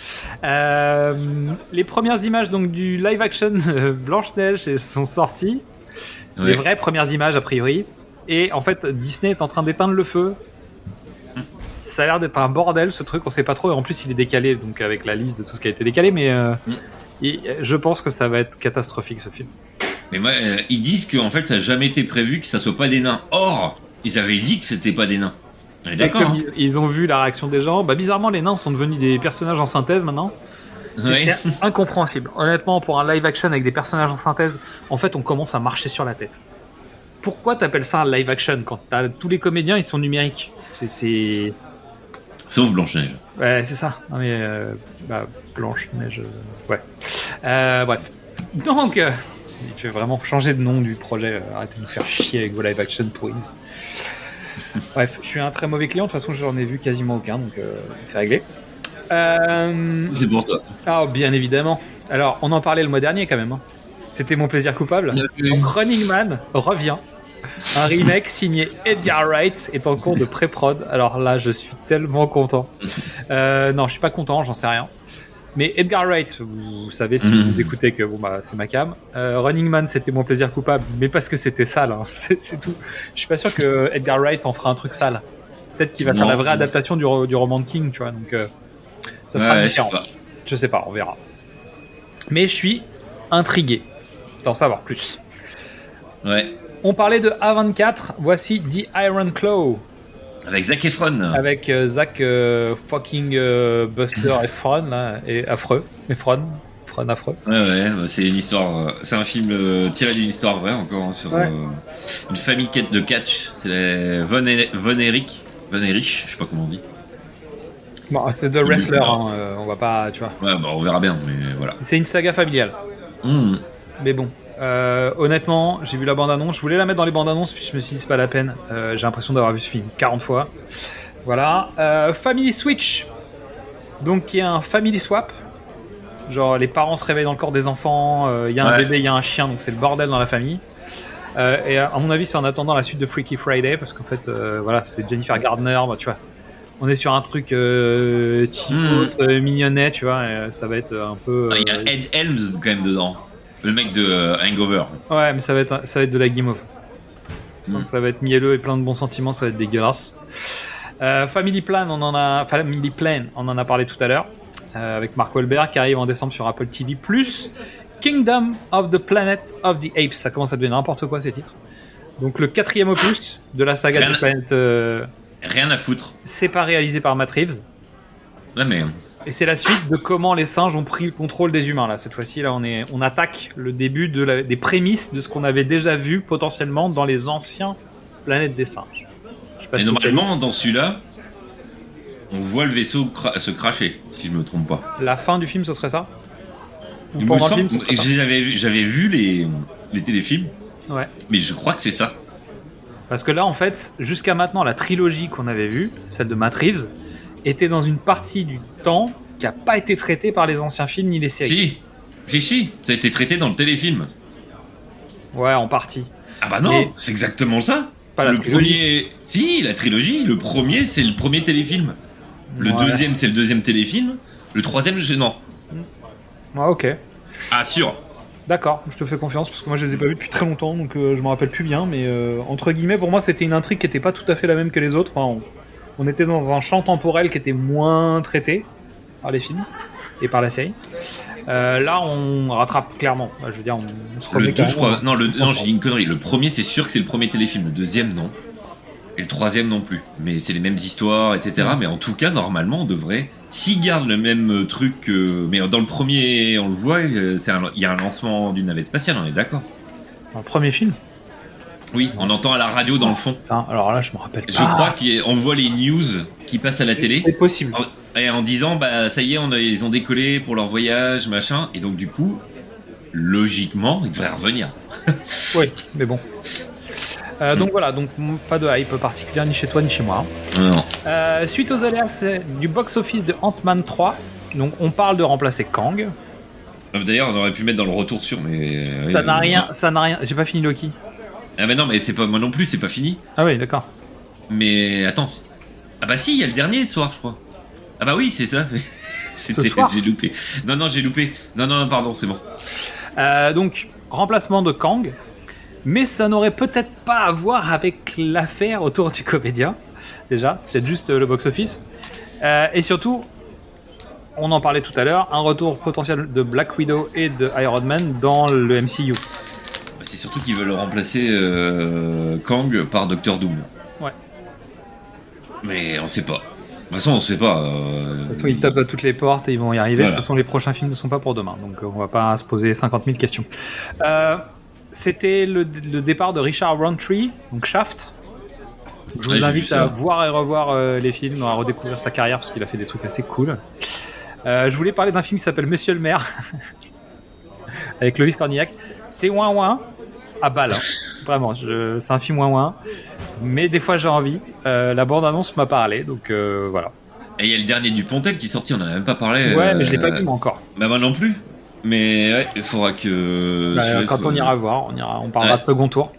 Les premières images donc du live action Blanche-Neige sont sorties. Ouais. Les vraies premières images a priori. Et en fait, Disney est en train d'éteindre le feu. Ça a l'air d'être un bordel ce truc, on sait pas trop. Et en plus, il est décalé, donc avec la liste de tout ce qui a été décalé. Mais je pense que ça va être catastrophique ce film. Mais moi, ils disent qu'en fait, ça n'a jamais été prévu que ça soit pas des nains. Or, ils avaient dit que c'était pas des nains. On est d'accord. Hein. Ils ont vu la réaction des gens. Bah, bizarrement, les nains sont devenus des personnages en synthèse maintenant. C'est incompréhensible. Honnêtement, pour un live action avec des personnages en synthèse, en fait, on commence à marcher sur la tête. Pourquoi t'appelles ça un live action quand tous les comédiens ils sont numériques ? C'est... Sauf Blanche-Neige. Ouais, c'est ça. Non mais Blanche-Neige. Ouais. Bref. Donc, je vais vraiment changer de nom du projet. Arrêtez de nous faire chier avec vos live action pourris. Bref, je suis un très mauvais client. De toute façon, j'en ai vu quasiment aucun, donc c'est réglé. C'est pour toi. Ah, bien évidemment. Alors, on en parlait le mois dernier quand même. Hein. C'était mon plaisir coupable. Donc, Running Man revient. Un remake signé Edgar Wright est en cours de pré-prod. Alors là, je suis tellement content. Non, je suis pas content, j'en sais rien. Mais Edgar Wright, vous savez si vous écoutez que bon bah c'est ma cam. Running Man, c'était mon plaisir coupable, mais parce que c'était sale. Hein. C'est tout. Je suis pas sûr que Edgar Wright en fera un truc sale. Peut-être qu'il va faire la vraie adaptation du roman de King, tu vois. Donc ça sera différent. Je sais pas, on verra. Mais je suis intrigué d'en savoir plus. Ouais. On parlait de A24, voici The Iron Claw. Avec Zac Efron. Avec Zac fucking Buster Efron, là, et affreux. Efron. titre affreux. Ouais, c'est une histoire. C'est un film tiré d'une histoire vraie encore hein, sur une famille de catch. C'est les Von Erich, je sais pas comment on dit. Bon, c'est The Wrestler, on va pas, tu vois. Ouais, on verra bien, mais voilà. C'est une saga familiale. Mais bon, honnêtement, j'ai vu la bande-annonce. Je voulais la mettre dans les bandes-annonces, puis je me suis dit c'est pas la peine. J'ai l'impression d'avoir vu ce film 40 fois. Voilà. Family Switch. Donc, qui est un family swap. Genre, les parents se réveillent dans le corps des enfants. Il y a un bébé, il y a un chien, donc c'est le bordel dans la famille. Et à mon avis, c'est en attendant la suite de Freaky Friday, parce qu'en fait, voilà, c'est Jennifer Gardner, bah, tu vois. On est sur un truc cheapos, mignonnet, tu vois, et ça va être un peu... Il y a Ed Helms quand même dedans, le mec de Hangover. Ouais, mais ça va être de la guimauve. Je sens que ça va être mielleux et plein de bons sentiments, ça va être dégueulasse. Family Plan, on en a parlé tout à l'heure, avec Mark Wahlberg, qui arrive en décembre sur Apple TV+. Kingdom of the Planet of the Apes, ça commence à devenir n'importe quoi ces titres. Donc le 4e opus de la saga de Planet... Rien à foutre. C'est pas réalisé par Matt Reeves. Ouais, mais... Et c'est la suite de comment les singes ont pris le contrôle des humains. Là, cette fois-ci, là, on attaque le début des prémices de ce qu'on avait déjà vu potentiellement dans les anciens Planètes des singes. Je sais pas. Et normalement, dans celui-là, on voit le vaisseau se cracher, si je me trompe pas. La fin du film, ce serait ça? Ou pendant le film, ce serait ça. J'avais vu les téléfilms. Ouais. Mais je crois que c'est ça. Parce que là, en fait, jusqu'à maintenant, la trilogie qu'on avait vue, celle de Matt Reeves, était dans une partie du temps qui n'a pas été traitée par les anciens films ni les séries. Si, ça a été traité dans le téléfilm. Ouais, en partie. Ah bah non, c'est exactement ça. Pas la trilogie. Si, la trilogie. Le premier, c'est le premier téléfilm. Le deuxième, c'est le deuxième téléfilm. Le troisième, non. Ouais, ok. Ah, sûr. D'accord, je te fais confiance parce que moi je les ai pas vus depuis très longtemps, donc je me rappelle plus bien, mais entre guillemets pour moi c'était une intrigue qui était pas tout à fait la même que les autres. Enfin, on était dans un champ temporel qui était moins traité par les films et par la série. Là on rattrape clairement. Je veux dire, on se remet. Le 2, je crois. Non, j'ai dit une connerie. Le premier, c'est sûr que c'est le premier téléfilm. Le deuxième, non. Et le troisième non plus. Mais c'est les mêmes histoires, etc. Mais en tout cas, normalement, on devrait... S'ils gardent le même truc... Mais dans le premier, on le voit, il y a un lancement d'une navette spatiale, on est d'accord. Dans le premier film ? Oui, on entend à la radio dans le fond. Alors là, je me rappelle pas. Je crois qu'on voit les news qui passent à la télé. C'est possible. En disant, bah ça y est, ils ont décollé pour leur voyage, machin. Et donc du coup, logiquement, ils devraient revenir. Oui, mais bon... donc voilà, donc pas de hype particulière ni chez toi ni chez moi. Non. Suite aux aléas du box-office de Ant-Man 3, donc on parle de remplacer Kang. D'ailleurs, on aurait pu mettre dans le retour sur, mais ça n'a rien. J'ai pas fini Loki. Ah mais non, mais c'est pas moi non plus, c'est pas fini. Ah oui, d'accord. Mais attends. Ah bah si, il y a le dernier soir, je crois. Ah bah oui, c'est ça. J'ai loupé. Non, j'ai loupé. Non, pardon, c'est bon. Donc remplacement de Kang. Mais ça n'aurait peut-être pas à voir avec l'affaire autour du comédien. Déjà, c'est peut-être juste le box-office. Et surtout, on en parlait tout à l'heure, un retour potentiel de Black Widow et de Iron Man dans le MCU. C'est surtout qu'ils veulent remplacer Kang par Doctor Doom. Ouais. Mais on sait pas. De toute façon, on sait pas. De toute façon, ils tapent à toutes les portes et ils vont y arriver. Voilà. De toute façon, les prochains films ne sont pas pour demain. Donc, on va pas se poser 50 000 questions. C'était le départ de Richard Roundtree, donc Shaft. Je vous invite à voir et revoir les films, à redécouvrir sa carrière parce qu'il a fait des trucs assez cool. Je voulais parler d'un film qui s'appelle Monsieur le Maire avec Clovis Cornillac. C'est ouin à balle, hein. Vraiment. C'est un film ouin, mais des fois j'ai envie. La bande-annonce m'a parlé, donc voilà. Et il y a le dernier du Pontel qui est sorti, on en a même pas parlé. Ouais, mais je l'ai pas vu moi encore. Bah moi non plus. Mais ouais, il faudra que... quand on ira voir, on parlera de second tour.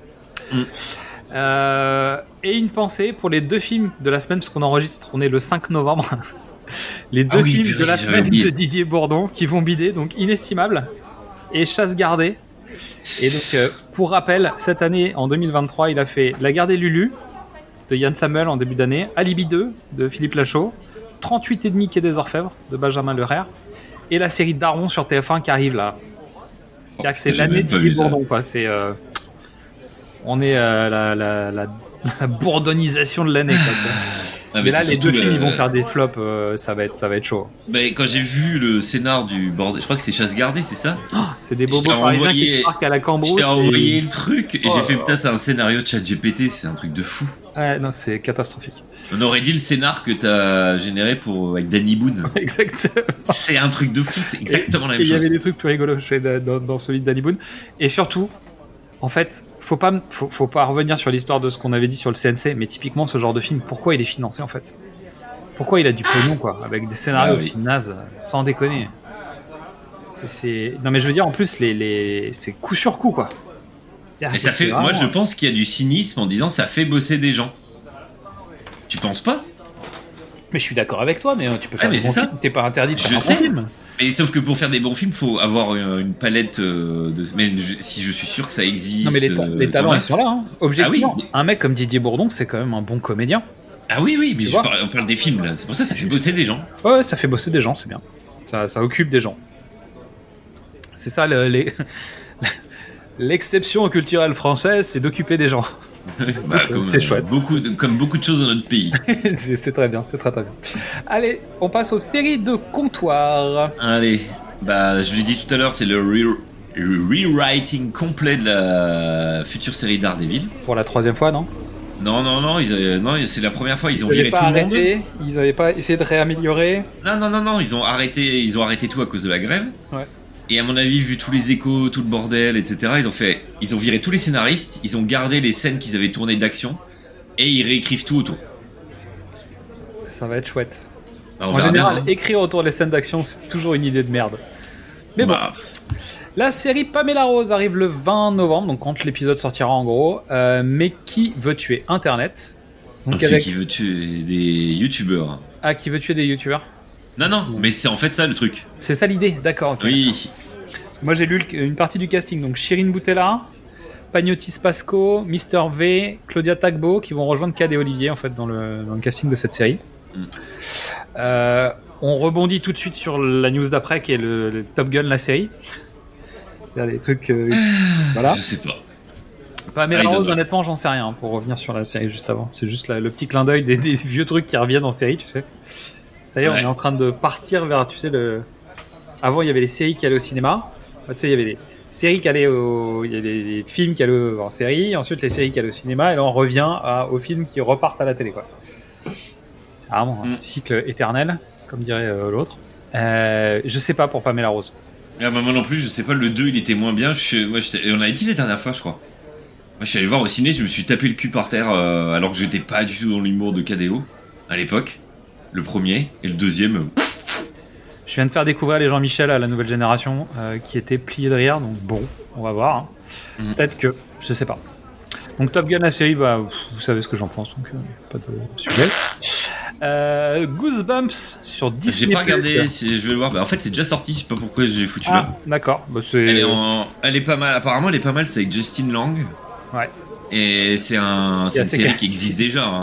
Et une pensée pour les deux films de la semaine, parce qu'on enregistre, on est le 5 novembre. Les deux films de la semaine de Didier Bourdon qui vont bider, donc Inestimable et Chasse gardée. Et donc, pour rappel, cette année, en 2023, il a fait La Gardée Lulu de Yann Samuel en début d'année, Alibi 2 de Philippe Lachaud, 38 et demi Quai des Orfèvres de Benjamin Lerère, et la série Daron sur TF1 qui arrive là. C'est l'année de Didier Bourdon, quoi. On est la bourdonisation de l'année, quoi. Ah, mais là, c'est les deux surtout films, ils vont faire des flops, ça va être chaud. Bah, quand j'ai vu le scénar du bordel, je crois que c'est Chasse gardée, c'est ça? C'est des Je bobos t'ai parisiens envoyé- qui partent à la Je cambrousse. t'ai envoyé le truc et Oh j'ai fait là putain, c'est un scénario de ChatGPT, c'est un truc de fou. Ouais, non, c'est catastrophique. On aurait dit le scénar que t'as généré avec Danny Boone. Exactement. C'est un truc de fou, c'est exactement la Et même il y chose. avait des trucs plus rigolos dans celui de Danny Boone. Et surtout, en fait, faut pas revenir sur l'histoire de ce qu'on avait dit sur le CNC, mais typiquement, ce genre de film, pourquoi il est financé, en fait? Pourquoi il a du pognon, quoi, avec des scénarios aussi nazes, sans déconner. Non, mais je veux dire, en plus, c'est coup sur coup, quoi. Mais ça fait, moi je pense qu'il y a du cynisme en disant ça fait bosser des gens. Tu penses pas? Mais je suis d'accord avec toi, mais tu peux faire mais des bons c'est ça. films, t'es pas interdit de faire Je un sais. bon film. Mais sauf que pour faire des bons films, faut avoir une palette de. Mais si je suis sûr que ça existe. Non, mais les talents, ils sont là. Hein. Objectivement, Ah oui. un mec comme Didier Bourdon, c'est quand même un bon comédien. Ah oui, mais Tu vois. on parle des films là. C'est pour ça que ça fait bosser des gens. Ouais, ça fait bosser des gens, c'est bien. Ça occupe des gens. C'est ça l'exception culturelle française, c'est d'occuper des gens. C'est chouette. Comme beaucoup de choses dans notre pays. c'est très bien, c'est très très bien. Allez, on passe aux séries de comptoir. Allez, bah je l'ai dit tout à l'heure, c'est le rewriting complet de la future série Daredevil. Pour la 3e fois, non? Non, c'est la première fois, ils ont Ils viré n'avaient tout pas le monde. arrêté, ils n'avaient pas essayé de réaméliorer. Non, ils ont arrêté tout à cause de la grève. Ouais. Et à mon avis, vu tous les échos, tout le bordel, etc., ils ont viré tous les scénaristes, ils ont gardé les scènes qu'ils avaient tournées d'action, et ils réécrivent tout autour. Ça va être chouette. Alors, on En verra général, bien, hein. écrire autour des scènes d'action, c'est toujours une idée de merde. Mais bon, Bah, la série Pamela Rose arrive le 20 novembre, donc quand l'épisode sortira en gros. Mais qui veut tuer Internet? Donc c'est qui veut tuer des youtubeurs. Ah, qui veut tuer des youtubeurs? Non, mais c'est en fait ça le truc. C'est ça l'idée, d'accord. Ok. Oui. Moi j'ai lu une partie du casting, donc Shirin Boutella, Pagnotti Spasco, Mister V, Claudia Tagbo, qui vont rejoindre Cad et Olivier en fait dans le casting de cette série. On rebondit tout de suite sur la news d'après qui est le Top Gun, la série. C'est-à-dire les trucs. Voilà. Je sais pas. Pamela I don't Rose, know. honnêtement, j'en sais rien pour revenir sur la série juste avant. C'est juste le petit clin d'œil des vieux trucs qui reviennent en série, tu sais. Ça y est, on Ouais. est en train de partir vers, tu sais, Avant, il y avait les séries qui allaient au cinéma. Tu sais, il y avait les séries qui allaient il y a des films qui allaient en série, ensuite les séries qui allaient au cinéma, et là on revient aux films qui repartent à la télé, quoi. C'est vraiment un cycle éternel, comme dirait l'autre. Je sais pas pour Pamela Rose. Ah, bah, moi non plus, je sais pas, le 2 il était moins bien. On avait dit la dernière fois, je crois. Moi, je suis allé le voir au ciné, je me suis tapé le cul par terre alors que j'étais pas du tout dans l'humour de KDO à l'époque. Le premier et le deuxième. Je viens de faire découvrir les Jean-Michel à la nouvelle génération qui étaient pliés de rire, donc bon, on va voir. Hein. Peut-être que, je sais pas. Donc Top Gun, la série, bah, vous savez ce que j'en pense, donc pas de sujet. Goosebumps sur Disney+. J'ai pas regardé, je vais le voir. Bah, en fait, c'est déjà sorti, je sais pas pourquoi j'ai foutu là. D'accord. Bah, Elle est pas mal, apparemment elle est pas mal, c'est avec Justin Lang. Ouais. Et c'est une série qui existe déjà. Hein.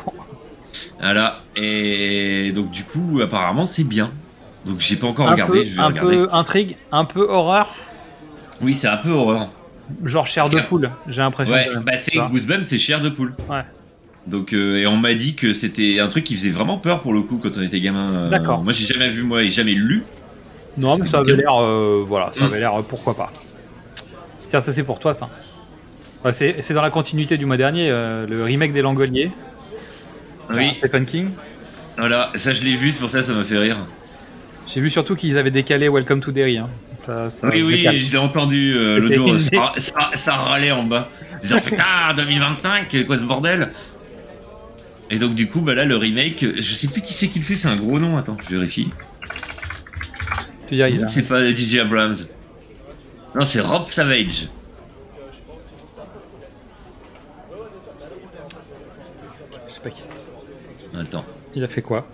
Voilà. Et donc du coup, apparemment c'est bien. Donc j'ai pas encore regardé, je vais regarder. Un peu intrigue, un peu horreur. Oui, c'est un peu horreur. Genre chair de poule, j'ai l'impression. Ouais, bah c'est Goosebumps, c'est chair de poule. Ouais. Donc et on m'a dit que c'était un truc qui faisait vraiment peur pour le coup quand on était gamin. D'accord. Moi j'ai jamais vu et jamais lu. Non, mais ça avait l'air, voilà, ça avait l'air pourquoi pas. Tiens, ça c'est pour toi, ça. Ouais, c'est dans la continuité du mois dernier, le remake des Langoliers. Oui. Stephen King. Voilà, ça je l'ai vu, c'est pour ça me fait rire. J'ai vu surtout qu'ils avaient décalé Welcome to Derry. Hein. Oui, je l'ai entendu l'autre jour. Ça râlait en bas. Ils ont fait 2025, quoi ce bordel. Et donc du coup, bah là le remake, je sais plus qui c'est qui le fait, c'est un gros nom. Attends, je vérifie. Tu dirais, C'est pas DJ Abrams. Non, c'est Rob Savage. Je sais pas qui c'est. Attends. Il a fait quoi?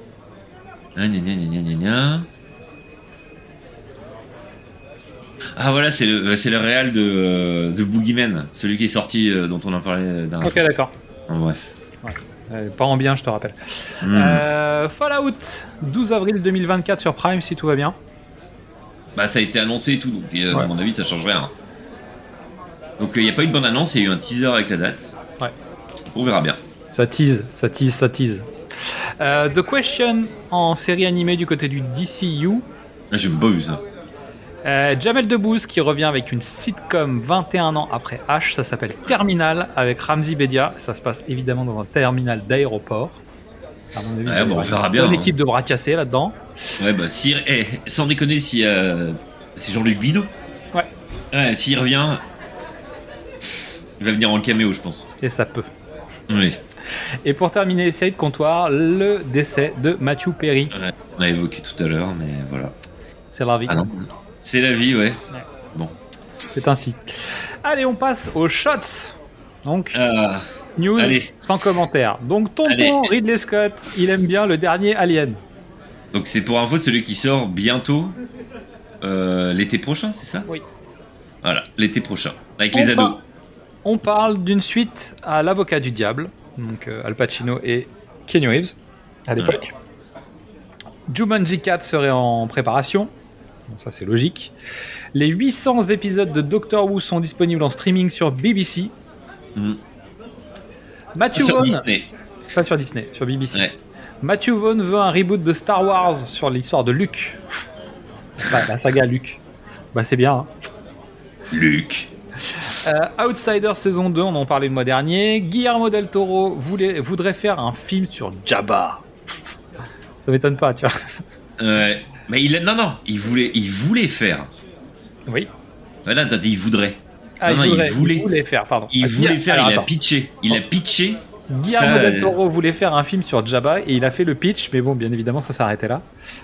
Ah voilà, c'est le réal de The Boogeyman, celui qui est sorti dont on a parlé d'un. Ok, d'accord. Bref. Ouais. Pas en bien, je te rappelle. Fallout, 12 avril 2024 sur Prime, si tout va bien. Bah ça a été annoncé et tout, donc à mon avis ça change rien. Donc il n'y a pas eu de bonne annonce, il y a eu un teaser avec la date. Ouais. On verra bien. Ça tease. The Question en série animée du côté du DCU. Ah, j'ai pas vu ça. Jamel Debbouze qui revient avec une sitcom 21 ans après H, ça s'appelle Terminal avec Ramzi Bedia, ça se passe évidemment dans un terminal d'aéroport. À mon avis, Ouais, bon, on verra bien. Une Hein. équipe de bras cassés là-dedans. Ouais, bah, sans déconner, si c'est Jean-Luc Bidot. Ouais. Ouais, s'il revient, il va venir en caméo, je pense. Et ça peut. Oui. Et pour terminer les séries de comptoir, le décès de Matthew Perry. Ouais, on l'a évoqué tout à l'heure, mais voilà. C'est la vie. Ah non. C'est la vie, ouais. Bon. C'est ainsi. Allez, on passe aux shots. Donc, news allez. sans commentaire. Donc, tonton Allez. Ridley Scott, il aime bien le dernier Alien. Donc c'est pour info celui qui sort bientôt l'été prochain, c'est ça? Oui. Voilà, l'été prochain, avec les ados. On parle d'une suite à L'Avocat du Diable, donc Al Pacino et Keanu Reeves à l'époque. Jumanji 4 serait en préparation, donc ça c'est logique. Les 800 épisodes de Doctor Who sont disponibles en streaming sur BBC. Matthew Sur Vaughn, Disney. pas sur Disney, sur BBC. Ouais. Matthew Vaughn veut un reboot de Star Wars sur l'histoire de Luke. La saga Luke. Bah c'est bien. Hein. Luke. Outsider saison 2, on en parlait le mois dernier. Guillermo del Toro voudrait faire un film sur Jabba. Ça m'étonne pas, tu vois. Ouais. Mais il voulait faire. Oui. Voilà, t'as dit il voudrait. Ah, Non, il voulait faire, pardon. Il voulait faire, Alors, il a attends. pitché. Il a pitché. Guillermo Ça, del Toro voulait faire un film sur Jabba et il a fait le pitch, mais bon, bien évidemment, ça s'est arrêté là.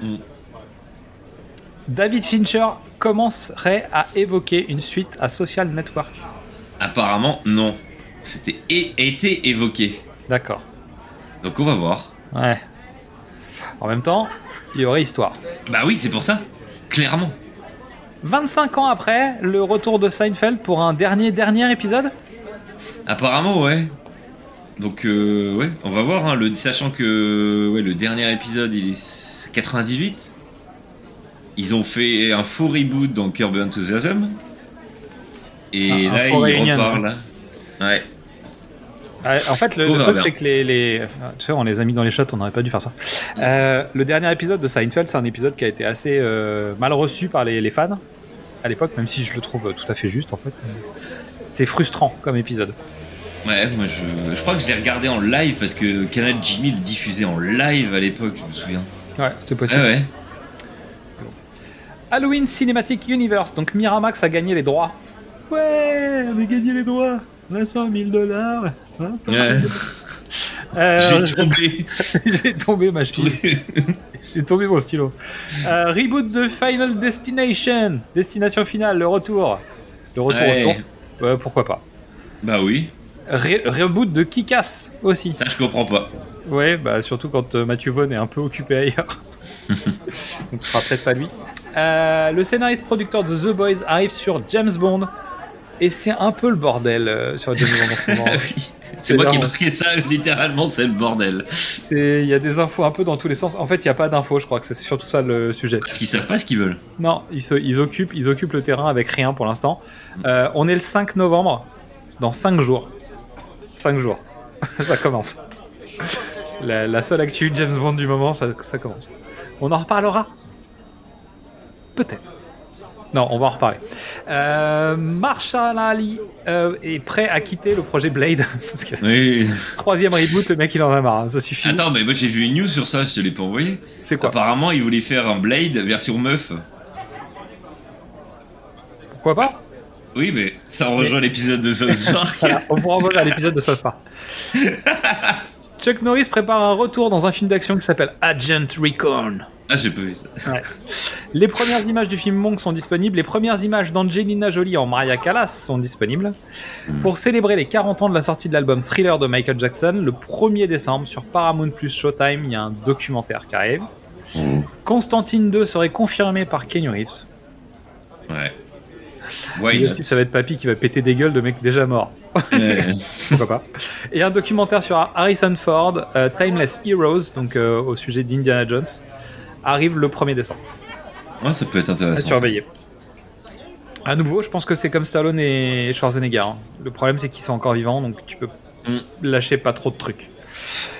David Fincher commencerait à évoquer une suite à Social Network. Apparemment, non. C'était été évoqué. D'accord. Donc on va voir. Ouais. En même temps, il y aurait histoire. Bah oui, c'est pour ça. Clairement. 25 ans après, le retour de Seinfeld pour un dernier épisode. Apparemment, ouais. Donc, ouais, on va voir, hein, sachant que le dernier épisode, il est 98. Ils ont fait un faux reboot dans Curb Enthusiasm. Et là, ils reparlent. Ouais. En fait, le truc, c'est que tu sais, on les a mis dans les shots, on n'aurait pas dû faire ça. Le dernier épisode de Seinfeld, c'est un épisode qui a été assez mal reçu par les fans à l'époque, même si je le trouve tout à fait juste, en fait. C'est frustrant comme épisode. Ouais, moi je crois que je l'ai regardé en live parce que Canal Jimmy le diffusait en live à l'époque, je me souviens. Ouais, c'est possible. Ouais. Halloween Cinematic Universe, donc Miramax a gagné les droits. Ouais, on a gagné les droits. 500 000 $. Hein, Ouais. J'ai tombé ma cheville. J'ai tombé mon stylo. Reboot de Final Destination. Destination finale, le retour. Ouais. Ouais, pourquoi pas. Bah oui. Reboot de Kick-Ass aussi. Ça, je comprends pas. Ouais, bah surtout quand Matthew Vaughn est un peu occupé ailleurs. Donc ce sera peut-être pas lui. Le scénariste producteur de The Boys arrive sur James Bond. Et c'est un peu le bordel sur James Bond en ce moment. Oui. C'est moi qui ai marqué ça, littéralement, c'est le bordel. Il y a des infos un peu dans tous les sens. En fait, il n'y a pas d'infos, je crois que c'est surtout ça le sujet. Parce qu'ils savent pas ce qu'ils veulent. Non, ils occupent le terrain avec rien pour l'instant. On est le 5 novembre, dans 5 jours. 5 jours. Ça commence. La seule actu James Bond du moment, ça commence. On en reparlera. Peut-être. Non, on va en reparler. Marshall Ali est prêt à quitter le projet Blade. Parce que Oui. 3e reboot, le mec il en a marre, hein, ça suffit. Attends, mais moi j'ai vu une news sur ça, je te l'ai pas envoyé. C'est quoi? Apparemment, ils voulaient faire un Blade version meuf. Pourquoi pas? Oui, mais ça rejoint l'épisode de South Park. Voilà, on pourra revoir l'épisode de South Park. Chuck Norris prépare un retour dans un film d'action qui s'appelle Agent Recon. Ah, j'ai pas vu ça. Ouais. Les premières images du film Monk sont disponibles. Les premières images d'Angelina Jolie en Maria Callas sont disponibles. Pour célébrer les 40 ans de la sortie de l'album Thriller de Michael Jackson, le 1er décembre, sur Paramount Plus Showtime, il y a un documentaire qui arrive. Constantine 2 serait confirmé par Keanu Reeves. Ouais. Why not? Ça va être Papy qui va péter des gueules de mecs déjà morts. Pourquoi pas. Et un documentaire sur Harrison Ford, Timeless Heroes, donc au sujet d'Indiana Jones, arrive le 1er décembre. Ouais, ça peut être intéressant. À surveiller. À nouveau, je pense que c'est comme Stallone et Schwarzenegger. Hein. Le problème, c'est qu'ils sont encore vivants, donc tu peux lâcher pas trop de trucs.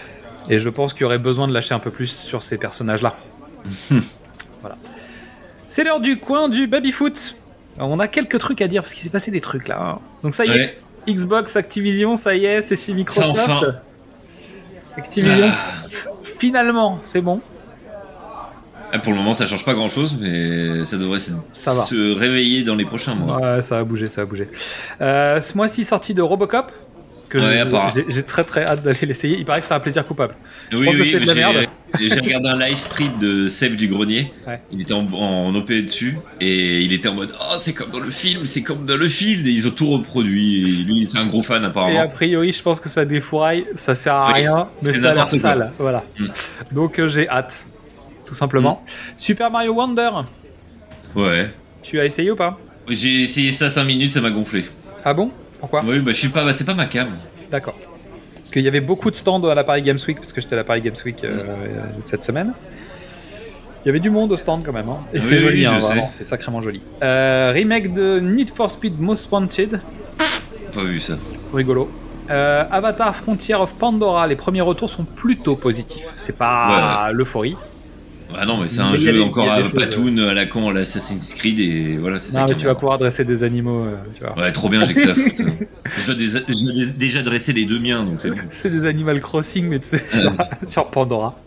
Et je pense qu'il y aurait besoin de lâcher un peu plus sur ces personnages-là. Voilà. C'est l'heure du coin du baby-foot. Alors, on a quelques trucs à dire parce qu'il s'est passé des trucs là. Hein. Donc ça y est, Xbox, Activision, ça y est, c'est chez Microsoft. Ça, enfin. Activision, finalement, c'est bon. Pour le moment, ça change pas grand-chose, mais ça devrait se réveiller dans les prochains mois. Ouais, ça va bouger. Ce mois-ci, sortie de Robocop, que j'ai très très hâte d'aller l'essayer. Il paraît que c'est un plaisir coupable. Oui, j'ai regardé un live stream de Seb du Grenier. Ouais. Il était en OP dessus et il était en mode c'est comme dans le film, Et ils ont tout reproduit. Et lui, c'est un gros fan apparemment. Et a priori, je pense que ça défouraille, ça sert à rien, mais ça a l'air sale. Voilà. Donc j'ai hâte. Tout simplement. Super Mario Wonder. Ouais. Tu as essayé ou pas? J'ai essayé ça 5 minutes, ça m'a gonflé. Ah bon? Pourquoi? Oui, je suis pas, c'est pas ma cam. D'accord. Parce qu'il y avait beaucoup de stands à la Paris Games Week, parce que j'étais à la Paris Games Week cette semaine. Il y avait du monde au stand quand même. Hein. Et c'est joli, vraiment. C'est sacrément joli. Remake de Need for Speed Most Wanted. Pas vu ça. Rigolo. Avatar Frontier of Pandora, les premiers retours sont plutôt positifs. C'est pas l'euphorie. Ah non, mais c'est un jeu encore à Patoon, à la con, à l'Assassin's Creed, et voilà, c'est ça. Non, mais tu vas pouvoir dresser des animaux, tu vois. Ouais, trop bien, j'ai que ça à foutre. Je dois déjà dresser les 2 miens, donc c'est bon. C'est des Animal Crossing, mais tu sais, sur Pandora.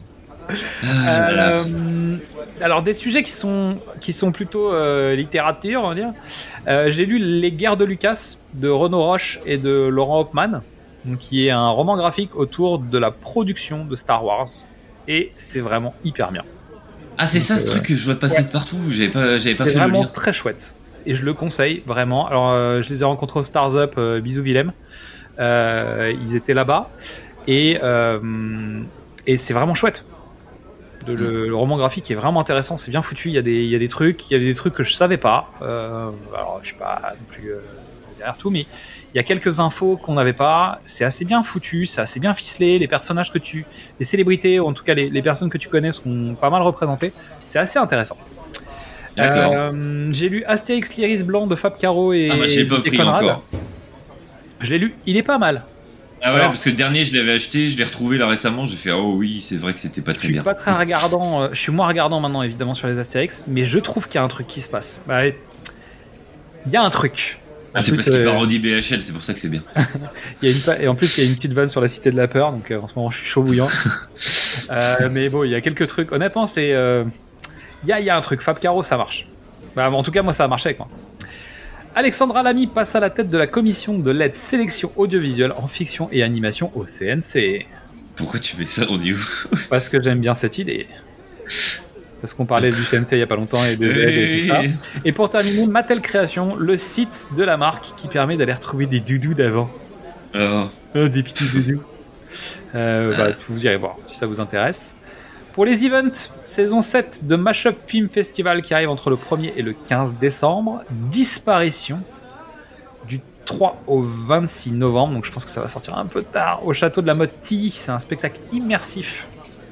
Alors, des sujets qui sont plutôt littérature, on va dire. J'ai lu Les Guerres de Lucas, de Renaud Roche et de Laurent Hoffman, qui est un roman graphique autour de la production de Star Wars. Et c'est vraiment hyper bien. Ah, c'est ça ce truc que je vois passer de partout. J'avais pas fait le lien. C'est vraiment très chouette. Et je le conseille vraiment. Alors, je les ai rencontrés au Stars Up, bisous Willem. Ils étaient là-bas. Et c'est vraiment chouette. Le roman graphique est vraiment intéressant. C'est bien foutu. Il y a des trucs que je savais pas. Alors, je suis pas non plus derrière tout, mais il y a quelques infos qu'on n'avait pas. C'est assez bien foutu, c'est assez bien ficelé. Les personnages les célébrités, ou en tout cas les personnes que tu connais sont pas mal représentées. C'est assez intéressant. D'accord. J'ai lu Astérix l'Iris Blanc de Fab Caro et j'ai pas pris Conrad. encore. Je l'ai lu, il est pas mal. Ah ouais, parce que le dernier je l'avais acheté, je l'ai retrouvé là récemment, j'ai fait oh oui, c'est vrai que c'était pas très bien. Je suis pas très regardant, je suis moins regardant maintenant évidemment sur les Astérix, mais je trouve qu'il y a un truc qui se passe. Il y a un truc. C'est parce qu'il parodie BHL, c'est pour ça que c'est bien. Et en plus, il y a une petite vanne sur la Cité de la Peur, donc en ce moment, je suis chaud bouillant. Mais bon, il y a quelques trucs. Honnêtement, il y a un truc. Fab Caro, ça marche. En tout cas, moi, ça a marché avec moi. Alexandra Lamy passe à la tête de la commission de l'aide sélection audiovisuelle en fiction et animation au CNC. Pourquoi tu mets ça au niveau? Parce que j'aime bien cette idée. Parce qu'on parlait du CNC il y a pas longtemps et des aides et tout ça. Et pour terminer, Mattel Création, le site de la marque qui permet d'aller retrouver des doudous d'avant. Des petits doudous. Vous irez voir si ça vous intéresse. Pour les events, saison 7 de Mashup Film Festival qui arrive entre le 1er et le 15 décembre. Disparition du 3 au 26 novembre. Donc je pense que ça va sortir un peu tard. Au château de la Motte Tilly, c'est un spectacle immersif.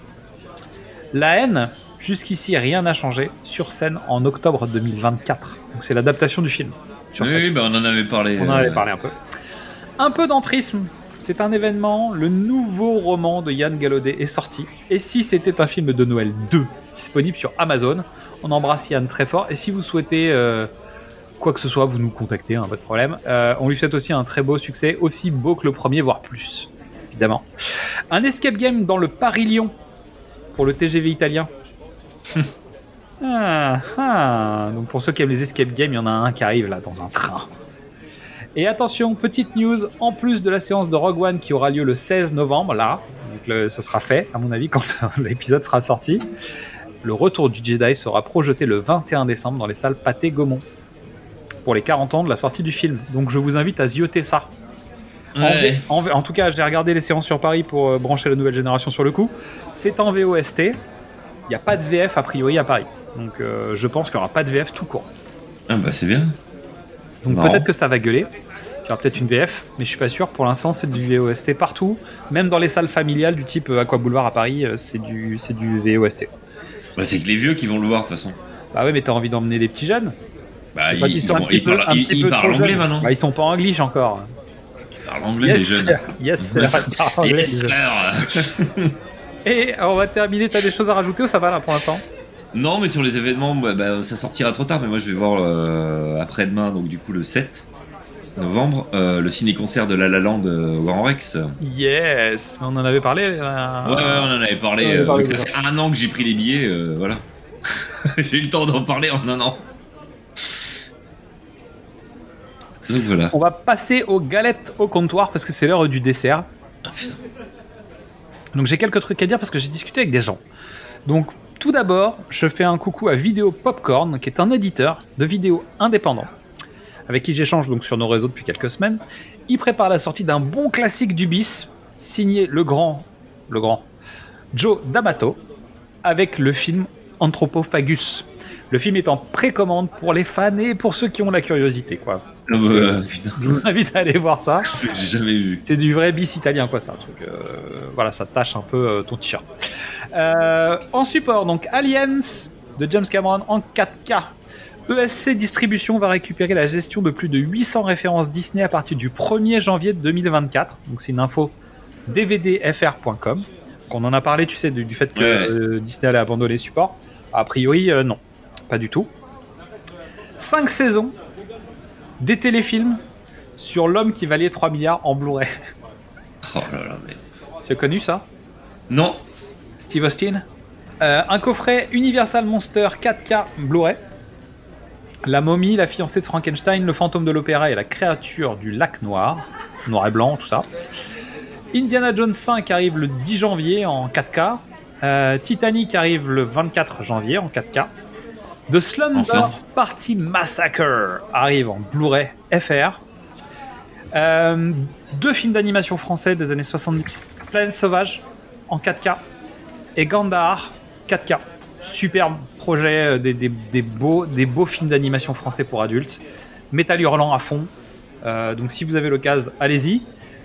La haine. Jusqu'ici, rien n'a changé. Sur scène en octobre 2024. Donc c'est l'adaptation du film. Oui, on en avait parlé. On en avait parlé un peu. Un peu d'entrisme. C'est un événement. Le nouveau roman de Yann Gallaudet est sorti. Et si c'était un film de Noël 2, disponible sur Amazon. On embrasse Yann très fort. Et si vous souhaitez quoi que ce soit, vous nous contactez, pas de problème. On lui souhaite aussi un très beau succès, aussi beau que le premier, voire plus, évidemment. Un escape game dans le Paris-Lyon pour le TGV italien. Donc pour ceux qui aiment les escape games, il y en a un qui arrive là dans un train. Et attention, petite news, en plus de la séance de Rogue One qui aura lieu le 16 novembre, là, donc ce sera fait à mon avis quand l'épisode sera sorti, le retour du Jedi sera projeté le 21 décembre dans les salles Pathé Gaumont pour les 40 ans de la sortie du film. Donc je vous invite à zioter ça. Ouais. En tout cas, j'ai regardé les séances sur Paris pour brancher la nouvelle génération sur le coup. C'est en VOST. Il n'y a pas de VF a priori à Paris. Donc je pense qu'il n'y aura pas de VF tout court. Ah bah c'est bien. Donc peut-être que ça va gueuler. Il y aura peut-être une VF, mais je suis pas sûr. Pour l'instant, c'est du VOST partout. Même dans les salles familiales du type Aqua Boulevard à Paris, c'est du VOST. Bah c'est que les vieux qui vont le voir de toute façon. Bah ouais, mais t'as envie d'emmener des petits jeunes. Bah ils parlent anglais maintenant. Bah ils sont pas anglish encore. Ils parlent anglais les jeunes. Yes sir. Yes sir. Et on va terminer. T'as des choses à rajouter ou ça va là pour l'instant? Non, mais sur les événements, ça sortira trop tard. Mais moi, je vais voir après-demain, donc du coup le 7 novembre, le ciné-concert de La La Land au Grand Rex. Yes, on en avait parlé. Ouais, on en avait parlé. Ça fait 1 an que j'ai pris les billets, voilà. J'ai eu le temps d'en parler en 1 an. Donc voilà. On va passer aux galettes au comptoir parce que c'est l'heure du dessert. Ah, putain. Donc j'ai quelques trucs à dire parce que j'ai discuté avec des gens. Donc tout d'abord, je fais un coucou à Vidéo Popcorn, qui est un éditeur de vidéos indépendant, avec qui j'échange donc sur nos réseaux depuis quelques semaines. Il prépare la sortie d'un bon classique du bis, signé le grand Joe D'Amato, avec le film Anthropophagus. Le film est en précommande pour les fans et pour ceux qui ont la curiosité, quoi. Je vous invite à aller voir ça. J'ai jamais vu. C'est du vrai bis italien, quoi, c'est un truc. Voilà, ça tâche un peu ton t-shirt. En support, donc Aliens de James Cameron en 4K. ESC Distribution va récupérer la gestion de plus de 800 références Disney à partir du 1er janvier 2024. Donc c'est une info dvdfr.com. On en a parlé, tu sais, du fait que Disney allait abandonner le support. A priori, non, pas du tout. 5 saisons, des téléfilms sur l'homme qui valait 3 milliards en Blu-ray. Oh là là, mais... Tu as connu ça? Non. Steve Austin. Un coffret Universal Monster 4K Blu-ray. La momie, la fiancée de Frankenstein, le fantôme de l'opéra et la créature du lac noir. Noir et blanc, tout ça. Indiana Jones 5 arrive le 10 janvier en 4K. Titanic arrive le 24 janvier en 4K. The Slumber Party Massacre arrive en Blu-ray FR. 2 films d'animation français des années 70. Planète Sauvage en 4K. Et Gandhar 4K. Superbe projet, des beaux films d'animation français pour adultes. Métal hurlant à fond. Donc si vous avez l'occasion, allez-y.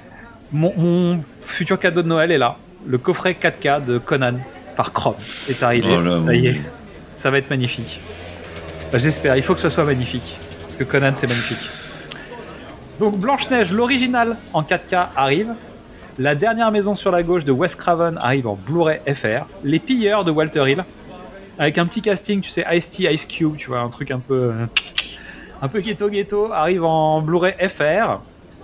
Mon futur cadeau de Noël est là. Le coffret 4K de Conan par Chrome est arrivé. Oh là, ça y est, ça va être magnifique. J'espère, il faut que ce soit magnifique. Parce que Conan, c'est magnifique. Donc Blanche-Neige, l'original en 4K arrive. La dernière maison sur la gauche de Wes Craven arrive en Blu-ray FR. Les Pilleurs de Walter Hill, avec un petit casting, tu sais, Ice-T, Ice Cube, tu vois, un truc un peu ghetto, arrive en Blu-ray FR.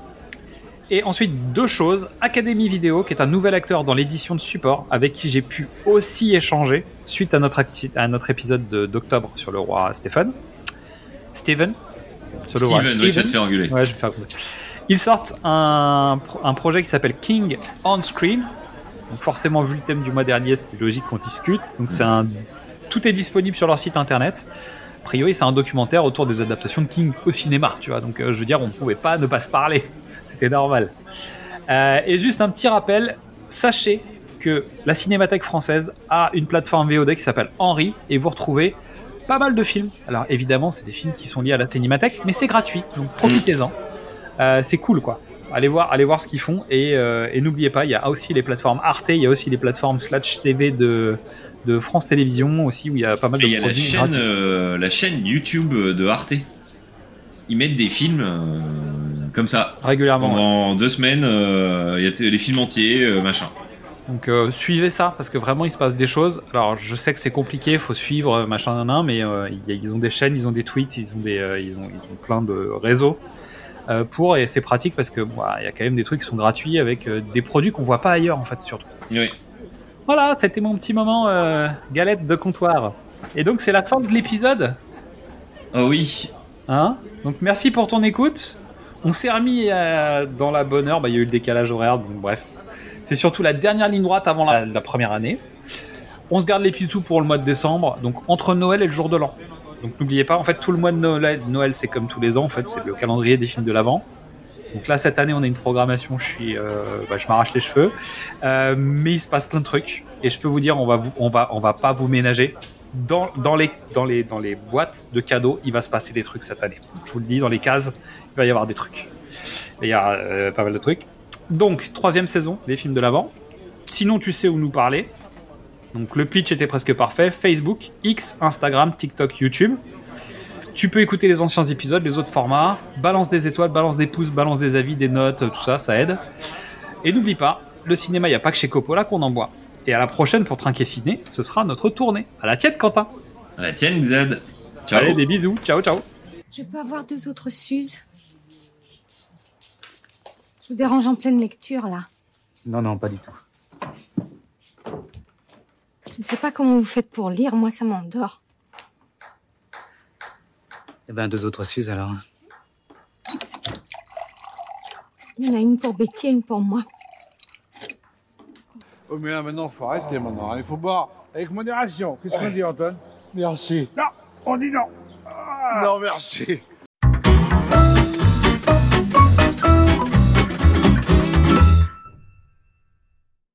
Et ensuite, 2 choses. Academy Vidéo, qui est un nouvel acteur dans l'édition de support, avec qui j'ai pu aussi échanger suite à notre épisode d'octobre sur le roi Steven. Steven, tu vas te faire engueuler. Ouais, je vais me faire engueuler. Ils sortent un projet qui s'appelle King on Screen. Donc forcément, vu le thème du mois dernier, c'était logique qu'on discute. Donc tout est disponible sur leur site internet. A priori, c'est un documentaire autour des adaptations de King au cinéma, tu vois. Donc je veux dire, on ne pouvait pas ne pas se parler. C'était normal. Et juste un petit rappel, sachez que la Cinémathèque française a une plateforme VOD qui s'appelle Henri et vous retrouvez pas mal de films. Alors évidemment, c'est des films qui sont liés à la Cinémathèque, mais c'est gratuit, donc profitez-en. C'est cool, quoi. Allez voir ce qu'ils font et n'oubliez pas, il y a aussi les plateformes Arte, il y a aussi les plateformes Slash TV de France Télévisions aussi où il y a pas mal de produits. Il y a la chaîne YouTube de Arte. Ils mettent des films comme ça régulièrement. Pendant 2 semaines, il y a les films entiers, machin. Donc suivez ça parce que vraiment il se passe des choses. Alors je sais que c'est compliqué, il faut suivre machin mais ils ont des chaînes, ils ont des tweets, ils ont plein de réseaux et c'est pratique parce que il y a quand même des trucs qui sont gratuits avec des produits qu'on voit pas ailleurs en fait surtout. Oui. Voilà, c'était mon petit moment galette de comptoir. Et donc c'est la fin de l'épisode. Oh oui. Hein? Donc merci pour ton écoute. On s'est remis dans la bonne heure. Il y a eu le décalage horaire, donc bref. C'est surtout la dernière ligne droite avant la première année. On se garde les pisous pour le mois de décembre, donc entre Noël et le jour de l'an. Donc n'oubliez pas, en fait, tout le mois de Noël, c'est comme tous les ans, en fait, c'est le calendrier des films de l'Avent. Donc là, cette année, on a une programmation, je m'arrache les cheveux. Mais il se passe plein de trucs. Et je peux vous dire, on va pas vous ménager. Dans les boîtes de cadeaux, il va se passer des trucs cette année. Je vous le dis, dans les cases, il va y avoir des trucs. Il y a pas mal de trucs. Donc, 3e saison des films de l'Avent. Sinon, tu sais où nous parler. Donc, le pitch était presque parfait. Facebook, X, Instagram, TikTok, YouTube. Tu peux écouter les anciens épisodes, les autres formats. Balance des étoiles, balance des pouces, balance des avis, des notes, tout ça, ça aide. Et n'oublie pas, le cinéma, il n'y a pas que chez Coppola qu'on en boit. Et à la prochaine pour Trinquer Ciné, ce sera notre tournée. À la tienne, Quentin. À la tienne, Xad. Ciao. Allez, des bisous. Ciao, ciao. Je peux avoir 2 autres Suzes? Je vous dérange en pleine lecture, là. Non, pas du tout. Je ne sais pas comment vous faites pour lire, moi ça m'endort. Eh ben, 2 autres Suzes, alors. Il y en a une pour Betty et une pour moi. Oh, mais là, maintenant, faut arrêter, maintenant. Il faut boire avec modération. Qu'est-ce qu'on dit, Antoine? Merci. Non, on dit non. Ah. Non, merci.